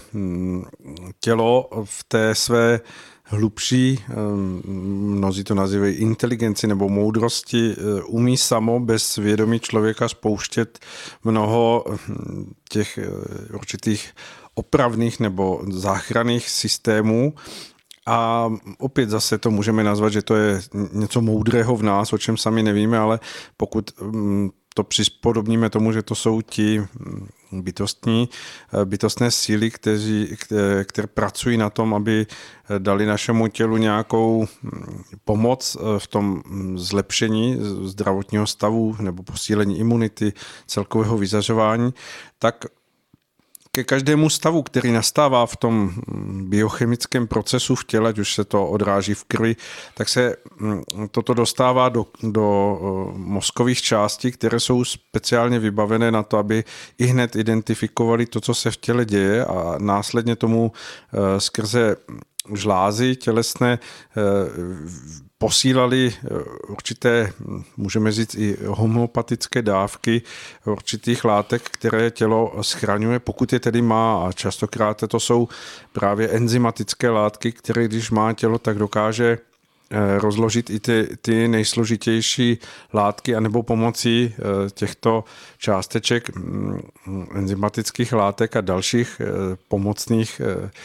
B: tělo v té své hlubší, mnozí to nazývají inteligenci nebo moudrosti, umí samo bez vědomí člověka spouštět mnoho těch určitých opravných nebo záchranných systémů. A opět zase to můžeme nazvat, že to je něco moudrého v nás, o čem sami nevíme, ale pokud to přispodobníme tomu, že to jsou ti bytostní, bytostné síly, kteří, které, které pracují na tom, aby dali našemu tělu nějakou pomoc v tom zlepšení zdravotního stavu nebo posílení imunity, celkového vyzařování, tak ke každému stavu, který nastává v tom biochemickém procesu v těle, ať už se to odráží v krvi, tak se toto dostává do, do mozkových částí, které jsou speciálně vybavené na to, aby i hned identifikovali to, co se v těle děje a následně tomu skrze žlázy tělesné posílali určité, můžeme říct, i homeopatické dávky určitých látek, které tělo schraňuje, pokud je tedy má. A častokrát to jsou právě enzymatické látky, které když má tělo, tak dokáže rozložit i ty, ty nejsložitější látky anebo pomocí těchto částeček enzymatických látek a dalších pomocných,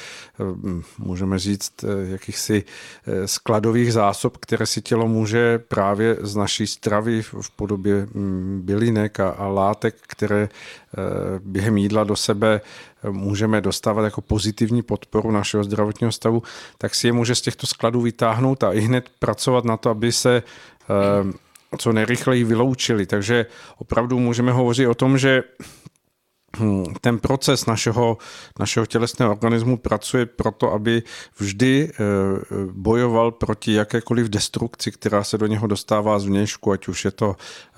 B: můžeme říct, jakýchsi skladových zásob, které si tělo může právě z naší stravy v podobě bylinek a, a látek, které během jídla do sebe můžeme dostávat jako pozitivní podporu našeho zdravotního stavu, tak si je může z těchto skladů vytáhnout a i hned pracovat na to, aby se co nejrychleji vyloučili. Takže opravdu můžeme hovořit o tom, že ten proces našeho, našeho tělesného organismu pracuje proto, aby vždy bojoval proti jakékoliv destrukci, která se do něho dostává zvnějšku, ať už je to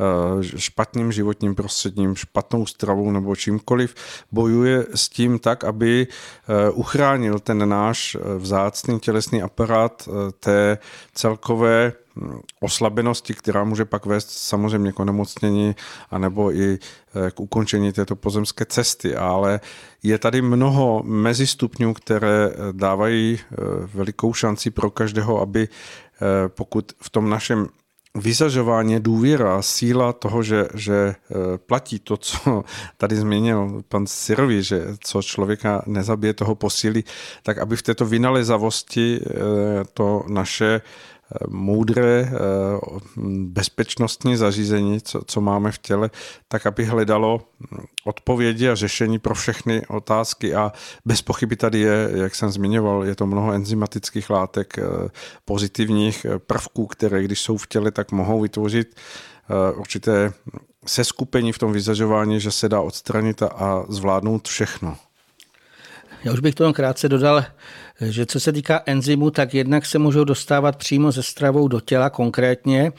B: špatným životním prostředím, špatnou stravou nebo čímkoliv. Bojuje s tím tak, aby uchránil ten náš vzácný tělesný aparát té celkové oslabenosti, která může pak vést samozřejmě k onemocnění anebo i k ukončení této pozemské cesty. Ale je tady mnoho mezistupňů, které dávají velikou šanci pro každého, aby pokud v tom našem vyzařování důvěra, síla toho, že, že platí to, co tady zmínil pan Sirovi, že co člověka nezabije, toho posílí, tak aby v této vynalezavosti to naše moudré bezpečnostní zařízení, co, co máme v těle, tak aby hledalo odpovědi a řešení pro všechny otázky a bez pochyby tady je, jak jsem zmiňoval, je to mnoho enzymatických látek, pozitivních prvků, které když jsou v těle, tak mohou vytvořit určité seskupení v tom vyzařování, že se dá odstranit a, a zvládnout všechno.
C: Já už bych tomu krátce dodal, že co se týká enzymů, tak jednak se můžou dostávat přímo ze stravou do těla konkrétně.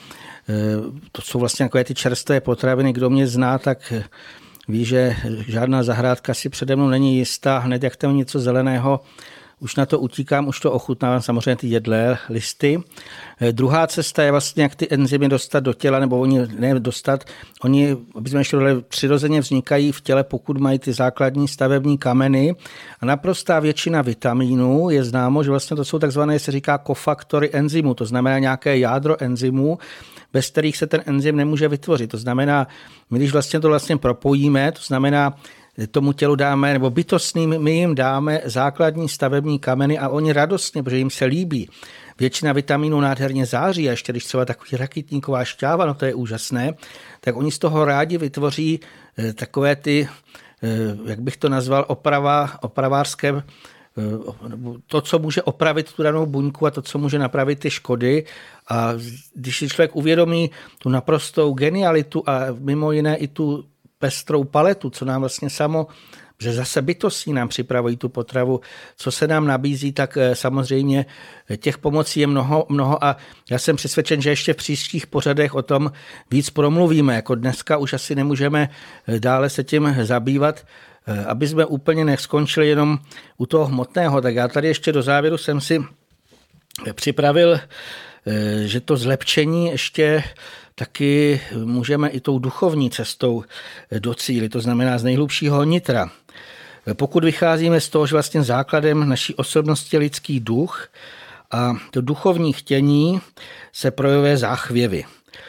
C: To jsou vlastně takové ty čerstvé potraviny. Kdo mě zná, tak ví, že žádná zahrádka si přede mnou není jistá. Hned jak tam něco zeleného, už na to utíkám, už to ochutnávám, samozřejmě ty jedlé listy. Druhá cesta je vlastně, jak ty enzymy dostat do těla, nebo oni ne dostat, oni, aby jsme ještě dodali, přirozeně vznikají v těle, pokud mají ty základní stavební kameny. A naprostá většina vitamínů je známo, že vlastně to jsou takzvané, se říká kofaktory enzymu, to znamená nějaké jádro enzymů, bez kterých se ten enzym nemůže vytvořit. To znamená, my když vlastně to vlastně propojíme, to znamená, tomu tělu dáme, nebo bytostným my jim dáme základní stavební kameny a oni radostně, protože jim se líbí. Většina vitaminů nádherně září a ještě když třeba takový rakitníková šťáva, no to je úžasné, tak oni z toho rádi vytvoří takové ty, jak bych to nazval, oprava, opravářské, to, co může opravit tu danou buňku a to, co může napravit ty škody. A když si člověk uvědomí tu naprostou genialitu a mimo jiné i tu pestrou paletu, co nám vlastně samo, že zase bytostí nám připravují tu potravu, co se nám nabízí, tak samozřejmě těch pomocí je mnoho, mnoho a já jsem přesvědčen, že ještě v příštích pořadech o tom víc promluvíme. Jako dneska už asi nemůžeme dále se tím zabývat, aby jsme úplně neskončili jenom u toho hmotného. Tak já tady ještě do závěru jsem si připravil, že to zlepšení ještě taky můžeme i tou duchovní cestou docílit, to znamená z nejhlubšího nitra. Pokud vycházíme z toho, že vlastně základem naší osobnosti je lidský duch a to duchovní chtění se projevuje záchvěvy.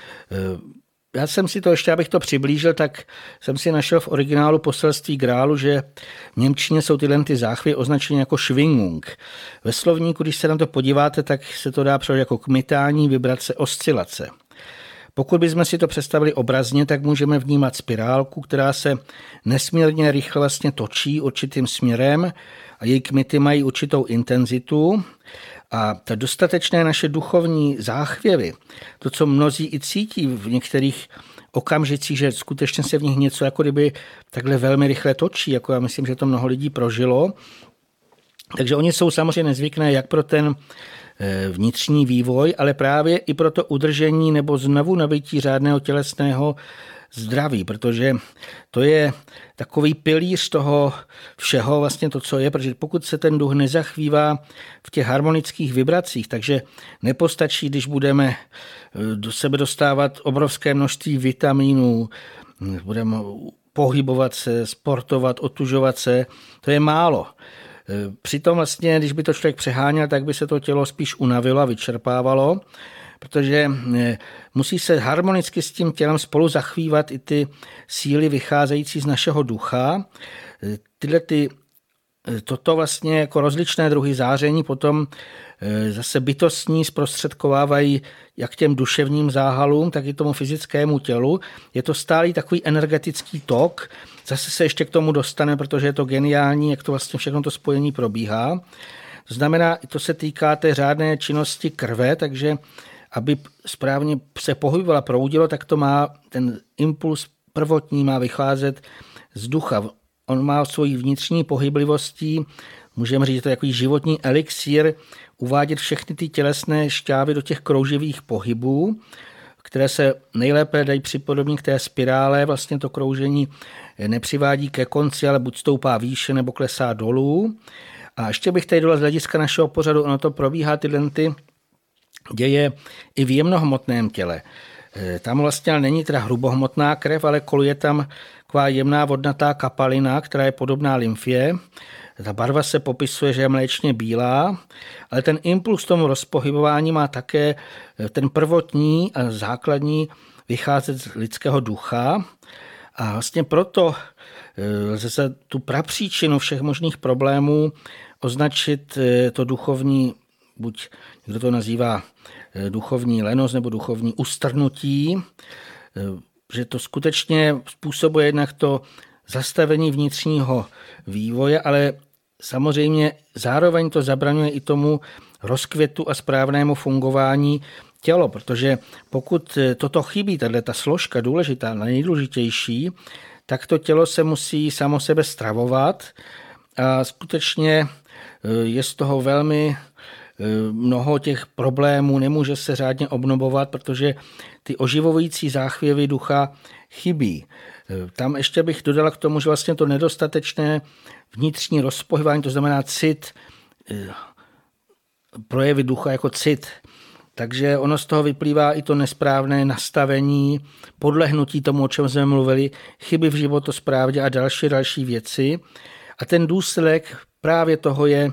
C: Já jsem si to ještě, abych to přiblížil, tak jsem si našel v originálu Poselství Grálu, že v němčině jsou tyhle ty záchvěvy označeny jako Schwingung. Ve slovníku, když se na to podíváte, tak se to dá přeložit jako kmitání, vibrace, oscilace. Pokud bychom si to představili obrazně, tak můžeme vnímat spirálku, která se nesmírně rychle vlastně točí určitým směrem a její kmity mají určitou intenzitu a ta dostatečné naše duchovní záchvěvy, to, co mnozí i cítí v některých okamžicích, že skutečně se v nich něco jako kdyby takhle velmi rychle točí, jako já myslím, že to mnoho lidí prožilo. Takže oni jsou samozřejmě nezvyklé jak pro ten vnitřní vývoj, ale právě i pro to udržení nebo znovu nabití řádného tělesného zdraví, protože to je takový pilíř toho všeho, vlastně to, co je, protože pokud se ten duch nezachvívá v těch harmonických vibracích, takže nepostačí, když budeme do sebe dostávat obrovské množství vitamínů, budeme pohybovat se, sportovat, otužovat se, to je málo. Přitom vlastně, když by to člověk přeháněl, tak by se to tělo spíš unavilo a vyčerpávalo, protože musí se harmonicky s tím tělem spolu zachvívat i ty síly vycházející z našeho ducha. Tyhle ty, toto vlastně jako rozličné druhy záření potom zase bytostní zprostředkovávají jak těm duševním záhalům, tak i tomu fyzickému tělu. Je to stálý takový energetický tok. Zase se ještě k tomu dostane, protože je to geniální, jak to vlastně všechno to spojení probíhá. To znamená, to se týká té řádné činnosti krve, takže aby správně se pohybovala, proudilo, tak to má, ten impuls prvotní má vycházet z ducha. On má svojí vnitřní pohyblivostí, můžeme říct, že to je takový životní elixír, uvádět všechny ty tělesné šťávy do těch krouživých pohybů, které se nejlépe dají připodobnit k té spirále. Vlastně to kroužení nepřivádí ke konci, ale buď stoupá výše nebo klesá dolů. A ještě bych tady dole z hlediska našeho pořadu, ono to probíhá tyhle ty děje i v jemnohmotném těle. Tam vlastně není teda hrubohmotná krev, ale koluje tam taková jemná vodnatá kapalina, která je podobná lymfě. Ta barva se popisuje, že je mléčně bílá, ale ten impuls tomu rozpohybování má také ten prvotní a základní vycházet z lidského ducha. A vlastně proto lze se tu prapříčinu všech možných problémů označit to duchovní, buď někdo to nazývá duchovní lenost nebo duchovní ustrnutí, že to skutečně způsobuje jednak to zastavení vnitřního vývoje, ale samozřejmě zároveň to zabraňuje i tomu rozkvětu a správnému fungování tělo, protože pokud toto chybí, tato složka důležitá, nejdůležitější, tak to tělo se musí samo sebe stravovat a skutečně je z toho velmi mnoho těch problémů, nemůže se řádně obnovovat, protože ty oživující záchvěvy ducha chybí. Tam ještě bych dodala k tomu, že vlastně to nedostatečné vnitřní rozpohybování, to znamená cit, projevy ducha jako cit, takže ono z toho vyplývá i to nesprávné nastavení, podlehnutí tomu, o čem jsme mluvili, chyby v životosprávě a další, další věci. A ten důsledek právě toho je,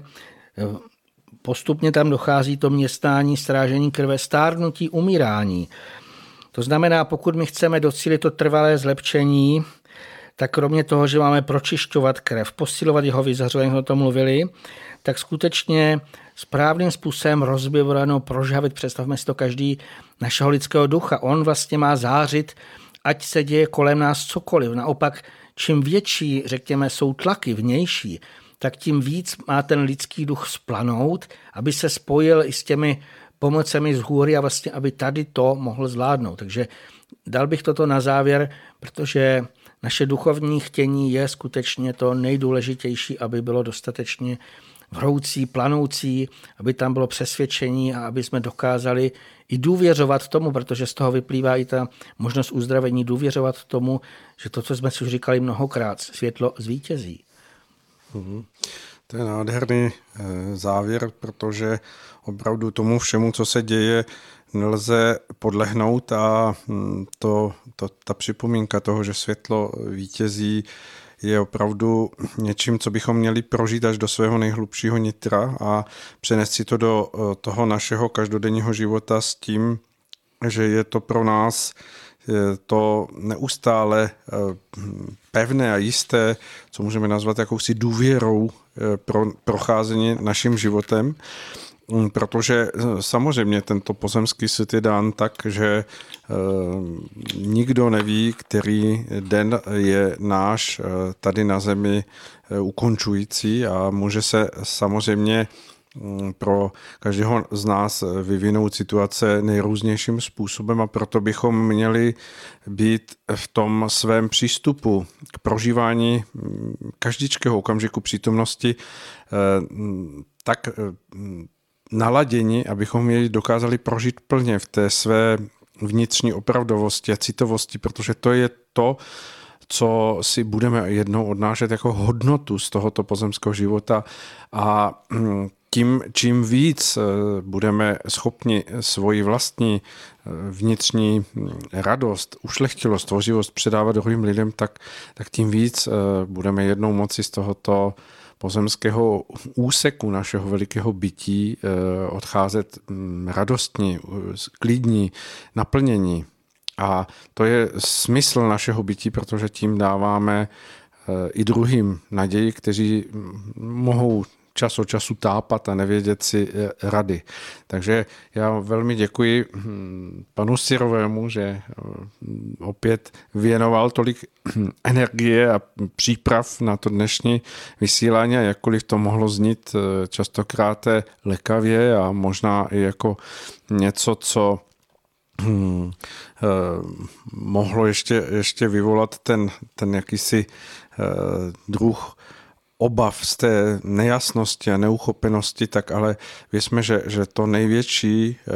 C: postupně tam dochází to městnání, strážení krve, stárnutí, umírání. To znamená, pokud my chceme docílit to trvalé zlepšení, tak kromě toho, že máme pročišťovat krev, posilovat jeho vyzařování, jak jsme o tom mluvili, tak skutečně správným způsobem rozběrat nebo prožhavit, představme si to každý našeho lidského ducha. On vlastně má zářit, ať se děje kolem nás cokoliv. Naopak, čím větší, řekněme, jsou tlaky vnější, tak tím víc má ten lidský duch splanout, aby se spojil i s těmi pomocemi z hůry a vlastně, aby tady to mohl zvládnout. Takže dal bych toto na závěr, protože naše duchovní chtění je skutečně to nejdůležitější, aby bylo dostatečně vroucí, planoucí, aby tam bylo přesvědčení a aby jsme dokázali i důvěřovat tomu, protože z toho vyplývá i ta možnost uzdravení, důvěřovat tomu, že to, co jsme si už říkali mnohokrát, světlo zvítězí.
B: Mm-hmm. To je nádherný závěr, protože opravdu tomu všemu, co se děje, nelze podlehnout a to, to, ta připomínka toho, že světlo vítězí, je opravdu něčím, co bychom měli prožít až do svého nejhlubšího nitra a přenést si to do toho našeho každodenního života s tím, že je to pro nás to neustále pevné a jisté, co můžeme nazvat jakousi důvěrou pro procházení naším životem, protože samozřejmě tento pozemský svět je dán tak, že nikdo neví, který den je náš tady na zemi ukončující a může se samozřejmě pro každého z nás vyvinout situace nejrůznějším způsobem a proto bychom měli být v tom svém přístupu k prožívání každičkého okamžiku přítomnosti tak naladěni, abychom jej dokázali prožít plně v té své vnitřní opravdovosti a citovosti, protože to je to, co si budeme jednou odnášet jako hodnotu z tohoto pozemského života a tím, čím víc budeme schopni svoji vlastní vnitřní radost, ušlechtilost, tvořivost předávat druhým lidem, tak, tak tím víc budeme jednou moci z tohoto pozemského úseku našeho velikého bytí odcházet radostní, klidní, naplnění. A to je smysl našeho bytí, protože tím dáváme i druhým naději, kteří mohou čas od času tápat a nevědět si rady. Takže já velmi děkuji panu Sirovému, že opět věnoval tolik energie a příprav na to dnešní vysílání a jakkoliv to mohlo znít častokrát lekavě a možná i jako něco, co Hmm, eh, mohlo ještě, ještě vyvolat ten, ten jakýsi eh, druh obav z té nejasnosti a neuchopenosti, tak ale věřme, že, že to největší eh,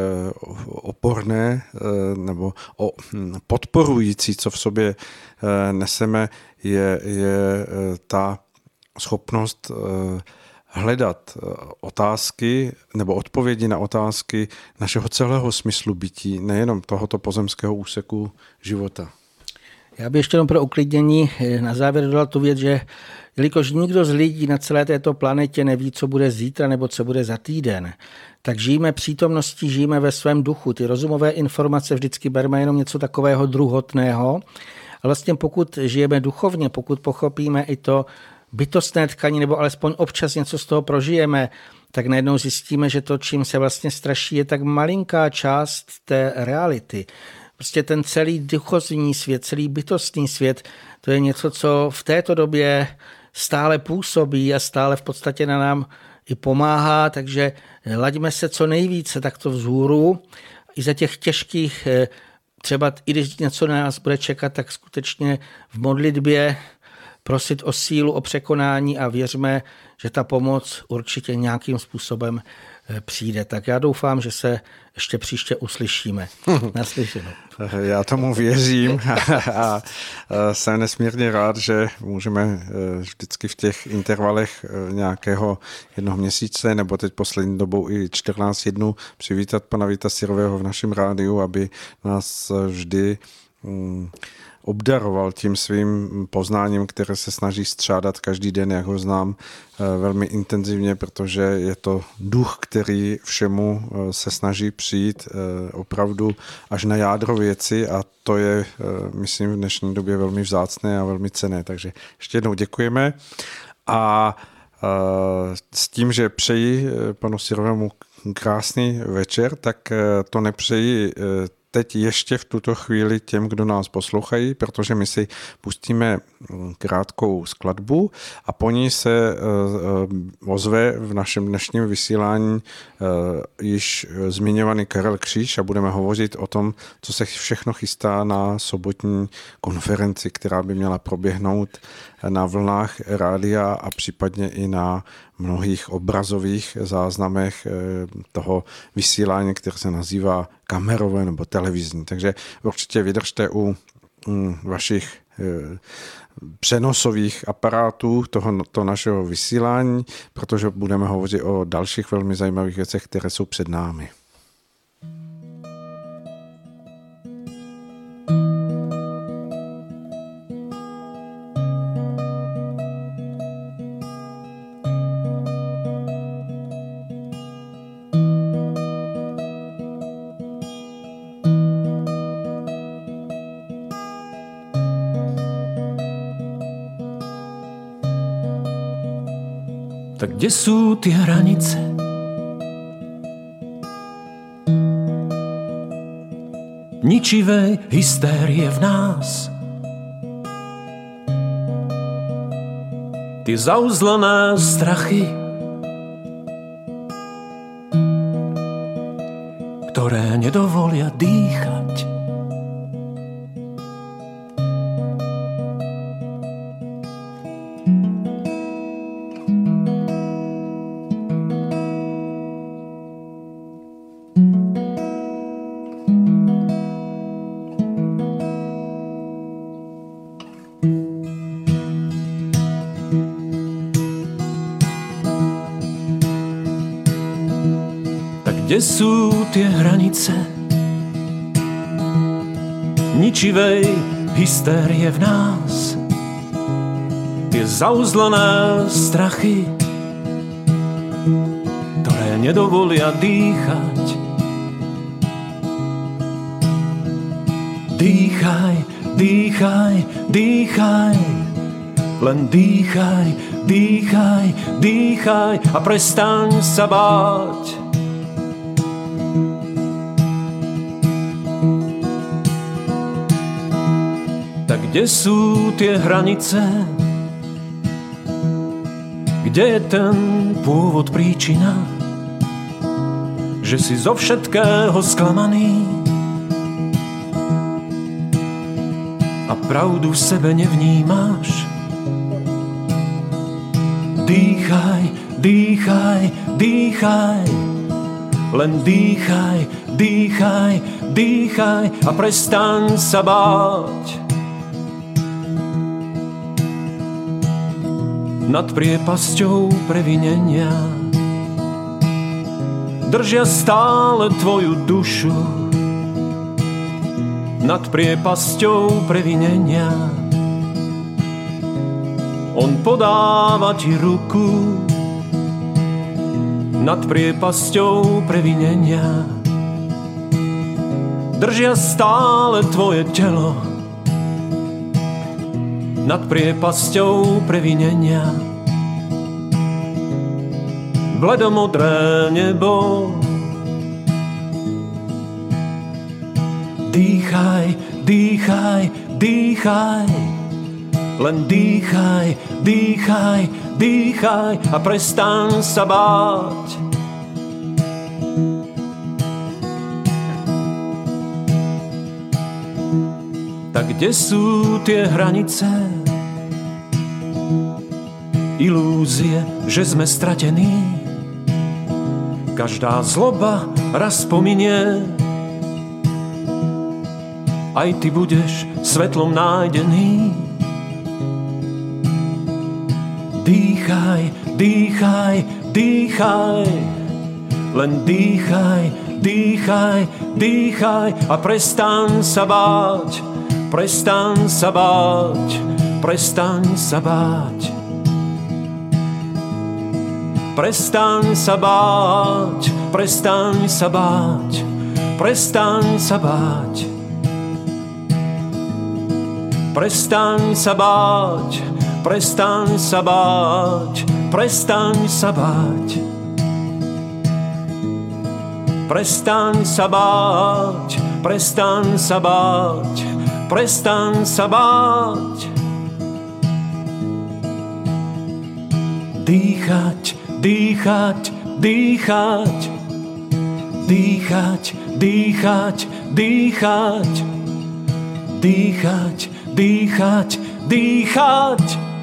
B: oporné eh, nebo o, hm, podporující, co v sobě eh, neseme, je, je eh, ta schopnost eh, hledat otázky nebo odpovědi na otázky našeho celého smyslu bytí, nejenom tohoto pozemského úseku života.
C: Já bych ještě jenom pro uklidnění na závěr dodal tu věc, že jelikož nikdo z lidí na celé této planetě neví, co bude zítra nebo co bude za týden, tak žijeme přítomností, žijeme ve svém duchu. Ty rozumové informace vždycky bereme jenom něco takového druhotného. A vlastně pokud žijeme duchovně, pokud pochopíme i to bytostné tkaní, nebo alespoň občas něco z toho prožijeme, tak najednou zjistíme, že to, čím se vlastně straší, je tak malinká část té reality. Prostě ten celý duchovní svět, celý bytostný svět, to je něco, co v této době stále působí a stále v podstatě na nám i pomáhá, takže laďme se co nejvíce takto vzhůru. I za těch těžkých, třeba i když něco na nás bude čekat, tak skutečně v modlitbě prosit o sílu, o překonání a věřme, že ta pomoc určitě nějakým způsobem přijde. Tak já doufám, že se ještě příště uslyšíme. Naslyšenou.
B: Já tomu věřím a jsem nesmírně rád, že můžeme vždycky v těch intervalech nějakého jednoho měsíce nebo teď poslední dobou i čtrnáct dnů přivítat pana Víta Sirového v našem rádiu, aby nás vždy obdaroval tím svým poznáním, které se snaží střádat každý den, jak ho znám, velmi intenzivně, protože je to duch, který všemu se snaží přijít opravdu až na jádro věci a to je, myslím, v dnešní době velmi vzácné a velmi cenné. Takže ještě jednou děkujeme a s tím, že přeji panu Sirovému krásný večer, tak to nepřeji teď ještě v tuto chvíli těm, kdo nás poslouchají, protože my si pustíme krátkou skladbu a po ní se ozve v našem dnešním vysílání již zmiňovaný Karel Kříž a budeme hovořit o tom, co se všechno chystá na sobotní konferenci, která by měla proběhnout na vlnách rádia a případně i na mnohých obrazových záznamech toho vysílání, které se nazývá kamerové nebo televizní. Takže určitě vydržte u vašich přenosových aparátů tohoto našeho vysílání, protože budeme hovořit o dalších velmi zajímavých věcech, které jsou před námi.
D: Tak kde sú tie hranice? Ničivé hystérie v nás. Ty zauzlené strachy, ktoré nedovolia dýchať. kde sú tie hranice ničivej hystérie v nás? Tie zauzlané strachy, ktoré nedovolia dýchať. Dýchaj, dýchaj, dýchaj, len dýchaj, dýchaj, dýchaj a prestaň sa báť. Tak kde sú tie hranice? Kde je ten pôvod, príčina? Že si zo všetkého sklamaný a pravdu v sebe nevnímáš? Dýchaj, dýchaj, dýchaj, len dýchaj, dýchaj, dýchaj a prestaň sa báť. Nad priepasťou previnenia držia stále tvoju dušu. Nad priepasťou previnenia on podáva ti ruku. Nad priepasťou previnenia držia stále tvoje telo. Nad priepasťou previnenia bledomodré nebo. Dýchaj, dýchaj, dýchaj, len dýchaj, dýchaj, dýchaj a prestaň sa báť. Tak kde sú tie hranice? Ilúzie, že sme stratení. Každá zloba raz pominie. Aj ty budeš svetlom nájdený. Dýchaj, dýchaj, dýchaj, len dýchaj, dýchaj, dýchaj a prestaň sa báť, prestaň sa báť, prestaň sa báť. Prestaň sa báť, prestaň sa báť, prestaň sa báť. Prestaň sa báť, prestaň sa báť, prestaň sa báť. Prestaň sa báť, prestaň sa báť, prestaň sa báť. Dýchať, dýchať, dýchať, dýchať, dýchať, dýchať, dýchať, dýchať, dýchať.